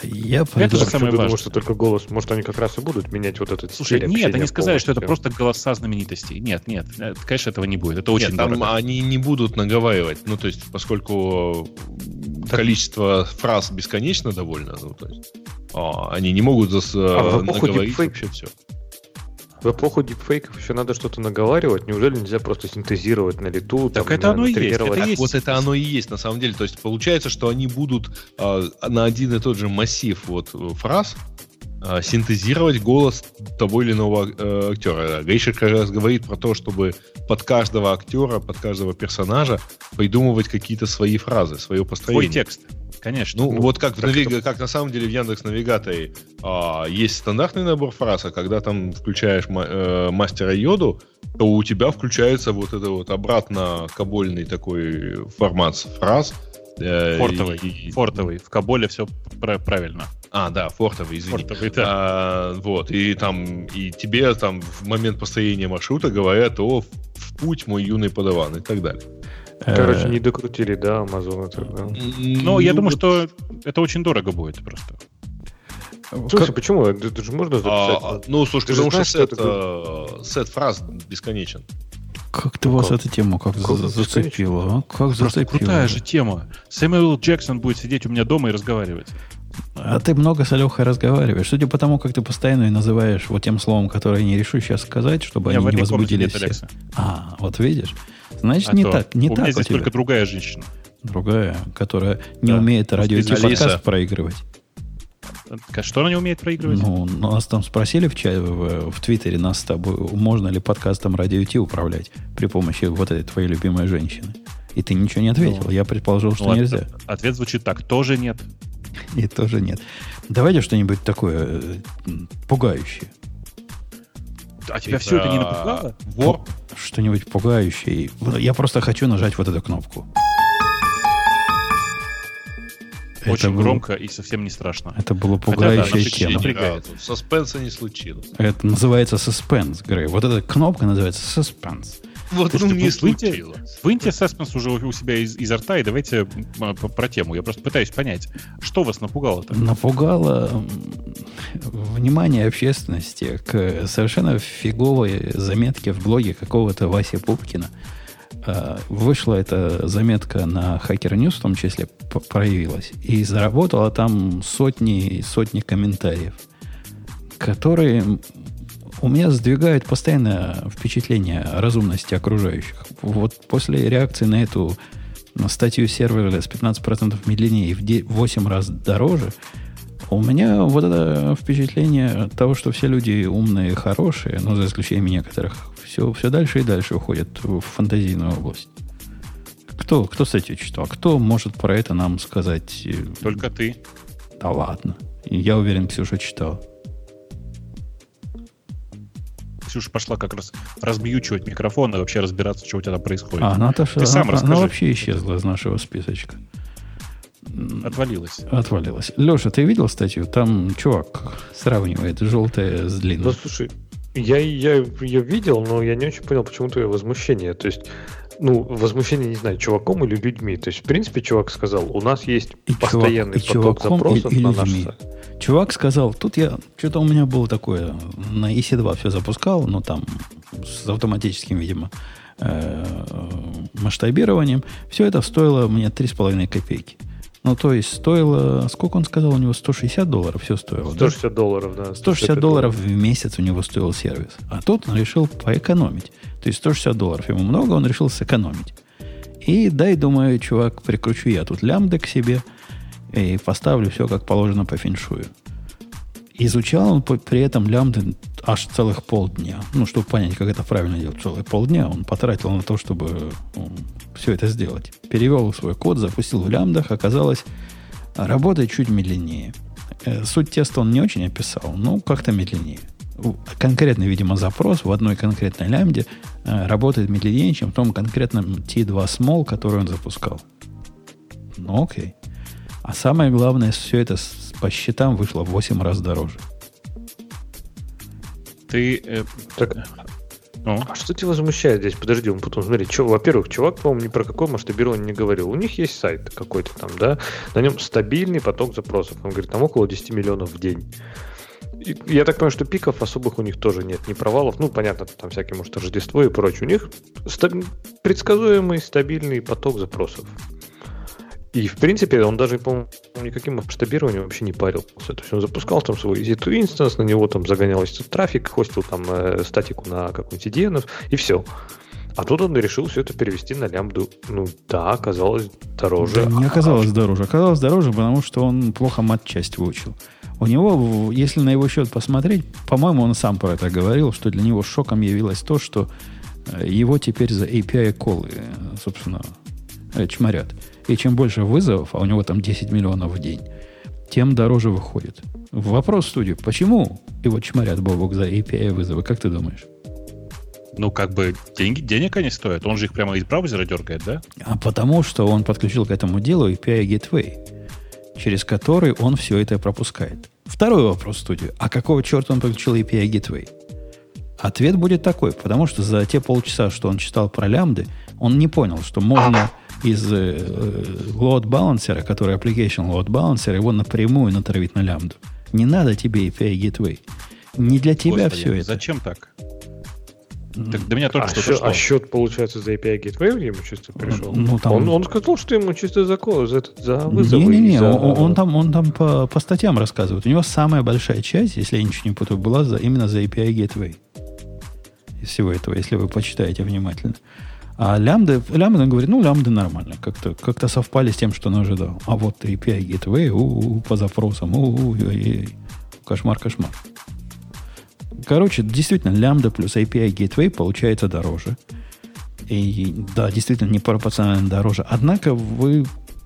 Это же самое важное. Что только голос, может, они как раз и будут менять вот этот стиль общения. Слушай, нет, они сказали, что это просто голоса знаменитостей. Нет, конечно, этого не будет. Это очень дорого. Там они не будут наговаривать. Ну, то есть, поскольку количество фраз бесконечно довольно, ну, то есть, они не могут наговорить вообще все. В эпоху дипфейков еще надо что-то наговаривать. Неужели нельзя просто синтезировать на лету? Так там, это оно и есть. Вот это оно и есть, на самом деле. То есть получается, что они будут на один и тот же массив фраз синтезировать голос того или иного актера. Гейша как раз говорит про то, чтобы под каждого актера, под каждого персонажа придумывать какие-то свои фразы, свое построение. Свой текст. Конечно. Ну, вот как на самом деле в Яндекс.Навигаторе есть стандартный набор фраз, а когда там включаешь мастера Йоду, то у тебя включается вот это вот обратно кабольный такой формат фраз. Фортовый. В каболе все правильно. Да, фортовый, извини. Фортовый, да. И тебе там в момент построения маршрута говорят: в путь, мой юный подаван, и так далее. Короче, не докрутили, да, Amazon это. Но я думаю, что это очень дорого будет просто. Слушай, почему? Это же можно записать. Слушай, потому что сет фраз бесконечен. Как-то вас эта тема зацепила, а? Как зацепила? Крутая же тема. Сэмюэл Джексон будет сидеть у меня дома и разговаривать. А ты много с Алехой разговариваешь. Судя по тому, как ты постоянно и называешь вот тем словом, которое я не решу сейчас сказать, чтобы они не возбудили все. Вот видишь? Значит, не так. У меня здесь только другая женщина. Другая, которая не умеет радио-подкаст проигрывать. Что она не умеет проигрывать? Нас там спросили в Твиттере, нас с тобой, можно ли подкастом Радио Ти управлять при помощи вот этой твоей любимой женщины. И ты ничего не ответил. Я предположил, что нельзя. Ответ звучит так: тоже нет. И тоже нет. Давайте что-нибудь такое пугающее. А тебя все это не напугало? Что-нибудь пугающее. Я просто хочу нажать вот эту кнопку. Очень громко и совсем не страшно. Это было пугающая тема. Саспенса не случилось. Это называется саспенс, Грей. Вот эта кнопка называется саспенс. Вот не случилось. Выньте саспенс уже у себя изо рта и давайте про тему. Я просто пытаюсь понять, что вас напугало-то? Напугало внимание общественности к совершенно фиговой заметке в блоге какого-то Васи Пупкина. Вышла эта заметка на Hacker News, в том числе, проявилась, и заработала там сотни комментариев, которые у меня сдвигают постоянно впечатление о разумности окружающих. Вот после реакции на эту статью сервера с 15% медленнее и в 8 раз дороже, у меня вот это впечатление того, что все люди умные и хорошие, но за исключением некоторых, все дальше и дальше уходит в фантазийную область. Кто статью читал? Кто может про это нам сказать? Только ты. Да ладно. Я уверен, Ксюша читала. Ксюша пошла как раз разбьючивать микрофон и вообще разбираться, что у тебя там происходит. Наташа, ты сам расскажи. Она вообще исчезла из нашего списочка. Отвалилась. Леша, ты видел статью? Там чувак сравнивает желтое с длинным. Ну, слушай, я ее видел, но я не очень понял, почему твое возмущение. То есть, возмущение, не знаю, чуваком или людьми. То есть, в принципе, чувак сказал, у нас есть постоянный поток запросов на наш сайт. Чувак сказал, что-то у меня было такое, на EC2 все запускал, но там с автоматическим, видимо, масштабированием. Все это стоило мне 3,5 копейки. То есть стоило, сколько он сказал, у него $160 все стоило. $160, да. $160 в месяц у него стоил сервис. А тут он решил поэкономить. То есть $160 ему много, он решил сэкономить. И думаю, чувак, прикручу я тут лямбды к себе и поставлю все как положено по феншую. Изучал он при этом лямбды аж целых полдня. Чтобы понять, как это правильно делать. Целых полдня он потратил на то, чтобы все это сделать. Перевел свой код, запустил в лямбдах. Оказалось, работает чуть медленнее. Суть теста он не очень описал, но как-то медленнее. Конкретный, видимо, запрос в одной конкретной лямбде работает медленнее, чем в том конкретном T2 Small, который он запускал. Окей. А самое главное, все это по счетам вышло в 8 раз дороже. А что тебя возмущает здесь? Подожди, он потом, смотри, во-первых, чувак, по-моему, ни про какое масштабирование не говорил. У них есть сайт какой-то там, да, на нем стабильный поток запросов. Он говорит, там около 10 миллионов в день. И я так понимаю, что пиков особых у них тоже нет, ни провалов. Ну, понятно, там всякие, может, Рождество и прочее. У них предсказуемый, стабильный поток запросов. И, в принципе, он даже, по-моему, никаким масштабированием вообще не парился. То есть он запускал там свой EC2 instance, на него там загонялся трафик, хостил там статику на какой-нибудь CDN, и все. А тут он решил все это перевести на лямбду. Ну да, оказалось дороже. Да не оказалось дороже. Оказалось дороже, потому что он плохо матчасть выучил. У него, если на его счет посмотреть, по-моему, он сам про это говорил, что для него шоком явилось то, что его теперь за API-колы, собственно, чморят. И чем больше вызовов, а у него там 10 миллионов в день, тем дороже выходит. Вопрос в студию. Почему его чморят, Бобок, за API-вызовы? Как ты думаешь? Ну, как бы денег они стоят. Он же их прямо из браузера дергает, да? А потому что он подключил к этому делу API Gateway, через который он все это пропускает. Второй вопрос в студию. А какого черта он подключил API Gateway? Ответ будет такой. Потому что за те полчаса, что он читал про лямбды, он не понял, что можно из load balancer, который application load balancer, его напрямую натравить на лямбду. Не надо тебе API Gateway. Не для тебя все это. Зачем так? Так до меня только что дошло. А счет, получается, за API Gateway ему чисто пришел? Ну, там... он сказал, что ему чисто за вызовы. Не-не-не, он там по статьям рассказывает. У него самая большая часть, если я ничего не путаю, была именно за API Gateway. Из всего этого, если вы почитаете внимательно. А лямбда, он говорит, лямбда нормально. Как-то совпали с тем, что он ожидал. А вот API Gateway, по запросам, кошмар. Короче, действительно, лямбда плюс API Gateway получается дороже. И да, действительно, непропорционально дороже. Однако вы,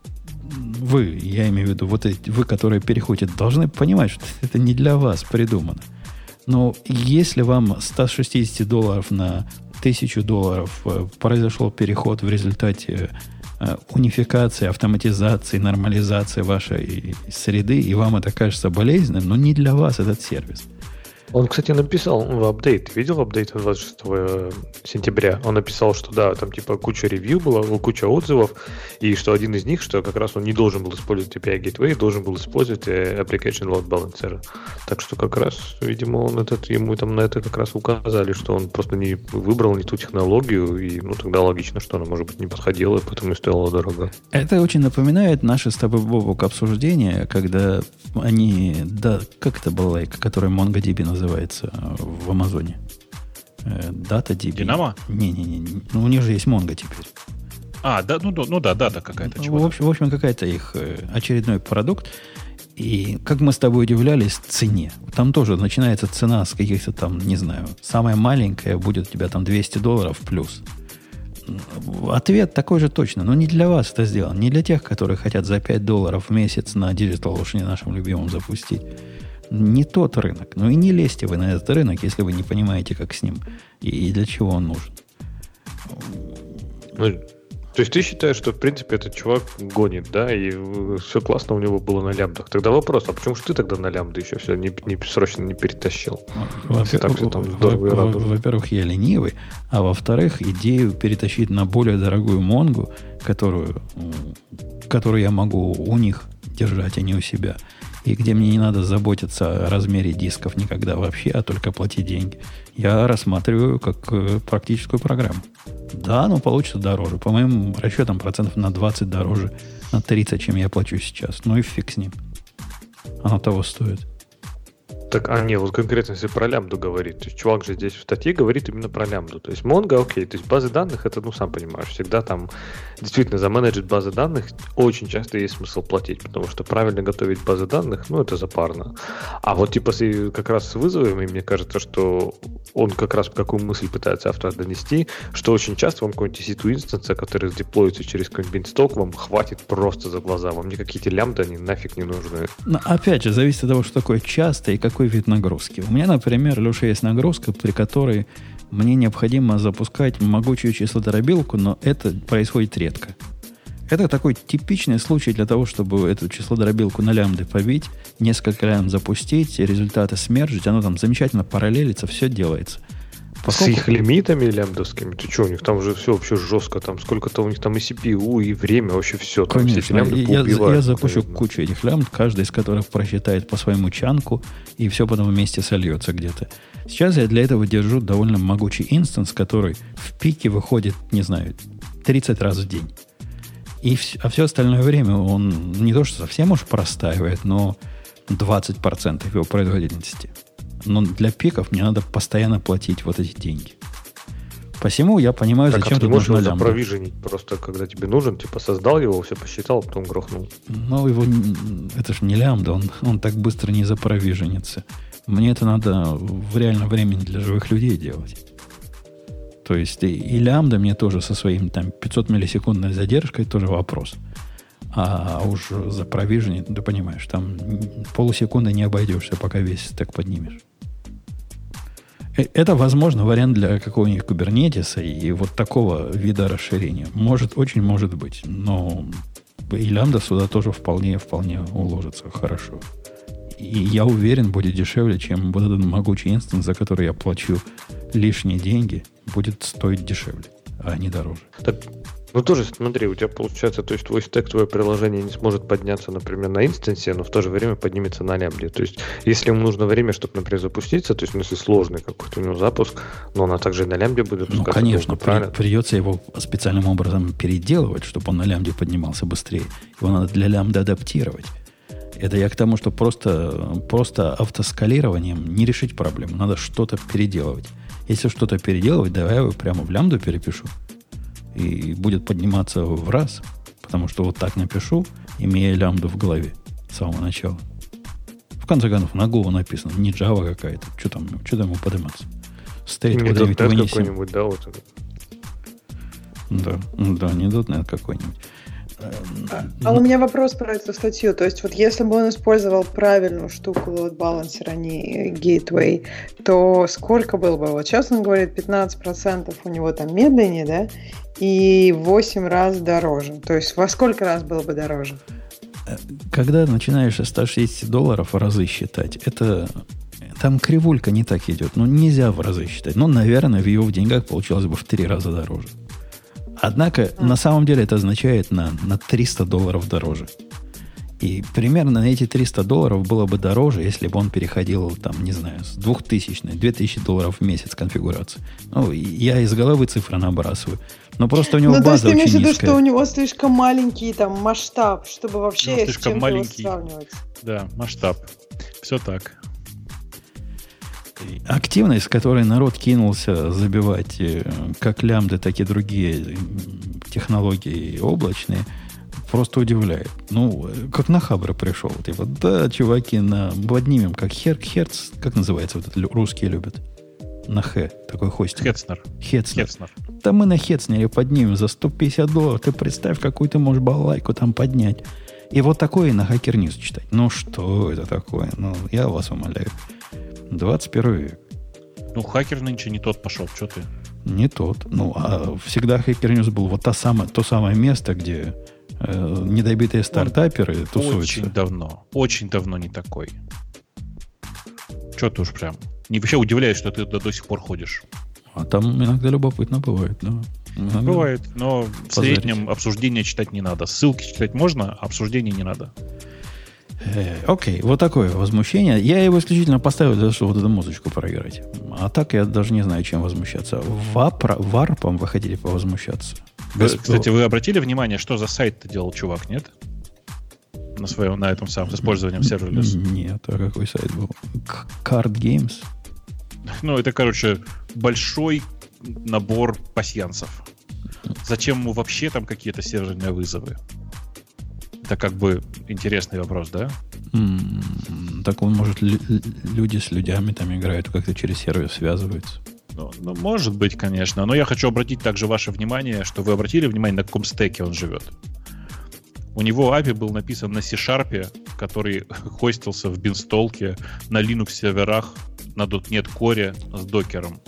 я имею в виду, вы, которые переходите, должны понимать, что это не для вас придумано. Но если вам с $160 на $1000 произошел переход в результате унификации, автоматизации, нормализации вашей среды, и вам это кажется болезненным, но не для вас этот сервис. Он, кстати, написал в апдейт. Видел апдейт 26 сентября? Он написал, что да, там типа куча ревью было, куча отзывов, и что один из них, что как раз он не должен был использовать API Gateway, должен был использовать Application Load Balancer. Так что как раз, видимо, ему там на это как раз указали, что он просто не выбрал не ту технологию, и тогда логично, что она, может быть, не подходила, и поэтому и стоила дорого. Это очень напоминает наше с тобой, Бобок, обсуждение, когда они, да, как это была лайка, которая MongoDB называется в Амазоне? DataDB. Динамо? Не-не-не. У них же есть Mongo теперь. Дата какая-то. В общем, какая-то их очередной продукт. И как мы с тобой удивлялись цене. Там тоже начинается цена с каких-то там, не знаю, самая маленькая будет у тебя там $200 плюс. Ответ такой же точно, но не для вас это сделано. Не для тех, которые хотят за $5 в месяц на DigitalOcean нашим любимым запустить. Не тот рынок. Но и не лезьте вы на этот рынок, если вы не понимаете, как с ним и для чего он нужен. То есть ты считаешь, что в принципе этот чувак гонит, да, и все классно у него было на лямбдах. Тогда вопрос, а почему же ты тогда на лямбды еще все срочно не перетащил? Во-первых, я ленивый, а во-вторых, идею перетащить на более дорогую Монгу, которую я могу у них держать, а не у себя, и где мне не надо заботиться о размере дисков никогда вообще, а только платить деньги, я рассматриваю как практическую программу. Да, но получится дороже. По моим расчетам, процентов на 20 дороже, на 30, чем я плачу сейчас. Ну и фиг с ним. Оно того стоит. Так, вот конкретно если про лямбду говорит. То есть чувак же здесь в статье говорит именно про лямбду. То есть Mongo, окей, то есть базы данных, это, сам понимаешь, всегда там действительно за менеджер базы данных очень часто есть смысл платить, потому что правильно готовить базы данных, это запарно. А вот типа как раз с вызовами, мне кажется, что он как раз какую мысль пытается автор донести, что очень часто вам какой-нибудь EC2 инстанса, который деплоится через какой-нибудь бинсток, вам хватит просто за глаза. Вам никакие эти лямбды, они нафиг не нужны. Но опять же, зависит от того, что такое часто и какой вид нагрузки. У меня, например, Леша, есть нагрузка, при которой мне необходимо запускать могучую числодробилку, но это происходит редко. Это такой типичный случай для того, чтобы эту числодробилку на лямбды побить, несколько лямбд запустить, результаты смержить, оно там замечательно параллелится, все делается. С их лимитами лямбдовскими? Ты что, у них там же все вообще жестко, там сколько-то у них там и CPU, и время, вообще все. Там конечно, я запущу кучу этих лямбд, каждый из которых просчитает по своему чанку, и все потом вместе сольется где-то. Сейчас я для этого держу довольно могучий инстанс, который в пике выходит, не знаю, 30 раз в день. А все остальное время он не то что совсем уж простаивает, но 20% его производительности. Но для пиков мне надо постоянно платить вот эти деньги. Посему я понимаю, так, зачем тут нужна лямбда. Так, запровиженить просто, когда тебе нужен, типа создал его, все посчитал, потом грохнул. Ну, это же не лямбда, он так быстро не запровиженится. Мне это надо в реальном времени для живых людей делать. То есть и лямбда мне тоже со своим там 500 миллисекундной задержкой тоже вопрос. А уж за провижение, ты понимаешь, там полусекунды не обойдешься, пока весь стек поднимешь. Это, возможно, вариант для какого-нибудь кубернетиса и вот такого вида расширения. Очень может быть. Но и лямбда сюда тоже вполне уложится хорошо. И я уверен, будет дешевле, чем вот этот могучий инстанс, за который я плачу лишние деньги, будет стоить дешевле, а не дороже. Так, ну тоже смотри, у тебя получается, то есть твой стек, твое приложение не сможет подняться, например, на инстансе, но в то же время поднимется на лямбде. То есть если ему нужно время, чтобы, например, запуститься, то есть если сложный какой-то у него запуск, но она также на лямбде будет запускаться. Ну, конечно, придется его специальным образом переделывать, чтобы он на лямбде поднимался быстрее. Его надо для лямбды адаптировать. Это я к тому, что просто автоскалированием не решить проблему. Надо что-то переделывать. Если что-то переделывать, давай я его прямо в лямбду перепишу. И будет подниматься в раз. Потому что вот так напишу, имея лямбду в голове с самого начала. В конце концов, на Go написано, не Java какая-то. Что там ему подниматься? State куда-нибудь вынесем. Какой-нибудь, да, вот это. Да, не .NET какой-нибудь. У меня вопрос про эту статью. То есть, вот если бы он использовал правильную штуку load balancer, а не gateway, то сколько было бы? Вот сейчас он говорит, 15% у него там медленнее, да? И 8 раз дороже. То есть, во сколько раз было бы дороже? Когда начинаешь $160 в разы считать, там кривулька не так идет. Ну, нельзя в разы считать. Но, наверное, в его деньгах получилось бы в 3 раза дороже. Однако, на самом деле, это означает на $300 дороже. И примерно на эти $300 было бы дороже, если бы он переходил, там, не знаю, с $2000 в месяц конфигурации. Ну, я из головы цифры набрасываю. Но просто у него база очень низкая. То есть ты имеешь в виду, что у него слишком маленький там масштаб, чтобы вообще с чем-то его сравнивать? Да, масштаб. Все так. Активность, с которой народ кинулся забивать как лямбды, так и другие технологии облачные, просто удивляет. Ну, как на Хабр пришел. Типа, да, чуваки, поднимем, как Херц, как называется, вот это русские любят. На Х, такой хостинг. Хетцнер. Да мы на Хетцнере поднимем за $150. Ты представь, какую ты можешь балалайку там поднять. И вот такое на Hacker News читать. Ну, что это такое? Ну, я вас умоляю. 21 век. Ну, Hacker нынче не тот пошел, что ты? Не тот. Ну, а всегда Hacker News был вот то самое место, где недобитые стартаперы тусуются. Очень давно не такой. Что ты уж прям... Не вообще удивляюсь, что ты до сих пор ходишь. А там иногда любопытно бывает, да. Бывает, но в среднем обсуждение читать не надо. Ссылки читать можно, а обсуждение не надо. Окей, вот такое возмущение. Я его исключительно поставил для того, чтобы вот эту музычку проиграть. А так я даже не знаю, чем возмущаться. Варпом вы хотели повозмущаться? Кстати, вы обратили внимание, что за сайт-то делал чувак, нет? На этом самом, с использованием serverless? Нет, а какой сайт был? Card Games? Ну, это, короче, большой набор пасьянсов. Зачем ему вообще там какие-то серверные вызовы? Это как бы интересный вопрос, да? Так он, может, люди с людьми там играют, как-то через сервер связываются. Ну, может быть, конечно. Но я хочу обратить также ваше внимание, что вы обратили внимание, на каком стеке он живет. У него API был написан на C-Sharp, который хостился в бинстолке на Linux-серверах, на .NET Core с докером.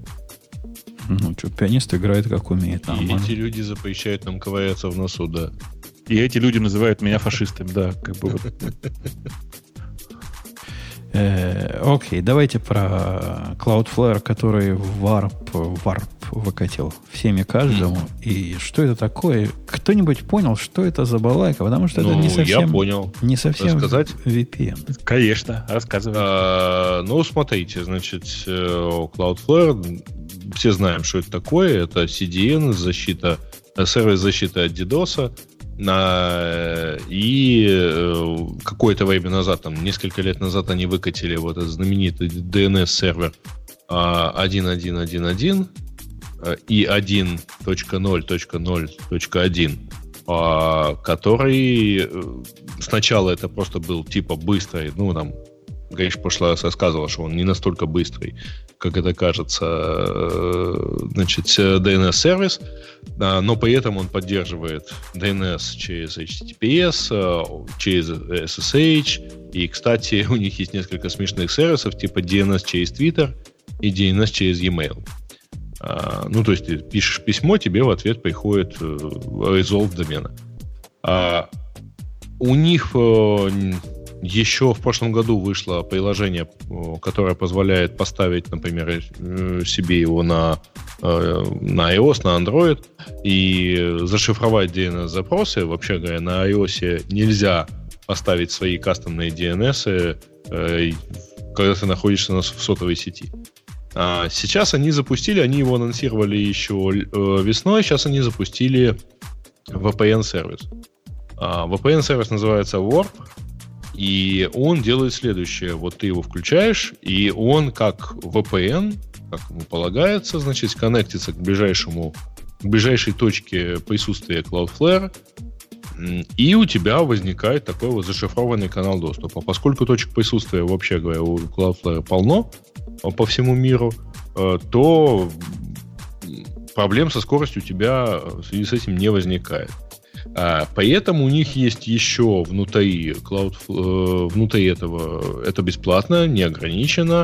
Ну, что, пианист играет как умеет. И эти люди запрещают нам ковыряться в носу, да. И эти люди называют меня фашистом, да, как бы вот. Окей, давайте про Cloudflare, который Warp выкатил всеми каждому. И что это такое? Кто-нибудь понял, что это за балайка? Потому что это не совсем, я понял. Не совсем рассказать? VPN. Конечно, рассказывай. Смотрите, значит, Cloudflare, все знаем, что это такое. Это CDN, сервис защиты от DDoS. И какое-то время назад, несколько лет назад, они выкатили вот этот знаменитый DNS-сервер 1.1.1.1 и 1.0.0.1, который сначала это просто был типа быстрый, Гриш в прошлый раз рассказывал, что он не настолько быстрый, как это кажется, DNS-сервис, но при этом он поддерживает DNS через HTTPS, через SSH, и, кстати, у них есть несколько смешных сервисов, типа DNS через Twitter и DNS через e-mail. То есть ты пишешь письмо, тебе в ответ приходит resolve домена. У них еще в прошлом году вышло приложение, которое позволяет поставить, например, себе его на iOS, на Android и зашифровать DNS-запросы. Вообще говоря, на iOS нельзя поставить свои кастомные DNS, когда ты находишься в сотовой сети. Сейчас они его анонсировали еще весной, сейчас они запустили VPN-сервис. VPN-сервис называется Warp, и он делает следующее. Вот ты его включаешь, и он как VPN, как ему полагается, значит, коннектится к ближайшей точке присутствия Cloudflare, и у тебя возникает такой вот зашифрованный канал доступа. Поскольку точек присутствия, вообще говоря, у Cloudflare полно по всему миру, то проблем со скоростью у тебя в связи с этим не возникает. Поэтому у них есть еще внутри этого, это бесплатно, не ограничено.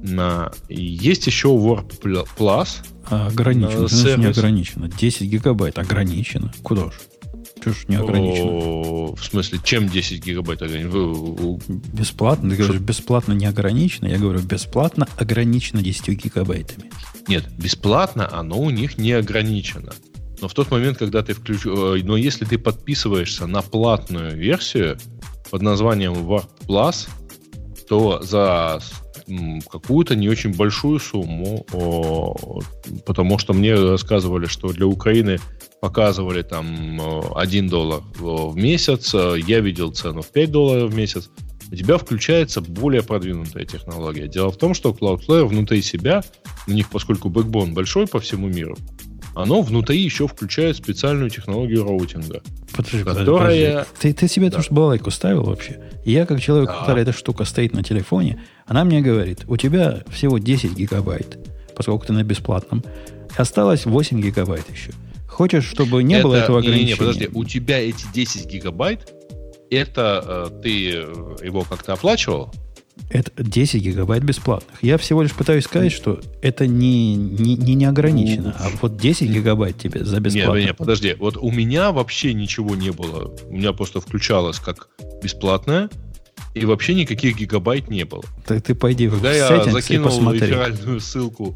Есть еще Warp Plus. Ограничено, не ограничено. 10 гигабайт ограничено. Куда ж? Что ж не ограничено? В смысле, чем 10 гигабайт ограничено? Бесплатно? Ты говоришь, бесплатно не ограничено? Я говорю, бесплатно ограничено 10 гигабайтами. Нет, бесплатно оно у них не ограничено. Но в тот момент, когда ты но если ты подписываешься на платную версию под названием Warp Plus, то за какую-то не очень большую сумму, потому что мне рассказывали, что для Украины показывали там $1 в месяц, я видел цену в $5 в месяц, у тебя включается более продвинутая технология. Дело в том, что Cloudflare внутри себя, у них, поскольку бэкбон большой по всему миру, оно внутри еще включает специальную технологию роутинга. Подожди. Ты себе эту балайку ставил вообще? Я, как человек, у которого эта штука стоит на телефоне, она мне говорит, у тебя всего 10 гигабайт, поскольку ты на бесплатном, осталось 8 гигабайт еще. Хочешь, чтобы не было этого ограничения? Не, подожди, у тебя эти 10 гигабайт, это ты его как-то оплачивал? Это 10 гигабайт бесплатных. Я всего лишь пытаюсь сказать, что это не ограничено. А вот 10 гигабайт тебе за бесплатно. Нет, подожди. Вот у меня вообще ничего не было. У меня просто включалось как бесплатное, и вообще никаких гигабайт не было. Так ты пойди в Когда я закинул реферальную ссылку,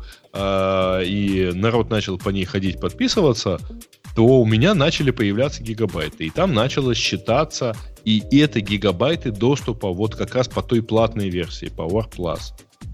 и народ начал по ней ходить подписываться, то у меня начали появляться гигабайты. И там началось считаться, и это гигабайты доступа вот как раз по той платной версии, по Warp Plus.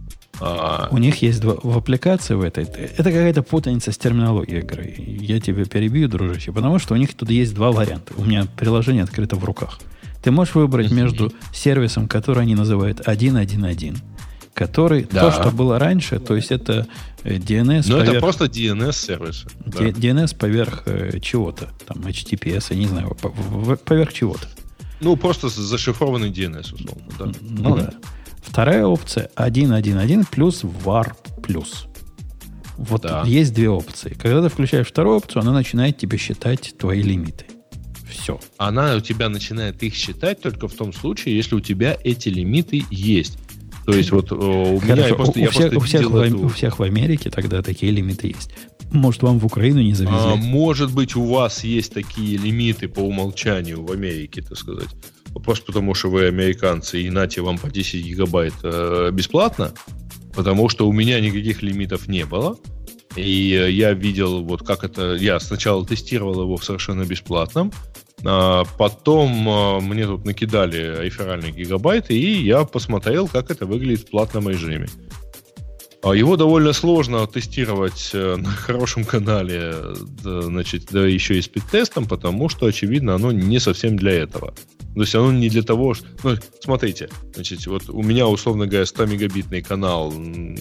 У них есть в аппликации в этой... Это какая-то путаница с терминологией игры. Я тебя перебью, дружище, потому что у них тут есть два варианта. У меня приложение открыто в руках. Ты можешь выбрать между сервисом, который они называют 1.1.1, который то, что было раньше, то есть это DNS поверх... это просто DNS-сервис. DNS поверх чего-то, там HTTPS, я не знаю, поверх чего-то. Просто зашифрованный DNS, условно. Да. Да. Вторая опция 1.1.1 плюс Warp Plus. Вот есть две опции. Когда ты включаешь вторую опцию, она начинает тебе считать твои лимиты. Все. Она у тебя начинает их считать только в том случае, если у тебя эти лимиты есть. То есть вот у меня у всех в Америке тогда такие лимиты есть. Может, вам в Украину не завезли? Может быть, у вас есть такие лимиты по умолчанию в Америке, так сказать. просто потому что вы американцы, и нате вам по 10 гигабайт бесплатно, потому что у меня никаких лимитов не было. И я видел, вот как это... Я сначала тестировал его в совершенно бесплатном, потом мне тут накидали реферальные гигабайты, и я посмотрел, как это выглядит в платном режиме. Его довольно сложно тестировать на хорошем канале, значит, да еще и с спид-тестом, потому что, очевидно, оно не совсем для этого. То есть оно не для того, что... Ну, смотрите, значит, вот у меня, условно говоря, 100-мегабитный канал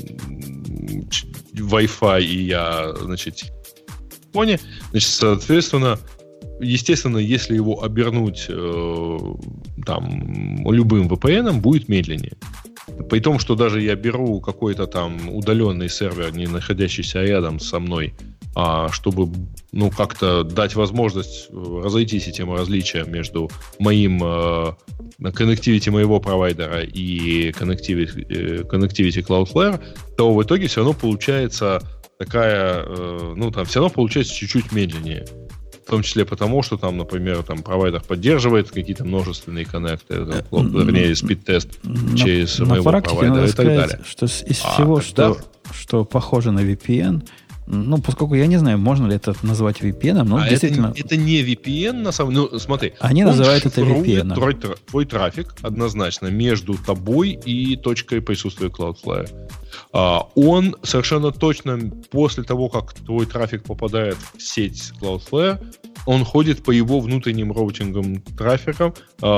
Wi-Fi, и я, значит, в фоне, значит, соответственно, естественно, если его обернуть там любым VPN, будет медленнее. При том, что даже я беру какой-то там удаленный сервер, не находящийся рядом со мной, чтобы, ну, как-то дать возможность разойтись этим различием между моим connectivity моего провайдера и connectivity Cloudflare, то в итоге все равно получается такая, ну, там все равно получается чуть-чуть медленнее. В том числе потому, что там, например, там провайдер поддерживает какие-то множественные коннекты, вернее, спид-тест через моего провайдера и так далее. Что из всего, что похоже на VPN, ну, поскольку я не знаю, можно ли это назвать VPN, но действительно... Это не VPN, на самом деле. Ну, смотри. Они называют это VPN. Твой трафик однозначно между тобой и точкой присутствия Cloudflare. Он совершенно точно после того, как твой трафик попадает в сеть Cloudflare, он ходит по его внутренним роутингам трафикам,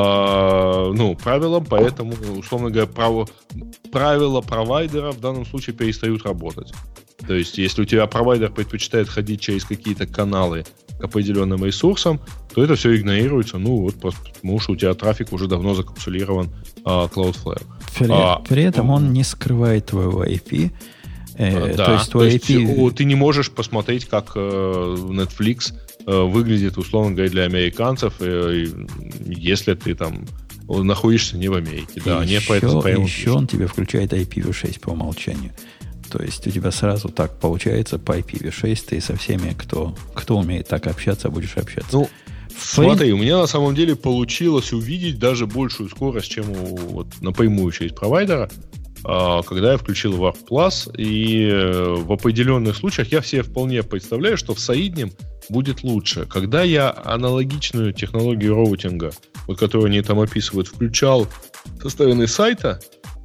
правилам, поэтому, условно говоря, правила провайдера в данном случае перестают работать. То есть, если у тебя провайдер предпочитает ходить через какие-то каналы к определенным ресурсам, то это все игнорируется, потому что у тебя трафик уже давно закапсулирован Cloudflare. При этом он не скрывает твоего IP. То есть твой IP... Ты не можешь посмотреть, как Netflix выглядит, условно говоря, для американцев, если ты там находишься не в Америке. Еще он тебе включает IPv6 по умолчанию. То есть у тебя сразу так получается по IPv6, ты со всеми, кто умеет так общаться, будешь общаться. Ну, смотри, у меня на самом деле получилось увидеть даже большую скорость, чем напрямую через провайдера, когда я включил Warp Plus, и в определенных случаях я себе вполне представляю, что в среднем будет лучше. Когда я аналогичную технологию роутинга, которую они там описывают, включал со стороны сайта,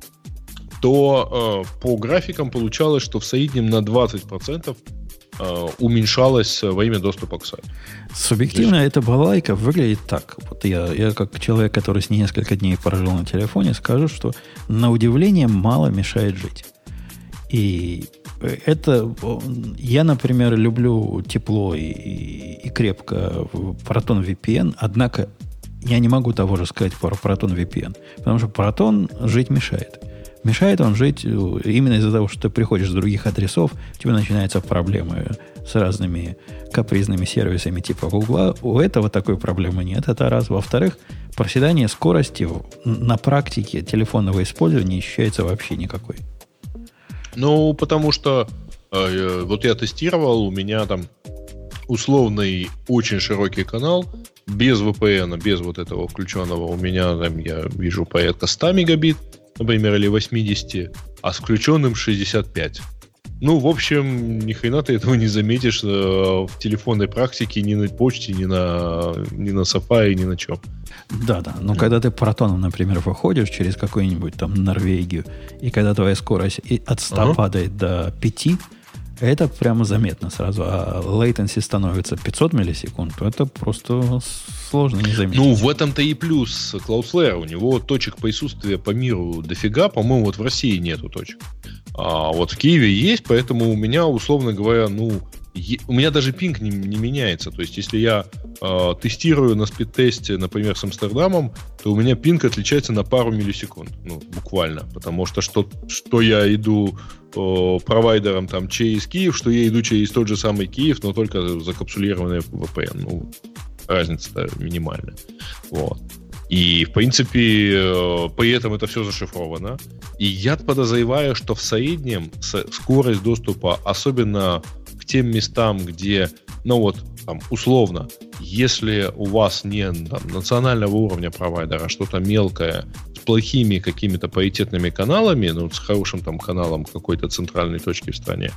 то по графикам получалось, что в среднем на 20% уменьшалось время доступа к сайту. Субъективно эта балайка выглядит так. Вот я как человек, который с ней несколько дней прожил на телефоне, скажу, что на удивление мало мешает жить. И это... Я, например, люблю тепло и крепко Proton VPN, однако я не могу того же сказать про Proton VPN, потому что Proton жить мешает. Мешает он жить именно из-за того, что ты приходишь с других адресов, у тебя начинаются проблемы с разными капризными сервисами типа Гугла. У этого такой проблемы нет, это раз. Во-вторых, проседание скорости на практике телефонного использования не ощущается вообще никакой. Ну, потому что вот я тестировал, у меня там условный очень широкий канал, без VPN, без вот этого включенного, у меня там, я вижу, порядка 100 мегабит, например, или 80, а с включенным 65. Ну, в общем, ни хрена ты этого не заметишь в телефонной практике, ни на почте, ни на Safari, ни на чем. Да. Но когда ты Протоном, например, выходишь через какую-нибудь там Норвегию, и когда твоя скорость от 100 падает до 5, это прямо заметно сразу. А latency становится 500 миллисекунд, то это просто сложно не заметить. Ну, в этом-то и плюс Cloudflare. У него точек присутствия по миру дофига. По-моему, вот в России нету точек. А вот в Киеве есть, поэтому у меня, условно говоря, у меня даже пинг не меняется. То есть, если я тестирую на спид-тесте, например, с Амстердамом, то у меня пинг отличается на пару миллисекунд. Ну, буквально. Потому что я иду провайдером там через Киев, что я иду через тот же самый Киев, но только закапсулированный в VPN. Ну, разница минимальная. Вот. И, в принципе, при этом это все зашифровано. И я подозреваю, что в среднем скорость доступа, особенно к тем местам, где, Но вот там, условно, если у вас не там, национального уровня провайдера, а что-то мелкое, с плохими какими-то паритетными каналами, ну, с хорошим там каналом какой-то центральной точки в стране,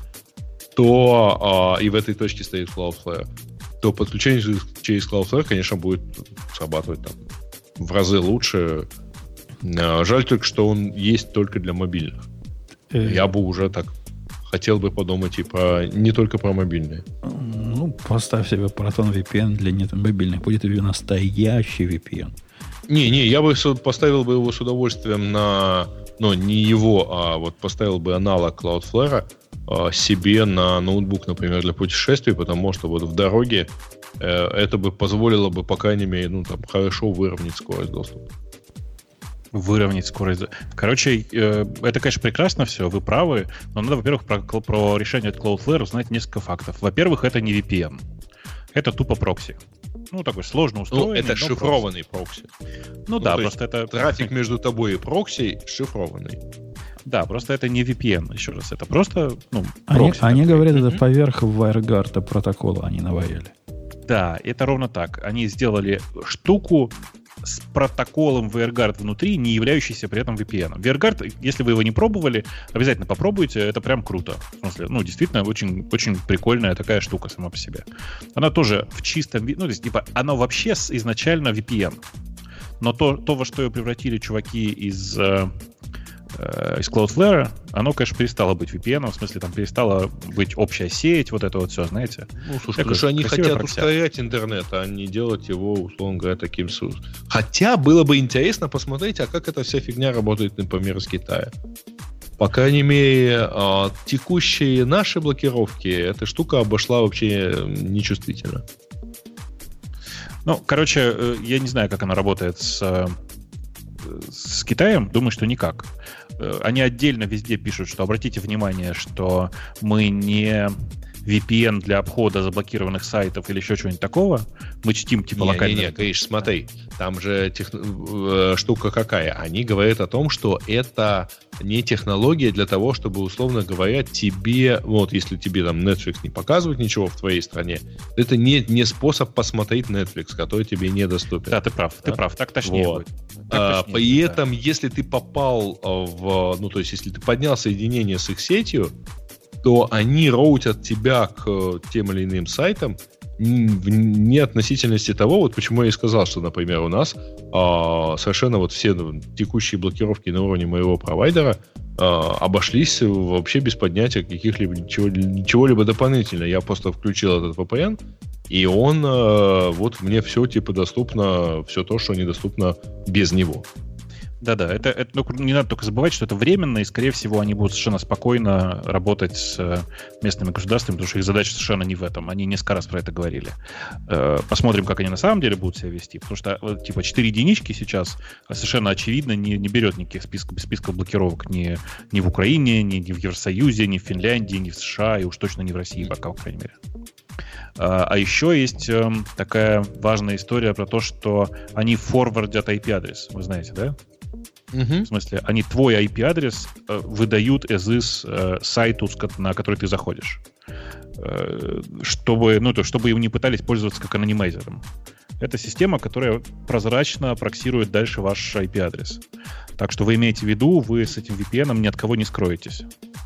то и в этой точке стоит Cloudflare, то подключение через Cloudflare, конечно, будет срабатывать там в разы лучше. Жаль только, что он есть только для мобильных. Я бы уже так хотел бы подумать и не только про мобильные. Ну, поставь себе Proton VPN для мобильных. Будет настоящий VPN. Не, я бы поставил бы его с удовольствием на... Ну, не его, а вот поставил бы аналог Cloudflare себе на ноутбук, например, для путешествий, потому что вот в дороге это бы позволило бы, по крайней мере, ну, там, хорошо выровнять скорость доступа. Выровнять скорость. Короче, это, конечно, прекрасно все, вы правы, но надо, во-первых, про решение от Cloudflare узнать несколько фактов. Во-первых, это не VPN. Это тупо прокси. Ну, такой сложно устроенный. Ну, это шифрованный прокси. Ну да, просто это... Трафик между тобой и прокси шифрованный. Да, просто это не VPN, еще раз. Это просто, Они говорят, это поверх WireGuard протокола они наваяли. Да, это ровно так. Они сделали штуку с протоколом WireGuard внутри, не являющийся при этом VPN. WireGuard, если вы его не пробовали, обязательно попробуйте, это прям круто. В смысле, действительно, очень, очень прикольная такая штука сама по себе. Она тоже в чистом виде, то есть, типа, она вообще изначально VPN. Но то, во что ее превратили чуваки из Cloudflare, оно, конечно, перестало быть VPN, в смысле, там перестала быть общая сеть, вот это вот все, знаете. Ну, слушай, потому что они хотят ускорять интернет, а не делать его, условно говоря, таким... Хотя было бы интересно посмотреть, а как эта вся фигня работает, например, из Китая. По крайней мере, текущие наши блокировки, эта штука обошла вообще нечувствительно. Ну, короче, я не знаю, как она работает с Китаем, думаю, что никак. Они отдельно везде пишут, что обратите внимание, что мы не VPN для обхода заблокированных сайтов или еще чего-нибудь такого. Мы чтим типа локально. Не, Гриш, смотри, там же штука какая. Они говорят о том, что это не технология для того, чтобы, условно говоря, тебе, вот если тебе там Netflix не показывает ничего в твоей стране, это не способ посмотреть Netflix, который тебе недоступен. Да, ты прав, так точнее вот. Будет. При этом, если ты попал то есть если ты поднял соединение с их сетью, то они роутят тебя к тем или иным сайтам не относительности того, вот почему я и сказал, что, например, у нас совершенно вот все текущие блокировки на уровне моего провайдера обошлись вообще без поднятия каких-либо чего-либо дополнительного. Я просто включил этот VPN, и он вот мне все типа доступно, все то, что недоступно без него. Да-да, это не надо только забывать, что это временно, и, скорее всего, они будут совершенно спокойно работать с местными государствами, потому что их задача совершенно не в этом. Они несколько раз про это говорили. Посмотрим, как они на самом деле будут себя вести, потому что, типа, 4 единички сейчас совершенно очевидно не берет никаких списков блокировок ни в Украине, ни в Евросоюзе, ни в Финляндии, ни в США, и уж точно не в России пока, по крайней мере. А еще есть такая важная история про то, что они форвардят IP-адрес. Вы знаете, да? В смысле, они твой IP-адрес выдают as is сайту, на который ты заходишь. Чтобы им не пытались пользоваться как анонимайзером. Это система, которая прозрачно проксирует дальше ваш IP-адрес. Так что вы имеете в виду, вы с этим VPN ни от кого не скроетесь.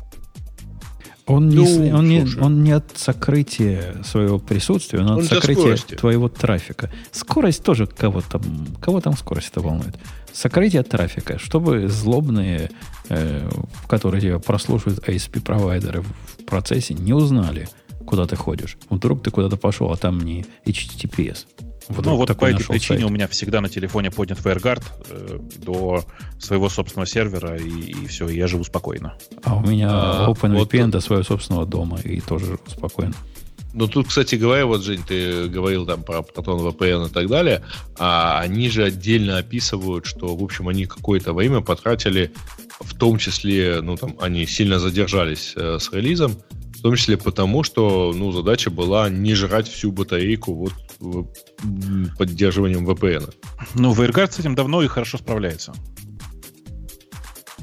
Он не от сокрытия своего присутствия, он от сокрытия твоего трафика. Скорость тоже кого там скорость-то волнует. Сокрытие трафика, чтобы злобные, которые тебя прослушивают ISP-провайдеры в процессе, не узнали, куда ты ходишь. Вдруг ты куда-то пошел, а там не HTTPS. Вот по этой причине сайт. У меня всегда на телефоне поднят WireGuard до своего собственного сервера, и все, я живу спокойно. А у меня OpenVPN до своего собственного дома, и тоже спокойно. Ну, тут, кстати говоря, вот, Жень, ты говорил там про Proton VPN и так далее, а они же отдельно описывают, что, в общем, они какое-то время потратили, в том числе, они сильно задержались с релизом, в том числе потому, что, задача была не жрать всю батарейку поддерживанием VPN. WireGuard с этим давно и хорошо справляется.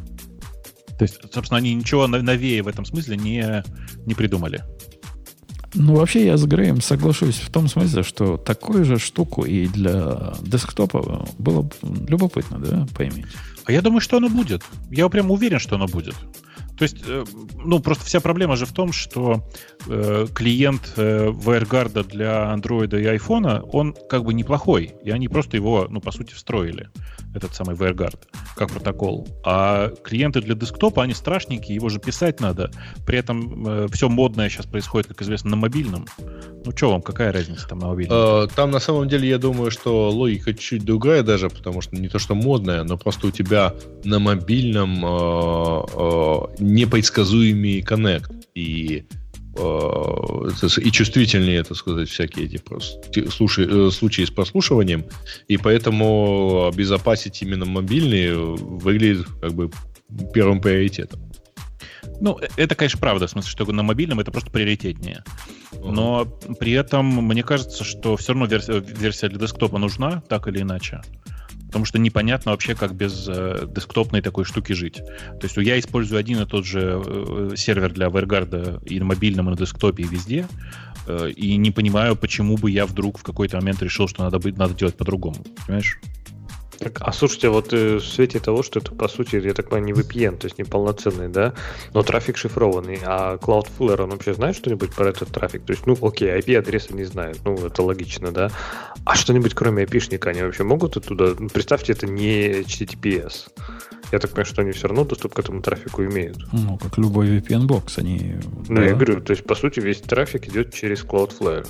То есть, собственно, они ничего новее в этом смысле не придумали. Ну, вообще, я с Греем соглашусь в том смысле, что такую же штуку и для десктопа было бы любопытно, да, поиметь. А я думаю, что оно будет. Я прям уверен, что оно будет. То есть, просто вся проблема же в том, что клиент WireGuard для Android и iPhone, он как бы неплохой, и они просто его, по сути, встроили, этот самый WireGuard, как протокол. А клиенты для десктопа, они страшненькие, его же писать надо. При этом все модное сейчас происходит, как известно, на мобильном. Ну, что вам, какая разница там на мобильном? Там, на самом деле, я думаю, что логика чуть другая даже, потому что не то, что модная, но просто у тебя на мобильном непредсказуемый коннект и чувствительнее, так сказать, всякие эти случаи с прослушиванием, и поэтому обезопасить именно мобильные выглядит как бы первым приоритетом. Ну, это, конечно, правда, в смысле, что на мобильном это просто приоритетнее. Но при этом мне кажется, что все равно версия для десктопа нужна, так или иначе. Потому что непонятно вообще, как без десктопной такой штуки жить. То есть я использую один и тот же сервер для WireGuard и на мобильном, и на десктопе, и везде. И не понимаю, почему бы я вдруг в какой-то момент решил, что надо делать по-другому. Понимаешь? Так, а слушайте, вот в свете того, что это, по сути, я так понимаю, не VPN, то есть не полноценный, да, но трафик шифрованный, а Cloudflare, он вообще знает что-нибудь про этот трафик? То есть, окей, IP-адреса не знают, это логично, да, а что-нибудь кроме IP-шника они вообще могут оттуда? Представьте, это не HTTPS. Я так понимаю, что они все равно доступ к этому трафику имеют. Ну, как любой VPN-бокс, они... Ну, да. Я говорю, то есть, по сути, весь трафик идет через Cloudflare.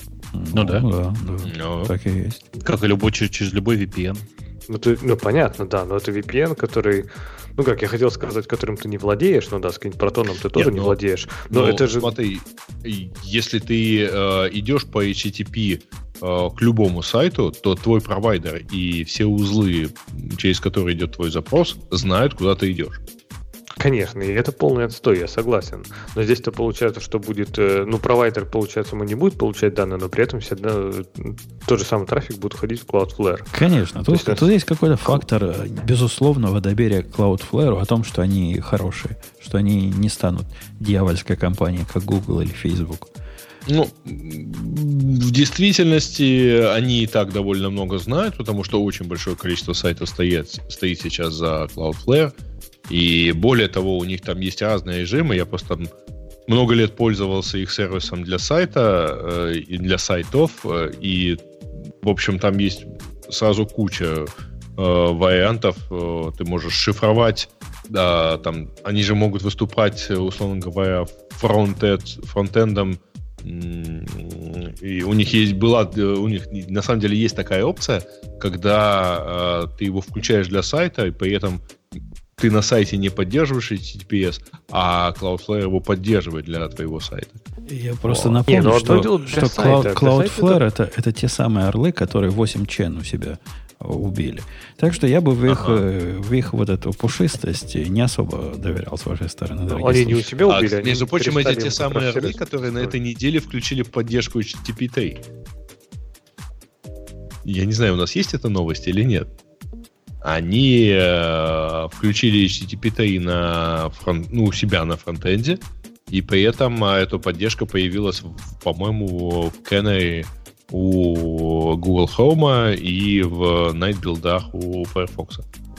Да. Так и есть. Как и через любой VPN. Понятно, да, но это VPN, который, как я хотел сказать, которым ты не владеешь, с каким-нибудь протоном ты тоже не владеешь. Но это же... Смотри, если ты идешь по HTTP к любому сайту, то твой провайдер и все узлы, через которые идет твой запрос, знают, куда ты идешь. Конечно, и это полный отстой, я согласен. Но здесь-то получается, что будет... провайдер, получается, ему не будет получать данные, но при этом всегда тот же самый трафик будет ходить в Cloudflare. Конечно. Тут есть какой-то фактор безусловного доверия к Cloudflare о том, что они хорошие, что они не станут дьявольской компанией, как Google или Facebook. В действительности они и так довольно много знают, потому что очень большое количество сайтов стоит сейчас за Cloudflare. И более того, у них там есть разные режимы. Я просто много лет пользовался их сервисом для сайта и для сайтов. И, в общем, там есть сразу куча вариантов. Ты можешь шифровать. Да, там, они же могут выступать, условно говоря, фронтендом. И у них на самом деле есть такая опция, когда ты его включаешь для сайта, и при этом ты на сайте не поддерживаешь HTTPS, а Cloudflare его поддерживает для твоего сайта. Я просто напомню, что Cloudflare это те самые орлы, которые 8chain у себя убили. Так что я бы в их вот эту пушистость не особо доверял с вашей стороны. Они не у себя убили. Между прочим, эти те самые орлы, которые на этой неделе включили поддержку HTTP3. Я не знаю, у нас есть эта новость или нет. Они включили HTTP3 у себя на фронтенде, и при этом эта поддержка появилась, по-моему, в Canary у Google Chrome и в Night-билдах у Firefox.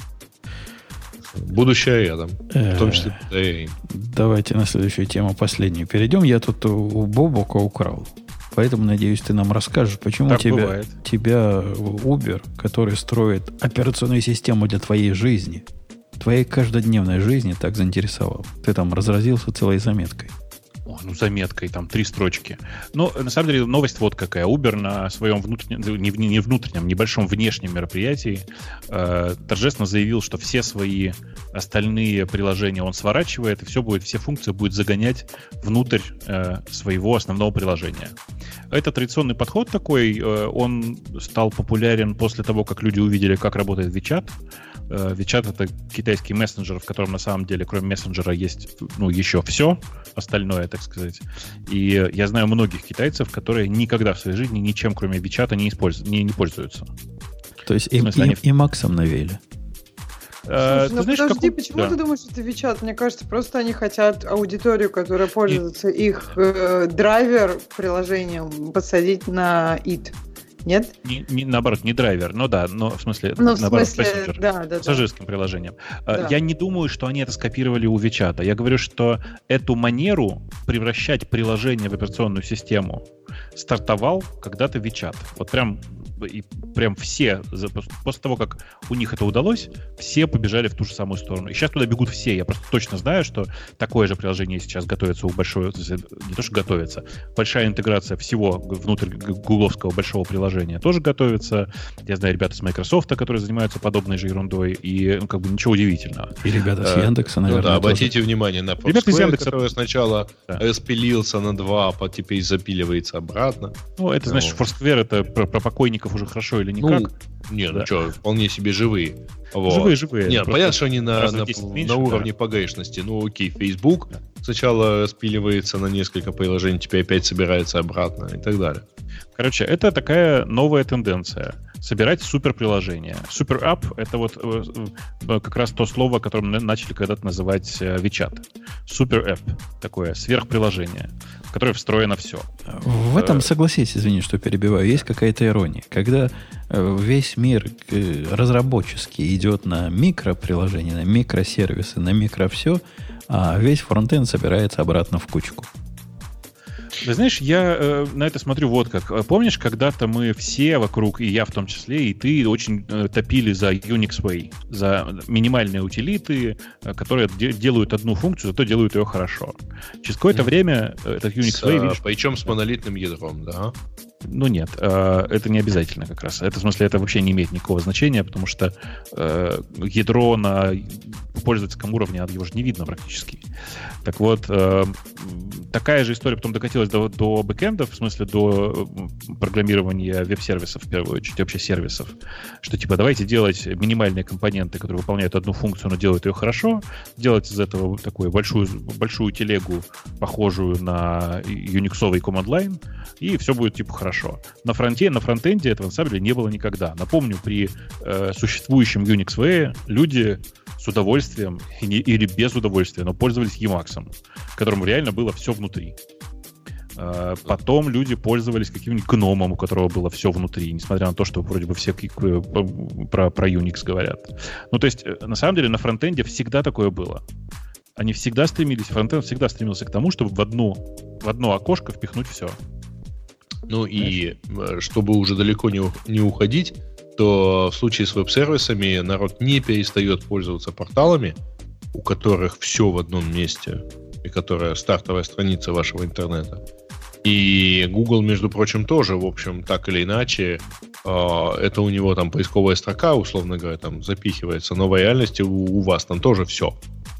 Будущее рядом. В том числе P3. Давайте на следующую тему, последнюю, перейдем. Я тут у Бобока украл. Поэтому, надеюсь, ты нам расскажешь, почему тебя Uber, который строит операционную систему для твоей жизни, твоей каждодневной жизни, так заинтересовал. Ты там разразился целой заметкой. Заметкой, там 3 строчки. Но, на самом деле, новость вот какая. Uber на своем небольшом внешнем мероприятии торжественно заявил, что все свои остальные приложения он сворачивает, и все функции будет загонять внутрь своего основного приложения. Это традиционный подход такой. Он стал популярен после того, как люди увидели, как работает WeChat. WeChat — это китайский мессенджер, в котором на самом деле, кроме мессенджера, есть еще все остальное, так сказать. И я знаю многих китайцев, которые никогда в своей жизни ничем, кроме WeChat, не пользуются. То есть и Максом навели? Слушай, ну знаешь, подожди, почему ты думаешь, что это WeChat? Мне кажется, просто они хотят аудиторию, которая пользуется их драйвер приложением, посадить на ит. Нет? Не, наоборот, не драйвер, но в смысле, наоборот, пассажирским приложением. Да. Я не думаю, что они это скопировали у WeChat. Я говорю, что эту манеру превращать приложение в операционную систему стартовал когда-то WeChat. Вот прям все, после того, как у них это удалось, все побежали в ту же самую сторону. И сейчас туда бегут все. Я просто точно знаю, что такое же приложение сейчас готовится у большого... Не то, что готовится. Большая интеграция всего внутрь гугловского большого приложения тоже готовится. Я знаю ребята с Microsoft, которые занимаются подобной же ерундой, и ничего удивительного. И ребята с Яндекса, наверное, да, обратите внимание на Foursquare, который сначала распилился на 2, а теперь запиливается обратно. Ну, это, значит, Foursquare, это про покойников уже хорошо или никак? Вполне себе живые. Вот. Живые. Нет, понятно, что они на уровне погрешности. Ну, окей, Facebook сначала распиливается на несколько приложений, теперь опять собирается обратно и так далее. Короче, это такая новая тенденция. Собирать суперприложения. Супер-ап — это вот как раз то слово, которым начали когда-то называть WeChat. Супер-эп. Такое сверхприложение, в которое встроено все. В этом, согласись, извини, что перебиваю, есть какая-то ирония. Когда весь мир разработческий идет на микроприложения, на микросервисы, на микро-все, а весь фронтенд собирается обратно в кучку. Ты знаешь, я на это смотрю вот как. Помнишь, когда-то мы все вокруг, и я в том числе, и ты, очень топили за Unix Way, за минимальные утилиты, которые делают одну функцию, зато делают ее хорошо. Через какое-то время этот Unix Way... видишь, причем с монолитным ядром, да? Ну нет, это не обязательно как раз. Это, в смысле, это вообще не имеет никакого значения, потому что ядро на пользовательском уровне, его же не видно практически. Так вот, такая же история потом докатилась до бэкэндов, в смысле до программирования веб-сервисов, в первую очередь, вообще сервисов. Что типа давайте делать минимальные компоненты, которые выполняют одну функцию, но делают ее хорошо, делать из этого такую большую телегу, похожую на юниксовый command line, и все будет типа хорошо. На фронтенде этого на самом деле не было никогда. Напомню, при существующем Unix Way люди с удовольствием или без удовольствия, но пользовались Emacs, которому реально было все внутри. Потом люди пользовались каким-нибудь гномом, у которого было все внутри, несмотря на то, что вроде бы все про Unix говорят. Ну, то есть, на самом деле, на фронтенде всегда такое было. Они всегда фронтенд всегда стремился к тому, чтобы в одно окошко впихнуть все. Ну и чтобы уже далеко не уходить, то в случае с веб-сервисами народ не перестает пользоваться порталами, у которых все в одном месте, и которая стартовая страница вашего интернета. И Google, между прочим, тоже, в общем, так или иначе, это у него там поисковая строка, условно говоря, там запихивается, но в реальности у вас там тоже все.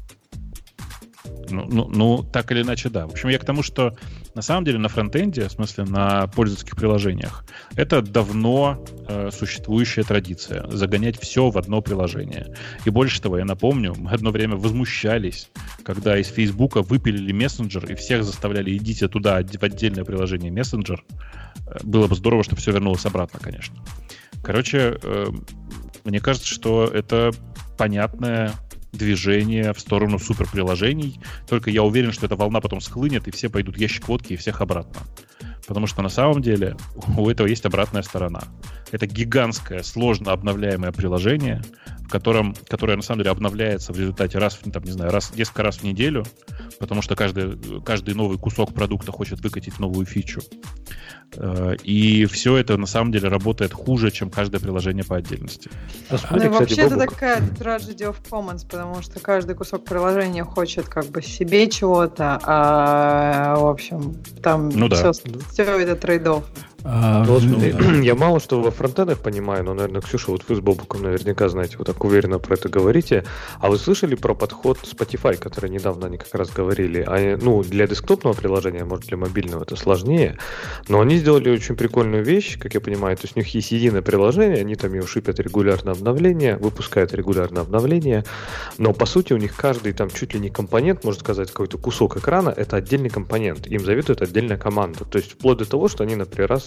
Ну, так или иначе, да. В общем, я к тому, что на самом деле на фронтенде, в смысле на пользовательских приложениях, это давно существующая традиция — загонять все в одно приложение. И больше того, я напомню, мы одно время возмущались, когда из Фейсбука выпилили мессенджер и всех заставляли идите туда в отдельное приложение мессенджер. Было бы здорово, чтобы все вернулось обратно, конечно. Короче, мне кажется, что это понятное движение в сторону суперприложений. Только я уверен, что эта волна потом схлынет, и все пойдут ящик водки, и всех обратно. Потому что на самом деле у этого есть обратная сторона. Это гигантское, сложно обновляемое приложение, которое на самом деле обновляется в результате несколько раз в неделю, потому что каждый новый кусок продукта хочет выкатить новую фичу. И все это на самом деле работает хуже, чем каждое приложение по отдельности. Вообще это такая tragedy of commons, потому что каждый кусок приложения хочет как бы себе чего-то, а в общем там все это трейд-офф. Я мало что во фронтендах понимаю, но, наверное, Ксюша, вот вы с Бобуком наверняка знаете, вы так уверенно про это говорите. А вы слышали про подход Spotify, который недавно они как раз говорили? Для десктопного приложения, может, для мобильного это сложнее, но они сделали очень прикольную вещь, как я понимаю. То есть у них есть единое приложение, они там его шипят регулярно обновления, выпускают регулярно обновления, но, по сути, у них каждый там чуть ли не компонент, можно сказать, какой-то кусок экрана, это отдельный компонент. Им заветует отдельная команда. То есть вплоть до того, что они, например, раз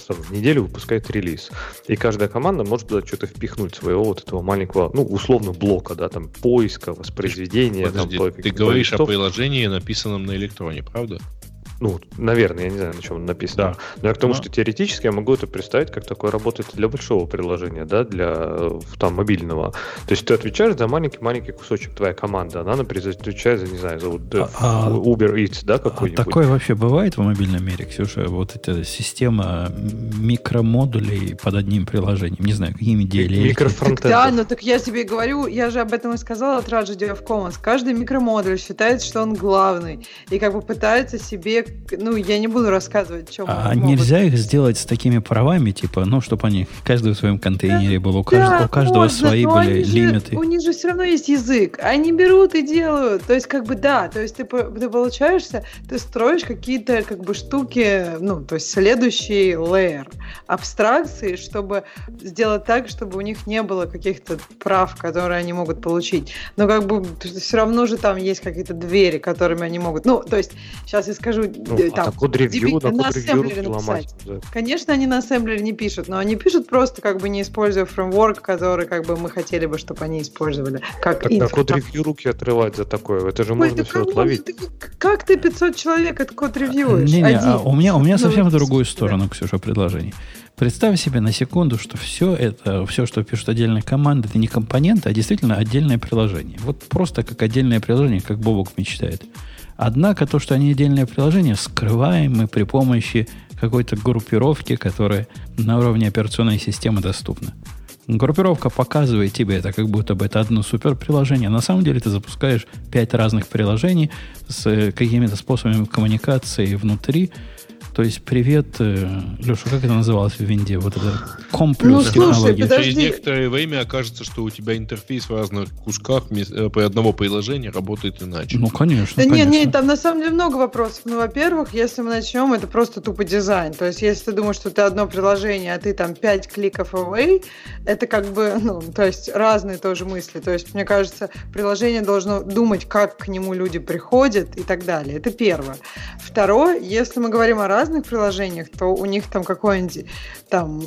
там, в неделю выпускает релиз. И каждая команда может туда что-то впихнуть своего вот этого маленького, ну, условно, блока, да, там, поиска, воспроизведения. Подожди, там, ты говоришь о приложении, написанном на электроне, правда? Ну, наверное, я не знаю, на чем написано. Да. Но я к тому, что теоретически я могу это представить, как такое работает для большого приложения, да, для там мобильного. То есть ты отвечаешь за маленький кусочек, твоя команда, она, например, отвечает за, не знаю, за Uber Eats, да, какой-нибудь. Такое вообще бывает в мобильном мире, Ксюша? Вот эта система микромодулей под одним приложением, не знаю, какими DLL. Микрофронтендов. Да, ну так я тебе и говорю, я же об этом и сказала от Tragedy of Commons. Каждый микромодуль считает, что он главный, и как бы пытается себе, ну, я не буду рассказывать, что нельзя их сделать с такими правами, типа, ну, чтобы они, каждый в своем контейнере был, у каждого можно, свои были лимиты. У них же все равно есть язык. Они берут и делают. То есть, как бы, да, то есть ты получаешься, ты строишь какие-то, как бы, штуки, ну, то есть следующий layer абстракции, чтобы сделать так, чтобы у них не было каких-то прав, которые они могут получить. Но, как бы, все равно же там есть какие-то двери, которыми они могут, ну, то есть, сейчас я скажу, там, код-ревью, на ассемблере написать. Да. Конечно, они на ассемблере не пишут, но они пишут просто, как бы, не используя фреймворк, который, как бы, мы хотели бы, чтобы они использовали. Как так код-ревью руки отрывать за такое. Это же можно все отловить. Как ты 500 человек от код-ревьюешь? У меня совсем в другую сторону, Ксюша, предложение. Представь себе на секунду, что все, что пишут отдельные команды, это не компоненты, а действительно отдельное приложение. Вот просто как отдельное приложение, как Бобок мечтает. Однако то, что они отдельное приложение, скрываемы при помощи какой-то группировки, которая на уровне операционной системы доступна. Группировка показывает тебе это, как будто бы это одно суперприложение. На самом деле ты запускаешь 5 разных приложений с какими-то способами коммуникации внутри. То есть, привет, Леша, как это называлось в Винде? Вот это комплюс технологии. Через некоторое время окажется, что у тебя интерфейс в разных кусках одного приложения работает иначе. Ну, конечно. Да нет, там на самом деле много вопросов. Ну, во-первых, если мы начнем, это просто тупо дизайн. То есть, если ты думаешь, что ты одно приложение, а ты там 5 кликов away, это как бы, ну, то есть, разные тоже мысли. То есть, мне кажется, приложение должно думать, как к нему люди приходят и так далее. Это первое. Второе, если мы говорим о разных приложениях, то у них там какое-нибудь там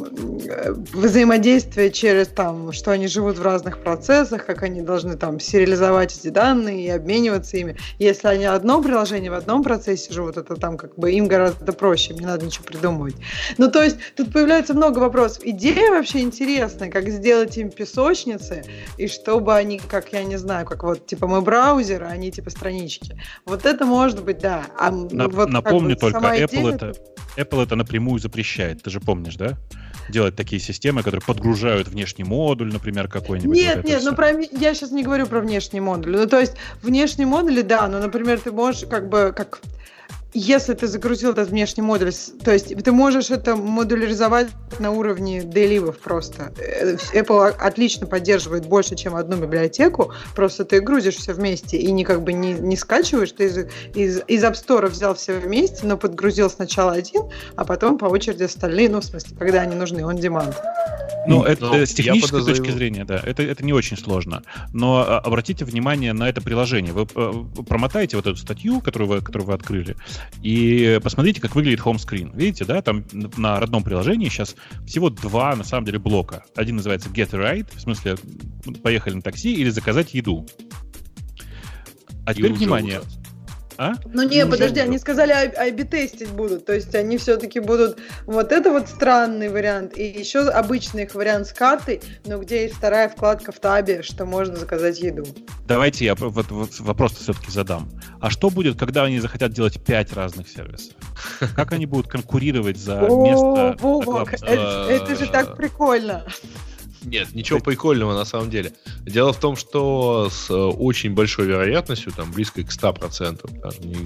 взаимодействие через там, что они живут в разных процессах, как они должны там сериализовать эти данные и обмениваться ими. Если они одно приложение в одном процессе живут, это там как бы им гораздо проще, им не надо ничего придумывать. Ну, то есть тут появляется много вопросов. Идея вообще интересная, как сделать им песочницы, и чтобы они, как я не знаю, как вот типа мы браузеры, а они типа странички. Вот это может быть, да. Напомню только, Apple это напрямую запрещает. Ты же помнишь, да? Делать такие системы, которые подгружают внешний модуль, например, какой-нибудь. Нет, я сейчас не говорю про внешний модуль. Ну, то есть внешний модуль, да, но, например, ты можешь как если ты загрузил этот внешний модуль, то есть ты можешь это модуляризовать на уровне дейливов просто. Apple отлично поддерживает больше, чем одну библиотеку, просто ты грузишь все вместе и не скачиваешь, ты из App Store взял все вместе, но подгрузил сначала один, а потом по очереди остальные, ну, в смысле, когда они нужны, on demand. Ну, это с технической точки зрения, да, это не очень сложно. Но обратите внимание на это приложение. Вы промотаете вот эту статью, которую вы открыли, и посмотрите, как выглядит хоум-скрин. Видите, да, там на родном приложении сейчас всего 2, на самом деле, блока. Один называется Get a Ride, в смысле, поехали на такси или заказать еду. А теперь внимание. Ну не, подожди, они сказали, A/B-тестить будут, то есть они все-таки будут вот это вот странный вариант, и еще обычный их вариант с картой, но где есть вторая вкладка в табе, что можно заказать еду. Давайте я вот вопрос все-таки задам. А что будет, когда они захотят делать 5 разных сервисов? Как они будут конкурировать за место? Вовок, это же так прикольно. Нет, ничего прикольного на самом деле. Дело в том, что с очень большой вероятностью, там близко к 100%, даже не к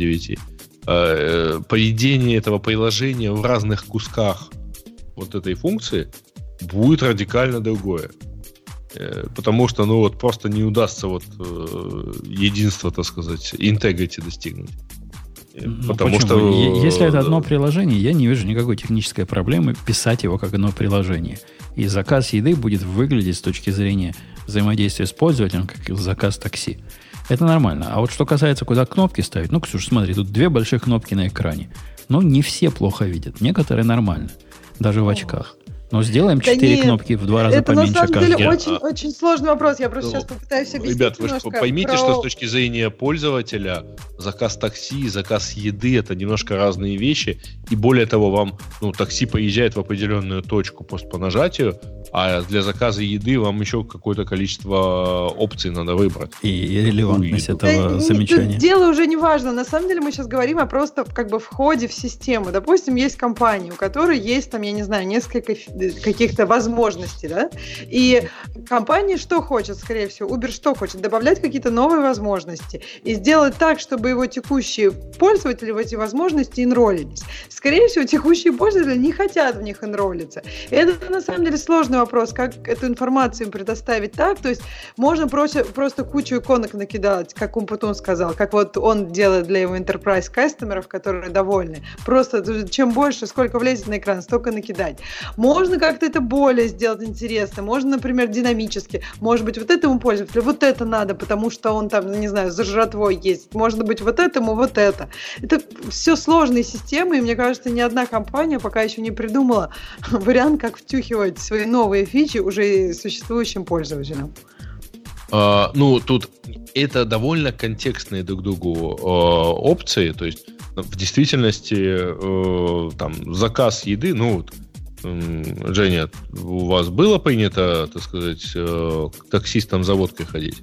99%, поведение этого приложения в разных кусках вот этой функции будет радикально другое. Потому что, ну вот, просто не удастся вот единство, так сказать, integrity достигнуть. Потому что... Если это одно приложение, я не вижу никакой технической проблемы писать его как одно приложение. И заказ еды будет выглядеть с точки зрения взаимодействия с пользователем, как заказ такси. Это нормально. А вот что касается, куда кнопки ставить, ну, Ксюш, смотри, тут 2 большие кнопки на экране. Но не все плохо видят, некоторые нормально. даже в очках. Но сделаем 4 кнопки в 2 раза поменьше. Это на самом деле очень сложный вопрос. Я просто сейчас попытаюсь объяснить. Ребят, вы поймите, что с точки зрения пользователя заказ такси, заказ еды — это немножко разные вещи. И более того, вам такси поезжает в определенную точку просто по нажатию, а для заказа еды вам еще какое-то количество опций надо выбрать. И релевантность этого замечания. Дело уже не важно. На самом деле мы сейчас говорим о просто входе в систему. Допустим, есть компания, у которой есть там, я не знаю, несколько каких-то возможностей, да? И компания что хочет, скорее всего, Uber что хочет? Добавлять какие-то новые возможности и сделать так, чтобы его текущие пользователи в эти возможности энроллились. Скорее всего, текущие пользователи не хотят в них энроллиться. И это на самом деле сложный вопрос, как эту информацию им предоставить так. То есть можно просто кучу иконок накидать, как Умпутун сказал, как вот он делает для его enterprise кастомеров, которые довольны. Просто чем больше, сколько влезет на экран, столько накидать. Можно как-то это более сделать интересно. Можно, например, динамически. Может быть, вот этому пользователю вот это надо, потому что он там, не знаю, за жратвой есть. Может быть, вот этому вот это. Это все сложные системы, и мне кажется, ни одна компания пока еще не придумала вариант, как втюхивать свои новые фичи уже существующим пользователям. Тут это довольно контекстные друг к другу опции. То есть, в действительности, там, заказ еды, Женя, у вас было принято, так сказать, к таксистам за водкой ходить?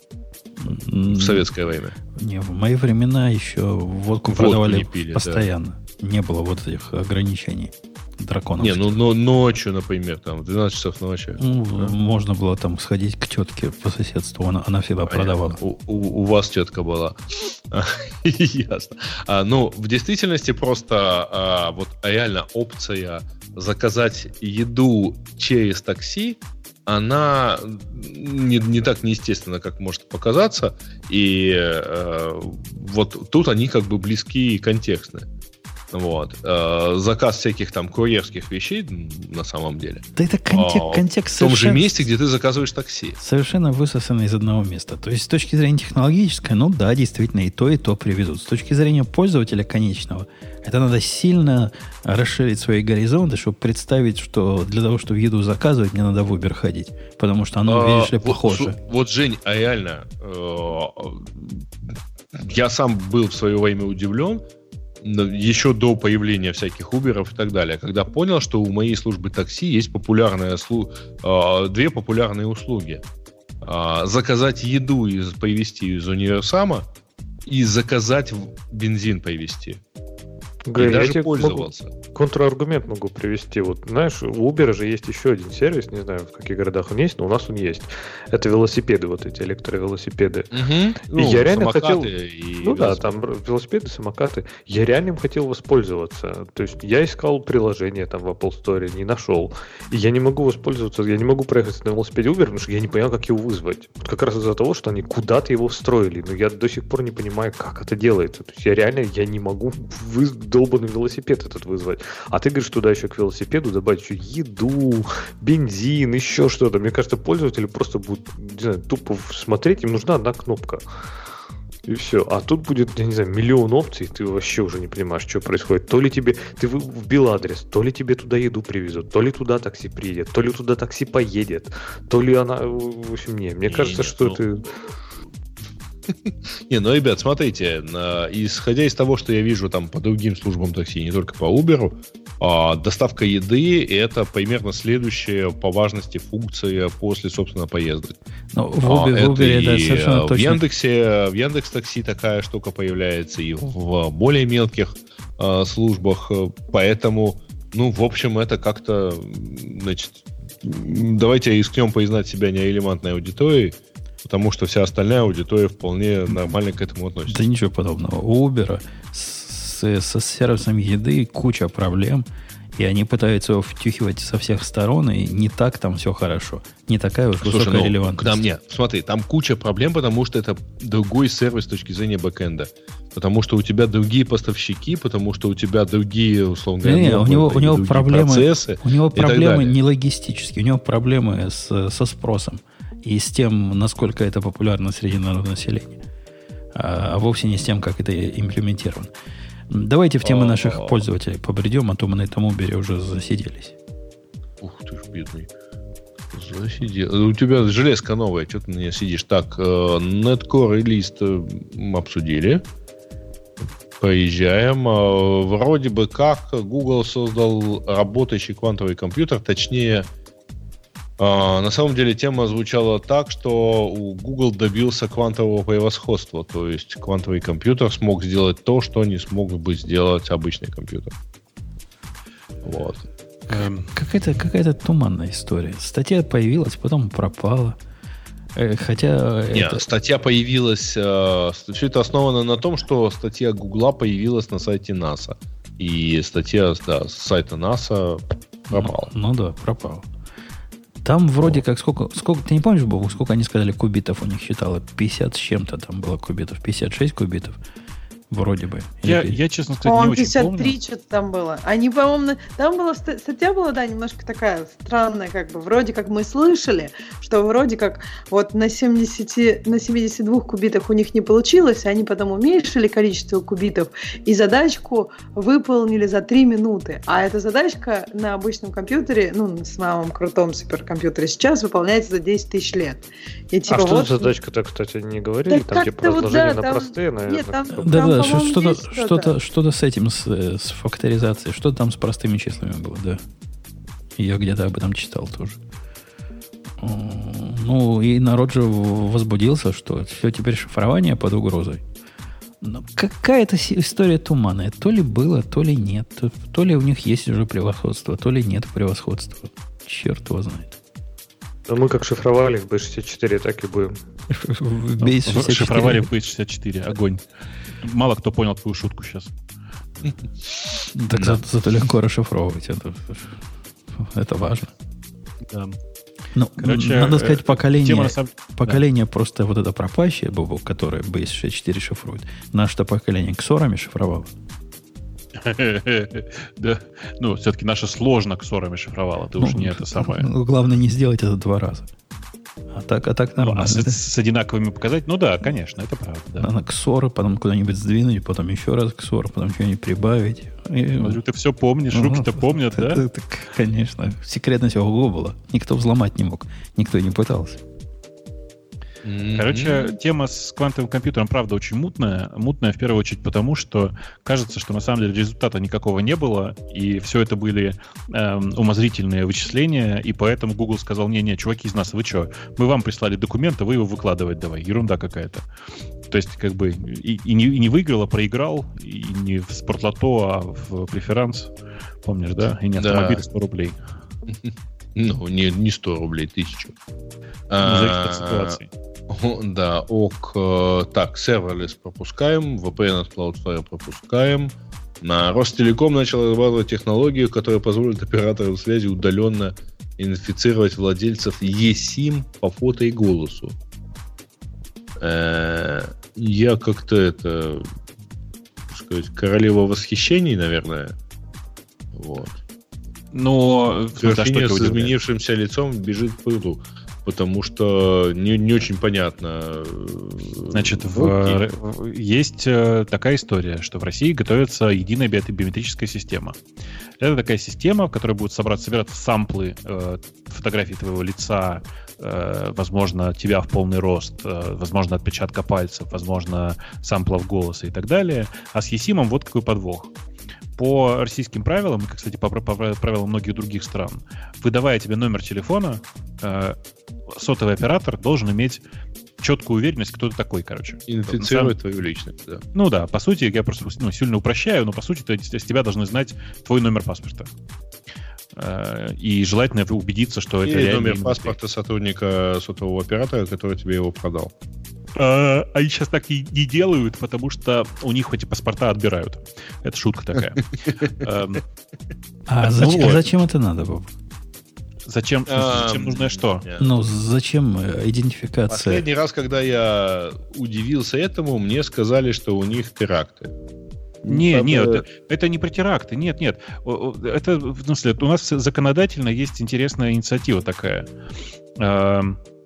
В советское время? Не, в мои времена еще водку продавали пили, постоянно. Да. Не было вот этих ограничений драконовских. Не, ночью, например, там, в 12 часов ночи. Можно было там сходить к тетке по соседству, она всегда продавала. У вас тетка была. Ясно. В действительности просто вот реально опция заказать еду через такси, она не так неестественна, как может показаться. И вот тут они как бы близки и контекстны. Вот. Заказ всяких там курьерских вещей на самом деле. Да это контекст в том же месте, где ты заказываешь такси. Совершенно высосанный из одного места. То есть с точки зрения технологической, да, действительно, и то привезут. С точки зрения пользователя конечного, это надо сильно расширить свои горизонты, чтобы представить, что для того, чтобы еду заказывать, мне надо в Uber ходить. Потому что оно, видишь ли, похоже. Вот, Жень, реально, я сам был в свое время удивлен, еще до появления всяких Uber'ов и так далее, когда понял, что у моей службы такси есть две популярные услуги. Заказать еду и повезти из универсама и заказать бензин повезти. Я даже пользовался. Контраргумент могу привести. Вот, знаешь, у Uber же есть еще один сервис, не знаю, в каких городах он есть, но у нас он есть. Это велосипеды, вот эти электровелосипеды. И я реально хотел... там велосипеды, самокаты. Я реально им хотел воспользоваться. То есть я искал приложение там в Apple Store, не нашел. И я не могу воспользоваться, я не могу проехать на велосипеде Uber, потому что я не понял, как его вызвать. Вот как раз из-за того, что они куда-то его встроили. Но я до сих пор не понимаю, как это делается. То есть я не могу долбанный велосипед этот вызвать. А ты говоришь, туда еще к велосипеду добавить еще еду, бензин, еще что-то. Мне кажется, пользователи просто будут, не знаю, тупо смотреть, им нужна одна кнопка. И все. А тут будет, я не знаю, миллион опций, ты вообще уже не понимаешь, что происходит. То ли тебе, ты вбил адрес, то ли тебе туда еду привезут, то ли туда такси приедет, то ли туда такси поедет, то ли она... В общем, мне кажется, что ты... Ребят, смотрите, исходя из того, что я вижу там по другим службам такси, не только по Uber, доставка еды — это примерно следующая по важности функция после, собственно, поездок. В Uber это совершенно точно. В Яндекс.Такси такая штука появляется и в более мелких службах, поэтому, в общем, это как-то, значит, давайте рискнем признать себя нерелевантной аудиторией, потому что вся остальная аудитория вполне нормально к этому относится. Да ничего подобного. У Uber со сервисом еды куча проблем, и они пытаются его втюхивать со всех сторон, и не так там все хорошо. Не такая уж высокая релевантность. Смотри, там куча проблем, потому что это другой сервис с точки зрения бэкэнда. Потому что у тебя другие поставщики, потому что у тебя другие, условно говоря, у него проблемы, процессы. У него проблемы не логистические, у него проблемы со спросом. И с тем, насколько это популярно среди народного населения. А вовсе не с тем, как это имплементировано. Давайте в темы наших пользователей побредем, а то мы на этом Uber уже засиделись. Ух ты ж, бедный. Засидел. У тебя железка новая, что ты на ней сидишь? Так, Netcore релиз обсудили. Поезжаем. Вроде бы как Google создал работающий квантовый компьютер, точнее, на самом деле тема звучала так, что Google добился квантового превосходства, то есть квантовый компьютер смог сделать то, что не смог бы сделать обычный компьютер. Вот. Какая-то туманная история. Статья появилась, потом пропала. Хотя... Нет, статья появилась... Все это основано на том, что статья Гугла появилась на сайте НАСА. И статья с сайта НАСА пропала. Ну да, пропала. Там вроде как сколько... Ты не помнишь, Богу, сколько они сказали кубитов у них считало? 50 с чем-то там было кубитов. 56 кубитов. Вроде бы. Я, честно сказать, не очень 53 помню. что-то там было. Они, по-моему, там была статья была, да, немножко такая странная, как бы. Вроде как мы слышали, что вроде как вот на 72 кубитах у них не получилось, они потом уменьшили количество кубитов и задачку выполнили за 3 минуты. А эта задачка на обычном компьютере, ну, на самом крутом суперкомпьютере сейчас выполняется за 10 тысяч лет. И, типа, что вот... за задачка-то, кстати, не говорили? Да там типа разложение на там... простые, наверное. Нет, там, Да, что-то с этим, с факторизацией, что-то там с простыми числами было, да. Я где-то об этом читал тоже. Ну, и народ же возбудился, что все теперь шифрование под угрозой. Но какая-то история туманная. То ли было, то ли нет. То ли у них есть уже превосходство, то ли нет превосходства. Черт его знает. Но мы как шифровали в B64, так и будем. Шифровали в B64. Огонь. Мало кто понял твою шутку сейчас. Так зато легко расшифровывать. Это важно. Да. Ну, надо сказать, поколение просто вот это пропащее, Бобок, которое B64 шифрует. Наше-то поколение ксорами шифровало. Да. Ну, все-таки наше сложно ксорами шифровало. Ты уж не это самое. Главное не сделать это 2 раза. А так нормально. С одинаковыми показать? Ну да, конечно, это правда. Да. Надо ксоры, потом куда-нибудь сдвинуть, потом еще раз ксоры, потом что-нибудь прибавить. Смотрю, ты все помнишь, руки-то помнят, да? Конечно. Секретность ого была. Никто взломать не мог. Никто и не пытался. Короче, тема с квантовым компьютером, правда, очень мутная. Мутная в первую очередь потому, что кажется, что на самом деле результата никакого не было, и все это были умозрительные вычисления, и поэтому Google сказал: не, чуваки из нас, вы что? Мы вам прислали документ, а вы его выкладывать давай. Ерунда какая-то. То есть, как бы, и не выиграл, а проиграл, и не в спортлото, а в преферанс. Помнишь, да? И не автомобиль 100 рублей. Ну, не 100 рублей, 1000. Зависит от ситуации. Да, так, серверлес пропускаем, VPN от Cloudflare пропускаем. На Ростелеком начал разрабатывать технологию, которая позволит операторам связи удаленно идентифицировать владельцев eSIM по фото и голосу. Я как-то сказать, королева восхищений, наверное. Вот. Но графиня с изменившимся лицом бежит к пруду, потому что не очень понятно. Значит, есть такая история, что в России готовится единая биометрическая система. Это такая система, в которой будут собираться самплы фотографий твоего лица, возможно, тебя в полный рост, возможно, отпечатка пальцев, возможно, самплов голоса и так далее. А с eSIM вот какой подвох. По российским правилам, и, кстати, по правилам многих других стран, выдавая тебе номер телефона, сотовый оператор должен иметь четкую уверенность, кто ты такой, короче. Идентифицировать твою личность, да. Ну да, по сути, я просто сильно упрощаю, но по сути с тебя должны знать твой номер паспорта. И желательно убедиться, что это реально номер паспорта сотрудника сотового оператора, который тебе его продал. Они сейчас так и не делают, потому что у них эти паспорта отбирают. Это шутка такая. Зачем это надо, Боб? Зачем нужно что? Ну, зачем идентификация? Последний раз, когда я удивился этому, мне сказали, что у них теракты. Нет, это не про теракты. Нет. Это, в смысле, у нас законодательно есть интересная инициатива такая.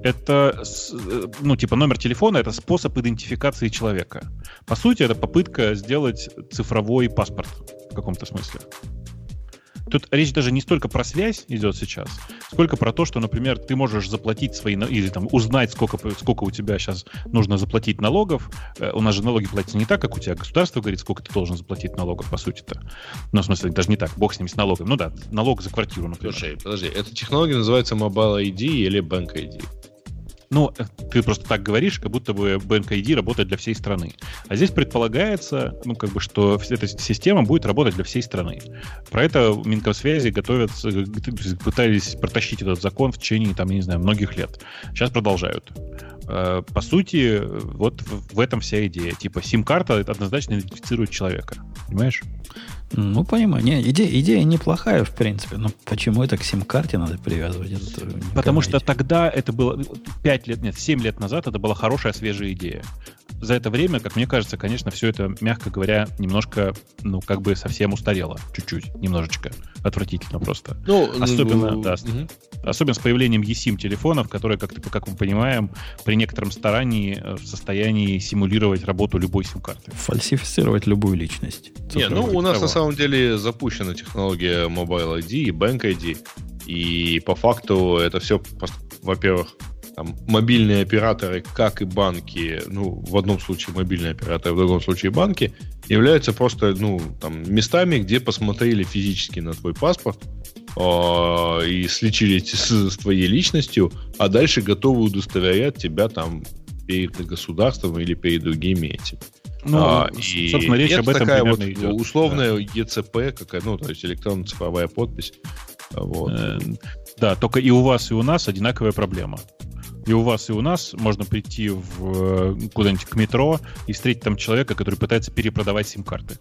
Это, ну, типа, номер телефона — это способ идентификации человека. По сути, это попытка сделать цифровой паспорт в каком-то смысле. Тут речь даже не столько про связь идет сейчас, сколько про то, что, например, ты можешь заплатить свои, или там узнать, сколько у тебя сейчас нужно заплатить налогов. У нас же налоги платятся не так, как у тебя государство говорит, сколько ты должен заплатить налогов, по сути-то. Ну, в смысле, даже не так, бог с ним, с налогом. Ну да, налог за квартиру, например. Слушай, подожди, эта технология называется Mobile ID или Bank ID? Ну, ты просто так говоришь, как будто бы Bank ID работает для всей страны. А здесь предполагается, ну, как бы, что эта система будет работать для всей страны. Про это Минкомсвязи пытались протащить этот закон в течение, там, я не знаю, многих лет. Сейчас продолжают. По сути, вот в этом вся идея. Типа, сим-карта однозначно идентифицирует человека. Понимаешь? Ну, понимаю. Не, идея неплохая, в принципе, но почему это к сим-карте надо привязывать? Потому что тогда это было 7 лет назад это была хорошая, свежая идея. За это время, как мне кажется, конечно, все это, мягко говоря, немножко, ну, как бы совсем устарело. Чуть-чуть, немножечко. Отвратительно просто. Особенно с появлением eSIM телефонов, которые, как мы понимаем, при некотором старании в состоянии симулировать работу любой сим-карты. Фальсифицировать любую личность. Не, ну, у нас на самом деле запущена технология Mobile ID и Bank ID. И по факту это все, во-первых, там, мобильные операторы, как и банки, ну, в одном случае мобильные операторы, в другом случае банки, являются просто, ну, там, местами, где посмотрели физически на твой паспорт и сличились с твоей личностью, а дальше готовы удостоверять тебя там перед государством или перед другими этими. Ну, собственно, речь об этом такая примерно вот идет. Условная ЕЦП, какая, ну, то есть электронно-цифровая подпись. Вот. Да, только и у вас, и у нас одинаковая проблема. И у вас, и у нас можно прийти куда-нибудь к метро и встретить там человека, который пытается перепродавать сим-карты.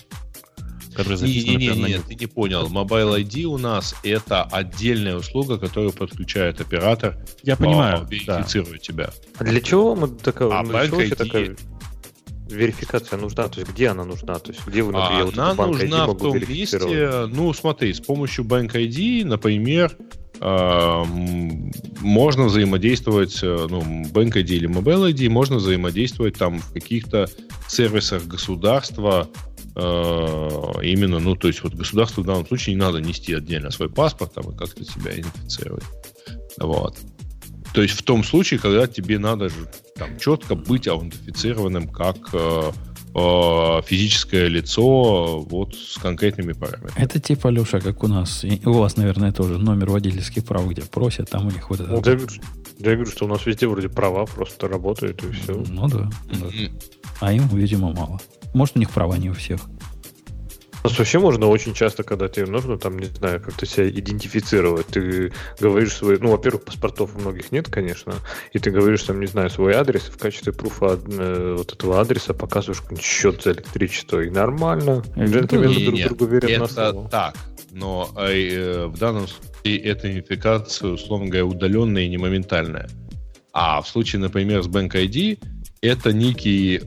Нет, ты не понял. Mobile ID у нас это отдельная услуга, которую подключает оператор. Я понимаю, верифицирует тебя. А для чего мы такая верификация нужна? То есть где она нужна? То есть где вы, например, она нужна в том месте, ну смотри, с помощью Bank ID, например, можно взаимодействовать, ну, Bank ID или Mobile ID, можно взаимодействовать там в каких-то сервисах государства, именно, ну, то есть вот государству в данном случае не надо нести отдельно свой паспорт там, и как-то себя идентифицировать. Вот. То есть в том случае, когда тебе надо же там четко быть аутентифицированным как физическое лицо вот с конкретными параметрами. Это типа, Леша, как у нас. И у вас, наверное, тоже номер водительских прав, где просят, там у них вот это. Ну, я говорю, что у нас везде вроде права просто работают, и все. Ну да. А им, видимо, мало. Может, у них права не у всех. У нас вообще можно очень часто, когда тебе нужно, там, не знаю, как-то себя идентифицировать, ты говоришь свой, ну, во-первых, паспортов у многих нет, конечно, и ты говоришь, там, не знаю, свой адрес, и в качестве пруфа вот этого адреса показываешь счет за электричество, и нормально. Джентльмены друг другу верят на слово. Это так, но в данном случае эта идентификация, условно говоря, удаленная и не моментальная. А в случае, например, с Bank ID, это некий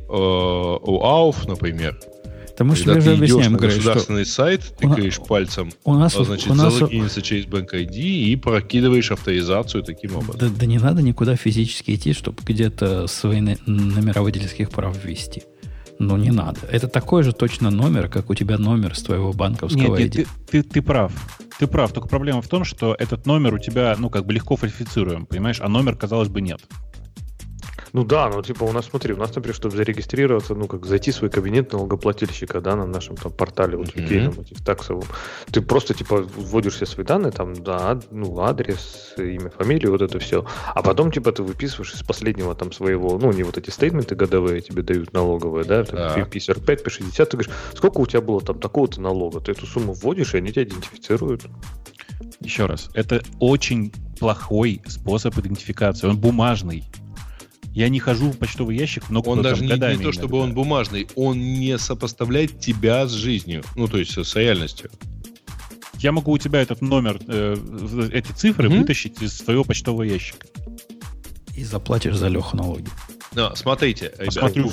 ОАУФ, например. Да мы когда ты идешь на государственный сайт, тыкаешь пальцем, значит, залогиниться через Bank ID и прокидываешь авторизацию таким образом. Да не надо никуда физически идти, чтобы где-то свои номера водительских прав ввести. Ну, не надо. Это такой же точно номер, как у тебя номер с твоего банковского ID. Ты прав. Ты прав. Только проблема в том, что этот номер у тебя, ну, как бы легко фальсифицируем, понимаешь? А номер, казалось бы, нет. Ну да, ну типа у нас, смотри, у нас, например, чтобы зарегистрироваться, ну как зайти в свой кабинет налогоплательщика, да, на нашем там портале, вот UK, этих таксовом, ты просто типа вводишь все свои данные, там, да, ну, адрес, имя, фамилию, вот это все, а потом типа ты выписываешь из последнего там своего, ну, не вот эти стейтменты годовые тебе дают налоговые, да, там, P45, P60, ты говоришь, сколько у тебя было там такого-то налога, ты эту сумму вводишь, и они тебя идентифицируют. Еще раз, это очень плохой способ идентификации, он бумажный. Я не хожу в почтовый ящик, но он даже не то, чтобы он бумажный, он не сопоставляет тебя с жизнью, ну, то есть с реальностью. Я могу у тебя этот номер, эти цифры вытащить из своего почтового ящика. И заплатишь за Леху налоги. Но, смотрите, посмотрю,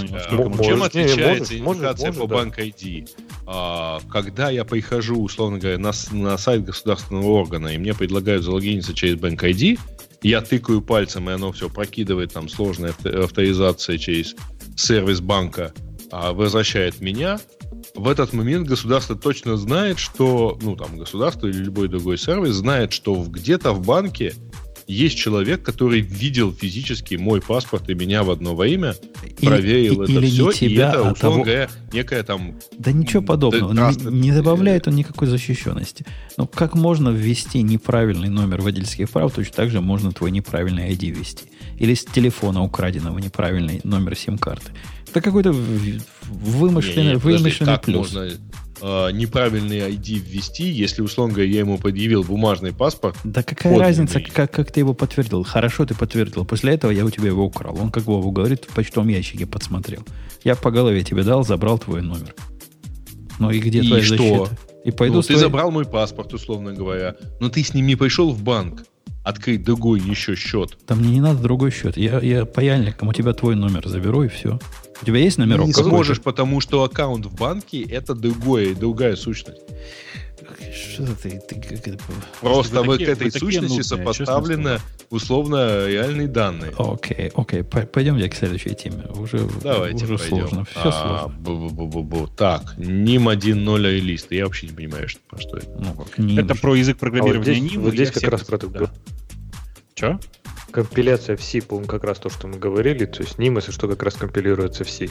чем отличается идентификация по Bank ID? Когда я прихожу, условно говоря, на сайт государственного органа, и мне предлагают залогиниться через Bank ID, я тыкаю пальцем, и оно все прокидывает, там сложная авторизация через сервис банка, возвращает меня, в этот момент государство точно знает, что, государство или любой другой сервис знает, что где-то в банке есть человек, который видел физически мой паспорт и меня в одно во имя, проверил это все, и это, условно говоря, некая там... Да ничего подобного. Не добавляет он никакой защищенности. Но как можно ввести неправильный номер водительских прав, точно так же можно твой неправильный ID ввести. Или с телефона украденного неправильный номер сим-карты. Это какой-то вымышленный плюс. Можно неправильный ID ввести, если, условно говоря, я ему предъявил бумажный паспорт? Да какая разница, как ты его подтвердил? Хорошо, ты подтвердил. После этого я у тебя его украл. Он, как Вова говорит, в почтовом ящике подсмотрел. Я по голове тебе дал, забрал твой номер. Ну и где твоя защита? И пойду ты забрал мой паспорт, условно говоря, но ты с ним не пошел в банк открыть другой еще счет. Да мне не надо другой счет. Я паяльником у тебя твой номер заберу, и все. У тебя есть номерок? Не сможешь, потому что аккаунт в банке это другая сущность. Что ты просто к этой сущности сопоставлены условно реальные данные. Окей. Пойдемте к следующей теме. Давайте уже сложно. Все сложно. Так, NIM 1.0 лист. Я вообще не понимаю, что это. Это про язык программирования NIM. Вот здесь как раз про это. Че? Компиляция в C, по-моему, как раз то, что мы говорили. То есть NIM, если что, как раз компилируется в C.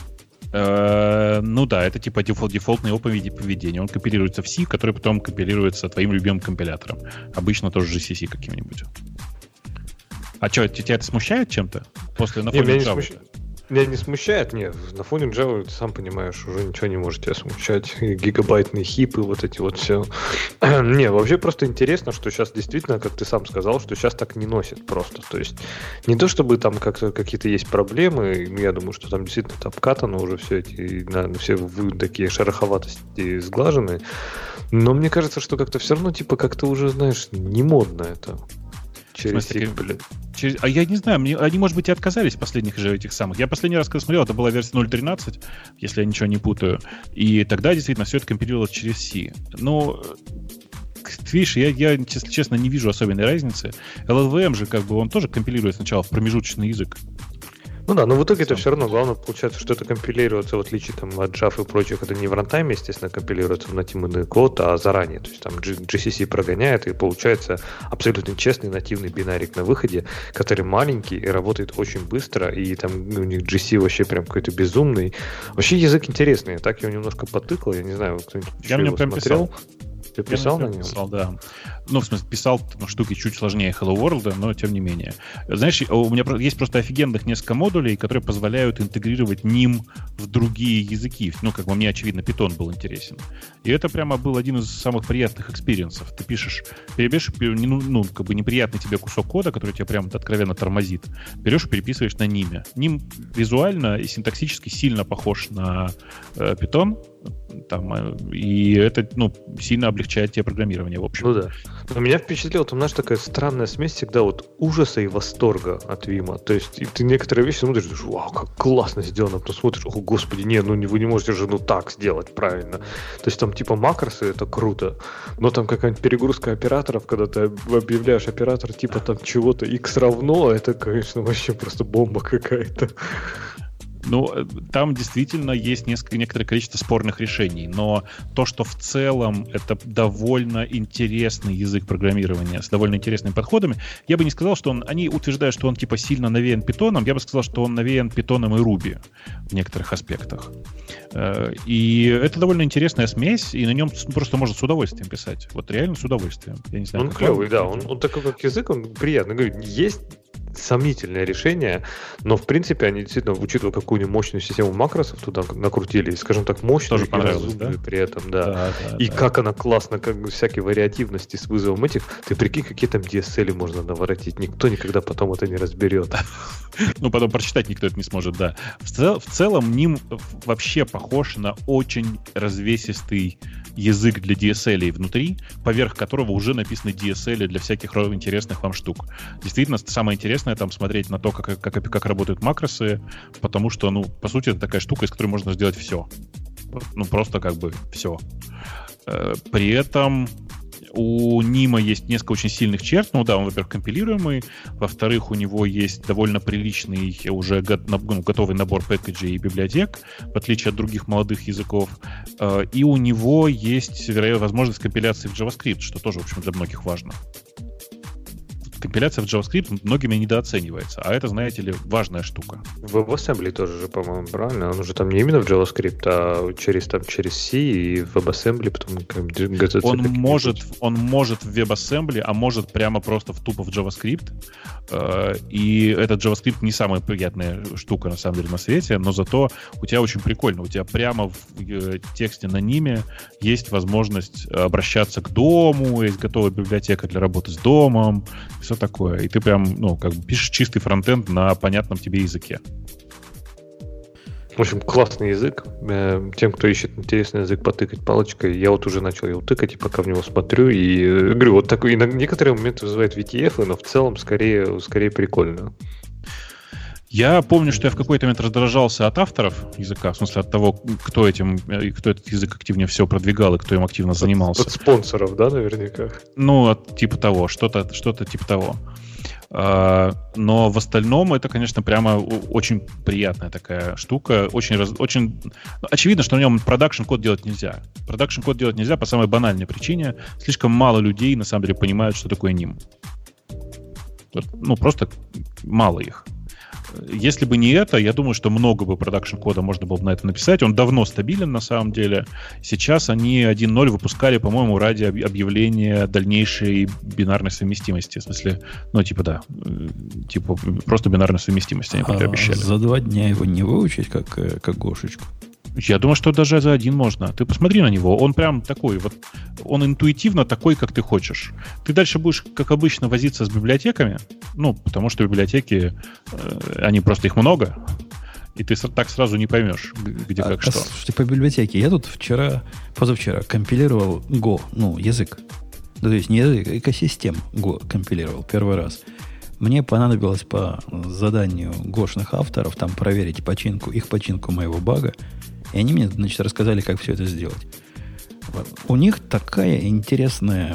Ну да, это типа дефолтное поведение. Он компилируется в C, который потом компилируется твоим любимым компилятором. Обычно тоже GCC каким-нибудь. А что, тебя это смущает чем-то? После на фоне Java? Меня не смущает, нет. На фоне Java, ты сам понимаешь, уже ничего не может тебя смущать. И гигабайтные хипы, вот эти вот все. Не, вообще просто интересно, что сейчас действительно, как ты сам сказал, что сейчас так не носит просто. То есть не то, чтобы там как-то какие-то есть проблемы, я думаю, что там действительно обкатано уже все эти, все такие шероховатости сглажены. Но мне кажется, что как-то все равно, типа, как-то уже, знаешь, не модно это. А я не знаю, они, может быть, и отказались последних же этих самых. Я последний раз, когда смотрел, это была версия 0.13, если я ничего не путаю. И тогда действительно все это компилировалось через C. Но, видишь, я, если честно, не вижу особенной разницы. LLVM же, как бы, он тоже компилирует сначала в промежуточный язык. Ну да, но в итоге это все равно главное получается, что это компилируется, в отличие там, от Java и прочих, это не в рантайме, естественно, компилируется в нативный код, а заранее. То есть там GCC прогоняет, и получается абсолютно честный нативный бинарик на выходе, который маленький и работает очень быстро, и там у них GC вообще прям какой-то безумный. Вообще язык интересный, так я его немножко потыкал, я не знаю, кто-нибудь я его прям смотрел. Ты писал на нем? Писал, да. Ну, в смысле, писал штуки чуть сложнее Hello World, но тем не менее. Знаешь, у меня есть просто офигенных несколько модулей, которые позволяют интегрировать NIM в другие языки. Ну, как бы мне, очевидно, Python был интересен. И это прямо был один из самых приятных экспириенсов. Ты пишешь, перебежишь, как бы неприятный тебе кусок кода, который тебя прямо откровенно тормозит. Берешь и переписываешь на NIM. NIM визуально и синтаксически сильно похож на Python. Там, и это, сильно облегчает тебе программирование, в общем. Ну да. Но меня впечатлило, там, знаешь, такая странная смесь всегда вот ужаса и восторга от Вима. То есть ты некоторые вещи смотришь, думаешь, вау, как классно сделано. Потом смотришь, о, господи, вы не можете же так сделать правильно. То есть там типа макросы, это круто, но там какая-нибудь перегрузка операторов, когда ты объявляешь оператор типа там чего-то x равно, это, конечно, вообще просто бомба какая-то. Ну, там действительно есть некоторое количество спорных решений, но то, что в целом это довольно интересный язык программирования с довольно интересными подходами, я бы не сказал, что они утверждают, что он типа сильно навеян питоном, я бы сказал, что он навеян питоном и Ruby в некоторых аспектах. И это довольно интересная смесь, и на нем просто можно с удовольствием писать. Вот реально с удовольствием. Я не знаю, он клевый, да, он такой как язык, он приятный. Говорю, есть сомнительное решение, но в принципе они действительно, учитывая какую-нибудь мощную систему макросов туда накрутили, скажем так, мощную и разумную при этом, да. И как она классно, как всякие вариативности с вызовом этих, ты прикинь, какие там DSL можно наворотить, никто никогда потом это не разберет. Ну, потом прочитать никто это не сможет, да. В целом NIM вообще похож на очень развесистый язык для DSL внутри, поверх которого уже написаны DSL для всяких интересных вам штук. Действительно, самое интересное там смотреть на то, как работают макросы, потому что, по сути, это такая штука, из которой можно сделать все. Просто как бы все. При этом У Нима есть несколько очень сильных черт. Ну да, он, во-первых, компилируемый. Во-вторых, у него есть довольно приличный уже готовый набор пэкэджей и библиотек, в отличие от других молодых языков. И у него есть, вероятно, возможность компиляции в JavaScript, что тоже, в общем, для многих важно. Компиляция в JavaScript многими недооценивается, а это, знаете ли, важная штука. В WebAssembly тоже же, по-моему, правильно? Он уже там не именно в JavaScript, а через C и в WebAssembly потом GTC. Он может в WebAssembly, а может прямо просто тупо в JavaScript. И этот JavaScript не самая приятная штука, на самом деле, на свете, но зато у тебя очень прикольно. У тебя прямо в тексте на Ниме есть возможность обращаться к дому, есть готовая библиотека для работы с домом, все такое. И ты прям, пишешь чистый фронтенд на понятном тебе языке. В общем, классный язык. Тем, кто ищет интересный язык потыкать палочкой, я вот уже начал его тыкать, и пока в него смотрю, и говорю, вот такой, и на некоторые моменты вызывает VTF, но в целом скорее прикольно. Я помню, что я в какой-то момент раздражался от авторов языка, в смысле от того, кто этот язык активнее всего продвигал и кто им активно занимался. От спонсоров, да, наверняка? Типа того, что-то типа того. Но в остальном это, конечно, прямо очень приятная такая штука. Очень очевидно, что на нем продакшн-код делать нельзя. Продакшн-код делать нельзя по самой банальной причине. Слишком мало людей, на самом деле, понимают, что такое NIM. Просто мало их. Если бы не это, я думаю, что много бы продакшн-кода можно было бы на это написать. Он давно стабилен, на самом деле. Сейчас они 1.0 выпускали, по-моему, ради объявления дальнейшей бинарной совместимости. В смысле, просто бинарной совместимости они пока обещали. За 2 дня его не выучить, как Гошечку? Я думаю, что даже за 1 можно. Ты посмотри на него. Он прям такой, он интуитивно такой, как ты хочешь. Ты дальше будешь, как обычно, возиться с библиотеками, потому что библиотеки, они просто их много, и ты так сразу не поймешь, где как что. Слушайте, по библиотеке. Я тут позавчера компилировал Go, язык. То есть не язык, а экосистему Go компилировал первый раз. Мне понадобилось по заданию гошных авторов там проверить их починку моего бага. И они мне, рассказали, как все это сделать. У них такая интересная...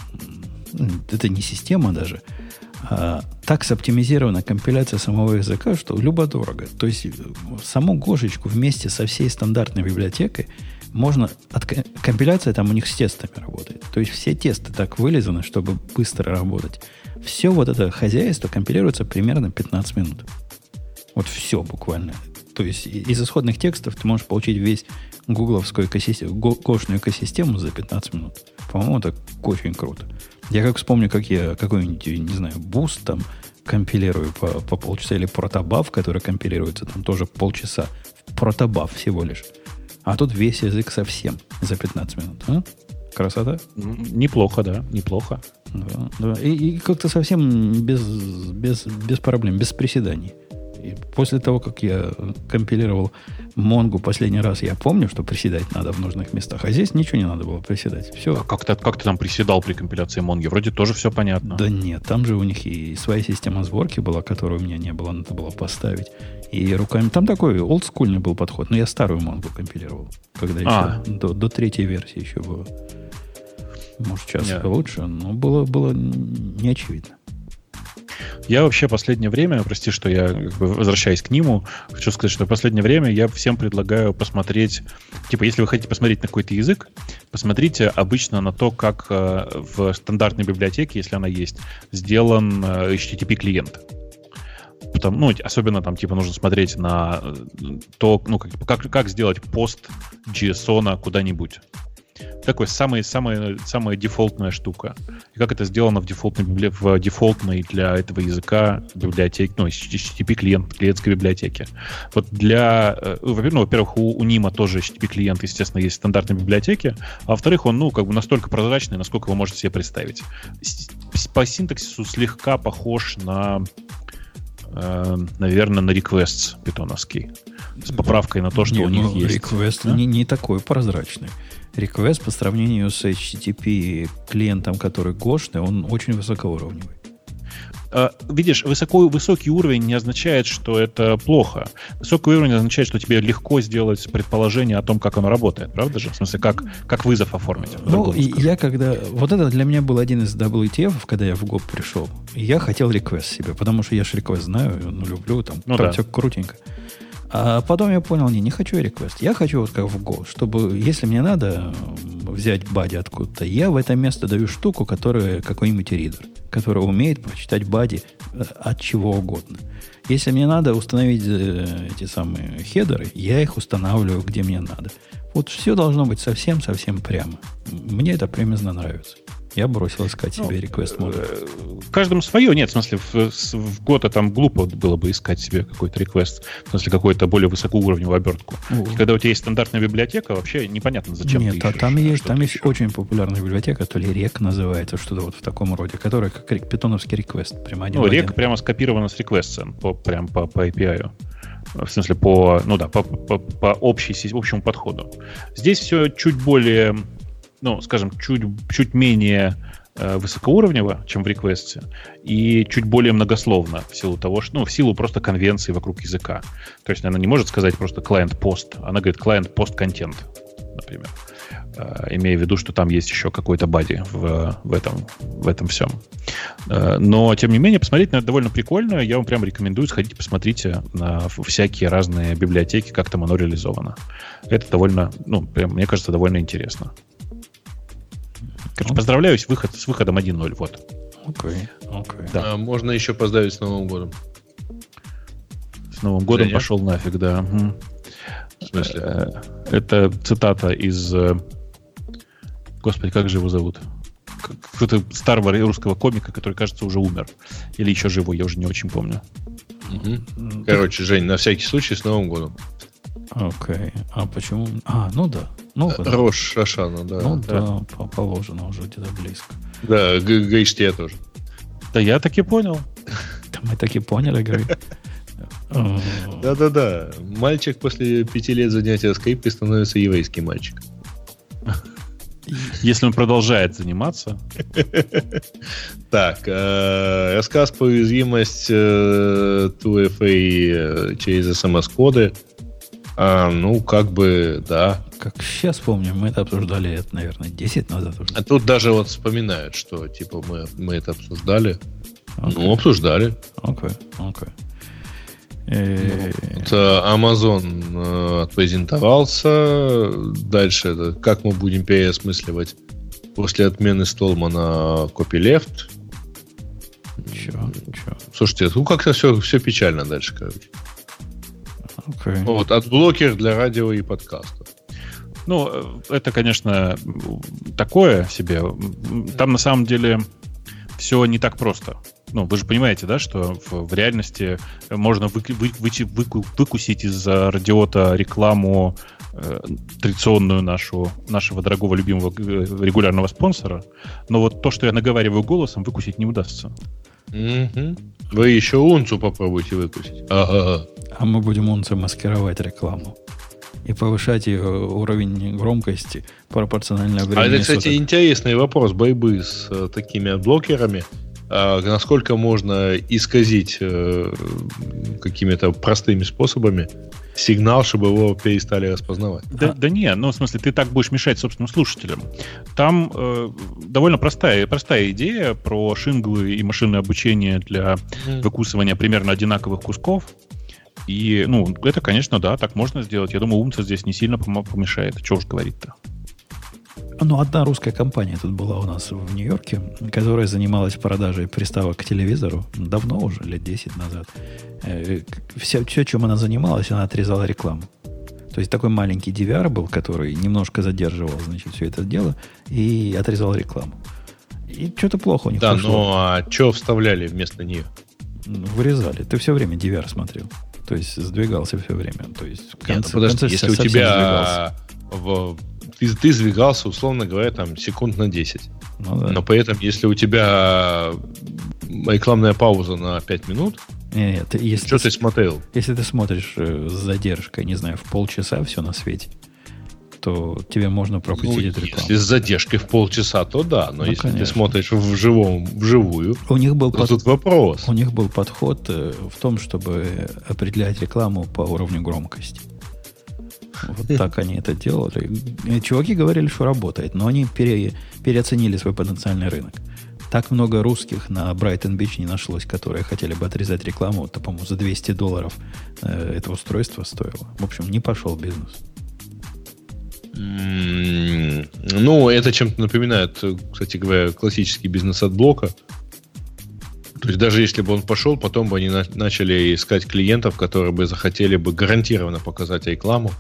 Это не система даже. Так соптимизирована компиляция самого языка, что любо-дорого. То есть саму Гошечку вместе со всей стандартной библиотекой можно... Компиляция там у них с тестами работает. То есть все тесты так вылизаны, чтобы быстро работать. Все вот это хозяйство компилируется примерно 15 минут. Вот все буквально. То есть из исходных текстов ты можешь получить весь гугловскую гошную экосистему за 15 минут. По-моему, это очень круто. Я как вспомню, как я какой-нибудь, не знаю, буст там компилирую по полчаса, или протобаф, который компилируется там тоже полчаса. Протобаф всего лишь. А тут весь язык совсем за 15 минут. Красота? Неплохо, да, неплохо. Да. И как-то совсем без проблем, без приседаний. И после того, как я компилировал Монгу последний раз, я помню, что приседать надо в нужных местах. А здесь ничего не надо было приседать. Все. А как ты там приседал при компиляции Монги? Вроде тоже все понятно. Да нет, там же у них и своя система сборки была, которой у меня не было, надо было поставить. И руками. Там такой олдскульный был подход. Но я старую Монгу компилировал, когда еще до 3-й версии еще было. Может, сейчас лучше, но было неочевидно. Я вообще последнее время, прости, что я возвращаюсь к Ниму, хочу сказать, что в последнее время я всем предлагаю посмотреть, если вы хотите посмотреть на какой-то язык, посмотрите обычно на то, как в стандартной библиотеке, если она есть, сделан HTTP-клиент. Особенно там, нужно смотреть на то, как сделать пост JSON куда-нибудь. Такой самая дефолтная штука. И как это сделано в дефолтной для этого языка библиотеке, HTTP клиентской библиотеке. Вот во-первых, у Нима тоже HTTP клиент, естественно, есть в стандартной библиотеке, а во-вторых, он, настолько прозрачный, насколько вы можете себе представить. По синтаксису слегка похож на, наверное, на requests питоновский. С поправкой на то, что у них есть. Request не такой прозрачный. Request по сравнению с HTTP клиентом, который гошный, он очень высокоуровневый. видишь, высокий уровень не означает, что это плохо. Высокий уровень означает, что тебе легко сделать предположение о том, как оно работает, правда же? В смысле, как вызов оформить. Ну, я когда... Вот это для меня был один из WTF, когда я в ГОП пришел. Я хотел request себе, потому что я же request знаю, люблю, там все крутенько. А потом я понял, не хочу я request. Я хочу вот как в Go, чтобы, если мне надо взять бади откуда-то, я в это место даю штуку, которая какой-нибудь ридер, который умеет прочитать бади от чего угодно. Если мне надо установить эти самые хедеры, я их устанавливаю, где мне надо. Вот все должно быть совсем-совсем прямо. Мне это примерно нравится. Я бросил искать себе request модуль. Каждому свое. Нет, в смысле, в Go там глупо было бы искать себе какой-то request, в смысле, какую-то более высокоуровневую обертку. Когда у тебя есть стандартная библиотека, вообще непонятно, зачем ты ищешь. Нет, там есть очень популярная библиотека, то ли REC называется, что-то вот в таком роде, которая как питоновский request. Прямо один REC прямо скопировано с request, прям по API. В смысле, по общему подходу. Здесь все чуть более... скажем, чуть менее высокоуровнево, чем в реквесте, и чуть более многословно в силу того, что, в силу просто конвенции вокруг языка. То есть она не может сказать просто client-post, она говорит client-post-content, например, имея в виду, что там есть еще какой-то body в этом всем. Но, тем не менее, посмотреть на это довольно прикольно. Я вам прям рекомендую, сходите, посмотрите на всякие разные библиотеки, как там оно реализовано. Это довольно, прям, мне кажется, довольно интересно. Короче, поздравляю с выходом 1.0. Вот. Окей. Да. Можно еще поздравить с Новым годом. С Новым годом Женя? Пошел нафиг, да. В смысле? Это цитата из... Господи, как же его зовут? Какого-то старого русского комика, который, кажется, уже умер. Или еще живой, я уже не очень помню. Короче, Жень, на всякий случай с Новым годом. Окей. А почему? Да. Рош Хашана, да. Да, положено уже где-то близко. Да, говоришь, я тоже. Да я так и понял. Да мы так и поняли, говорит. Да. Мальчик после 5 лет занятия скрипкой становится еврейский мальчик. Если он продолжает заниматься. Так, рассказ про уязвимость 2FA через SMS-коды. Да. Как сейчас помню, мы это обсуждали, это, наверное, 10 назад уже. А тут даже вот вспоминают, что типа мы это обсуждали. Обсуждали. Окей. Amazon отпрезентовался. Дальше, как мы будем переосмысливать после отмены Столмана copyleft. Чё? Слушайте, как-то все печально дальше, короче. Okay. Вот, отблокер для радио и подкаста. Это, конечно, такое себе. Там, на самом деле, все не так просто. Вы же понимаете, да, что в реальности можно выкусить из радиота рекламу традиционную нашего дорогого, любимого регулярного спонсора, но вот то, что я наговариваю голосом, выкусить не удастся. Вы еще унцу попробуйте выкусить. А мы будем унцу маскировать рекламу и повышать ее уровень громкости пропорционально времени. Это, кстати, интересный вопрос борьбы с такими блокерами. Насколько можно исказить какими-то простыми способами сигнал, чтобы его перестали распознавать? Да не, в смысле, ты так будешь мешать собственным слушателям. Там довольно простая идея про шинглы и машинное обучение для выкусывания примерно одинаковых кусков. И, это, конечно, да, так можно сделать. Я думаю, умца здесь не сильно помешает. Чего уж говорить-то? Одна русская компания тут была у нас в Нью-Йорке, которая занималась продажей приставок к телевизору давно уже, лет 10 назад. Все, чем она занималась, она отрезала рекламу. То есть такой маленький DVR был, который немножко задерживал, все это дело, и отрезал рекламу. И что-то плохо у них пошло. А что вставляли вместо нее? Вырезали. Ты все время DVR смотрел. То есть сдвигался все время. То есть подожди, если у тебя ты сдвигался, условно говоря, секунд на 10. Да. Но при этом, если у тебя рекламная пауза на 5 минут, нет, что ты смотрел? Если ты смотришь с задержкой, не знаю, в полчаса все на свете, то тебе можно пропустить эту рекламу. Если с задержкой в полчаса, то да. Но если ты смотришь вживую, тут вопрос. У них был подход в том, чтобы определять рекламу по уровню громкости. Вот так они это делали. Чуваки говорили, что работает, но они переоценили свой потенциальный рынок. Так много русских на Брайтон-Бич не нашлось, которые хотели бы отрезать рекламу. Это, по-моему, за $200 это устройство стоило. В общем, не пошел бизнес. Ну, это чем-то напоминает, кстати говоря, классический бизнес от блока. То есть даже если бы он пошел, потом бы они начали искать клиентов, которые бы захотели бы гарантированно показать рекламу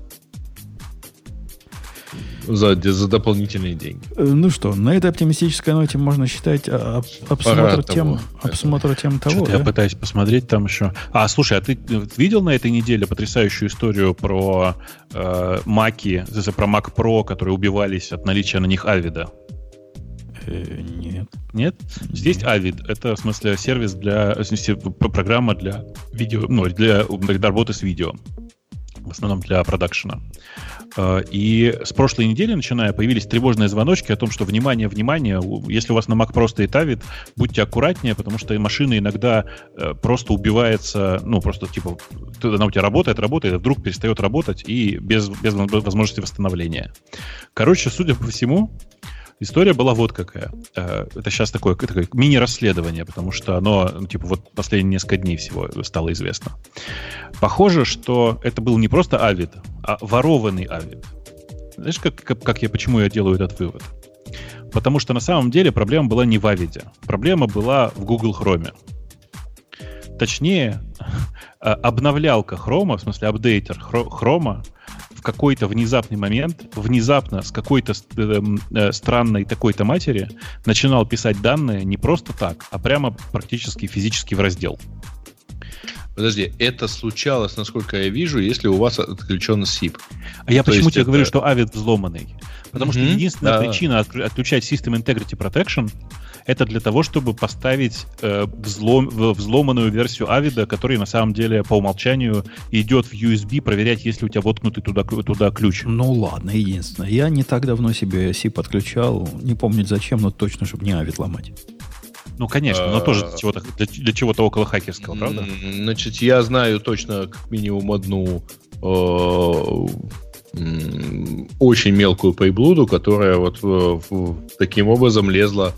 за дополнительные деньги. Ну что, на этой оптимистической ноте можно считать обсмотр тем того. Что-то я пытаюсь посмотреть там еще. Слушай, а ты видел на этой неделе потрясающую историю про Маки, про Mac Pro, которые убивались от наличия на них Авида? Нет. Нет? Здесь Avid. Это, в смысле, сервис программа для видео, для работы с видео. В основном для продакшена. И с прошлой недели, начиная, появились тревожные звоночки о том, что внимание, если у вас на Mac Pro стоит Avid, будьте аккуратнее, потому что машина иногда просто убивается, просто типа она у тебя работает, а вдруг перестает работать и без возможности восстановления. Короче, судя по всему, история была вот какая. Это сейчас такое мини-расследование, потому что оно, последние несколько дней всего стало известно. Похоже, что это был не просто Avid, а ворованный Avid. Знаешь, почему я делаю этот вывод? Потому что на самом деле проблема была не в Avid. Проблема была в Google Chrome. Точнее, обновлялка Chrome, в смысле апдейтер Chrome, в какой-то внезапный момент, внезапно с какой-то странной такой-то матери начинал писать данные не просто так, а прямо практически физически в раздел. Подожди, это случалось, насколько я вижу, если у вас отключен SIP. А я почему тебе говорю, что Avid взломанный? Потому что единственная причина отключать System Integrity Protection это для того, чтобы поставить взломанную версию Avid, которая на самом деле по умолчанию идет в USB, проверять, есть ли у тебя воткнутый туда ключ. Ну ладно, единственное. Я не так давно себе SIP подключал, не помню зачем, но точно, чтобы не Avid ломать. Ну, конечно, но тоже для чего-то около хакерского, правда? Значит, я знаю точно как минимум одну очень мелкую приблуду, которая таким образом лезла.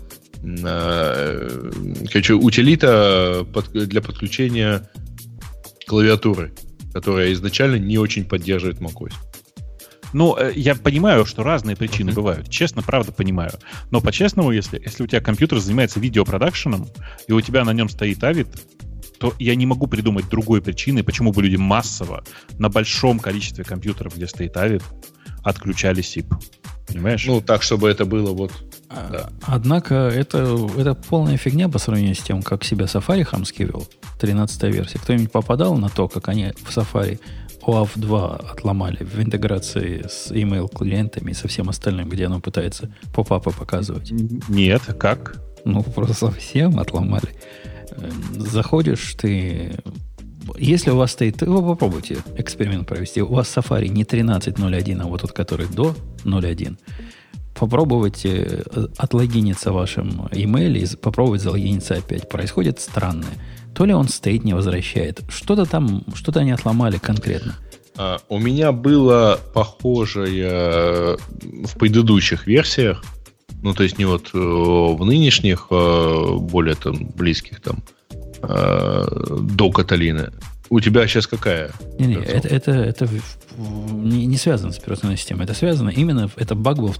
Утилита для подключения клавиатуры, которая изначально не очень поддерживает macOS. Ну, я понимаю, что разные причины бывают. Честно, правда, понимаю. Но по-честному, если у тебя компьютер занимается видеопродакшеном, и у тебя на нем стоит Avid, то я не могу придумать другой причины, почему бы люди массово на большом количестве компьютеров, где стоит Avid, отключали SIP. Понимаешь? Ну, так, чтобы это было Да. Однако это полная фигня по сравнению с тем, как себя Safari хамски вел. 13-я версия. Кто-нибудь попадал на то, как они в Safari OAuth 2 отломали в интеграции с email-клиентами и со всем остальным, где оно пытается поп-апы показывать? Нет, как? Ну, просто совсем отломали. Заходишь ты... Если у вас стоит... Вы попробуйте эксперимент провести. У вас Safari не 13.01, а вот тот, который до 0.1. Попробуйте отлогиниться в вашем email и попробовать залогиниться опять. Происходит странное. То ли он стейт не возвращает. Что-то они отломали конкретно. У меня было похожее в предыдущих версиях. Ну, то есть не в нынешних, более близких до Каталины. У тебя сейчас какая? Это не связано с операционной системой. Это связано именно... Это баг был в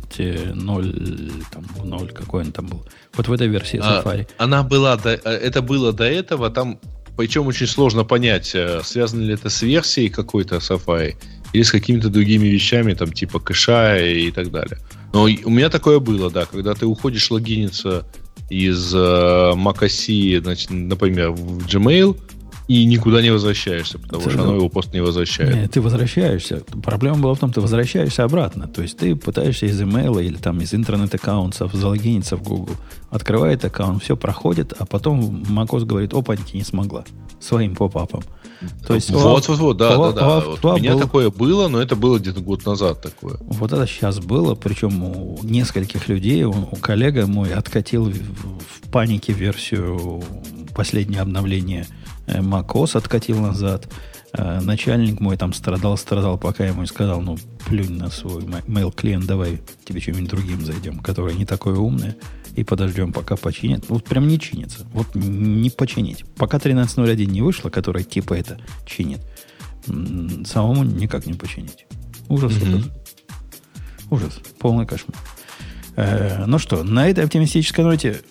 13.0 какой он там был. Вот в этой версии Safari. Это было до этого. Там, причем очень сложно понять, связано ли это с версией какой-то Safari или с какими-то другими вещами, там типа кэша и так далее. Но у меня такое было, да. Когда ты уходишь логиниться из macOS, значит, например, в Gmail, и никуда не возвращаешься, потому что оно его просто не возвращает. Нет, ты возвращаешься. Проблема была в том, ты возвращаешься обратно. То есть ты пытаешься из имейла или там из интернет-аккаунтов залогиниться в Google. Открывает аккаунт, все проходит, а потом macOS говорит, опаньки, не смогла. своим поп-апом. То есть вот, да. У меня такое было, но это было где-то год назад такое. Вот это сейчас было, причем у нескольких людей, у коллега мой откатил в панике версию последнее обновление macOS, откатил назад. Начальник мой там страдал, пока я ему сказал, ну, плюнь на свой mail-клиент, давай тебе чем-нибудь другим зайдем, которое не такое умное, и подождем, пока починят. Вот прям не чинится. Вот не починить. Пока 13.01 не вышло, которое типа это чинит, самому никак не починить. Ужас. Ужас. Полный кошмар. Ну что, на этой оптимистической ноте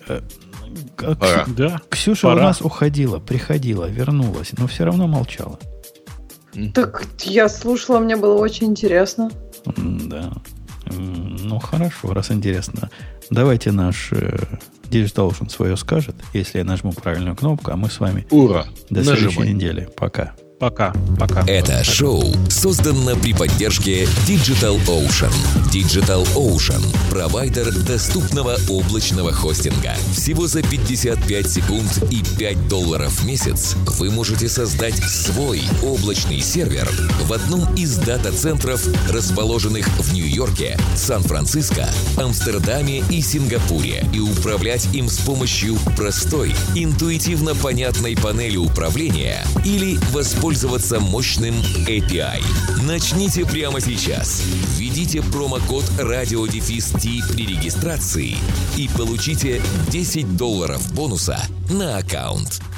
Ксюша у нас уходила, приходила, вернулась, но все равно молчала. Так я слушала, мне было очень интересно. Да. Ну, хорошо, раз интересно. Давайте наш Digital Ocean свое скажет, если я нажму правильную кнопку, а мы с вами до следующей недели. Пока. Пока. Это шоу создано при поддержке Digital Ocean. Digital Ocean – провайдер доступного облачного хостинга. Всего за 55 секунд и $5 в месяц вы можете создать свой облачный сервер в одном из дата-центров, расположенных в Нью-Йорке, Сан-Франциско, Амстердаме и Сингапуре, и управлять им с помощью простой, интуитивно понятной панели управления или воспользоваться мощным API. Начните прямо сейчас. Введите промокод RadioDefist при регистрации и получите $10 бонуса на аккаунт.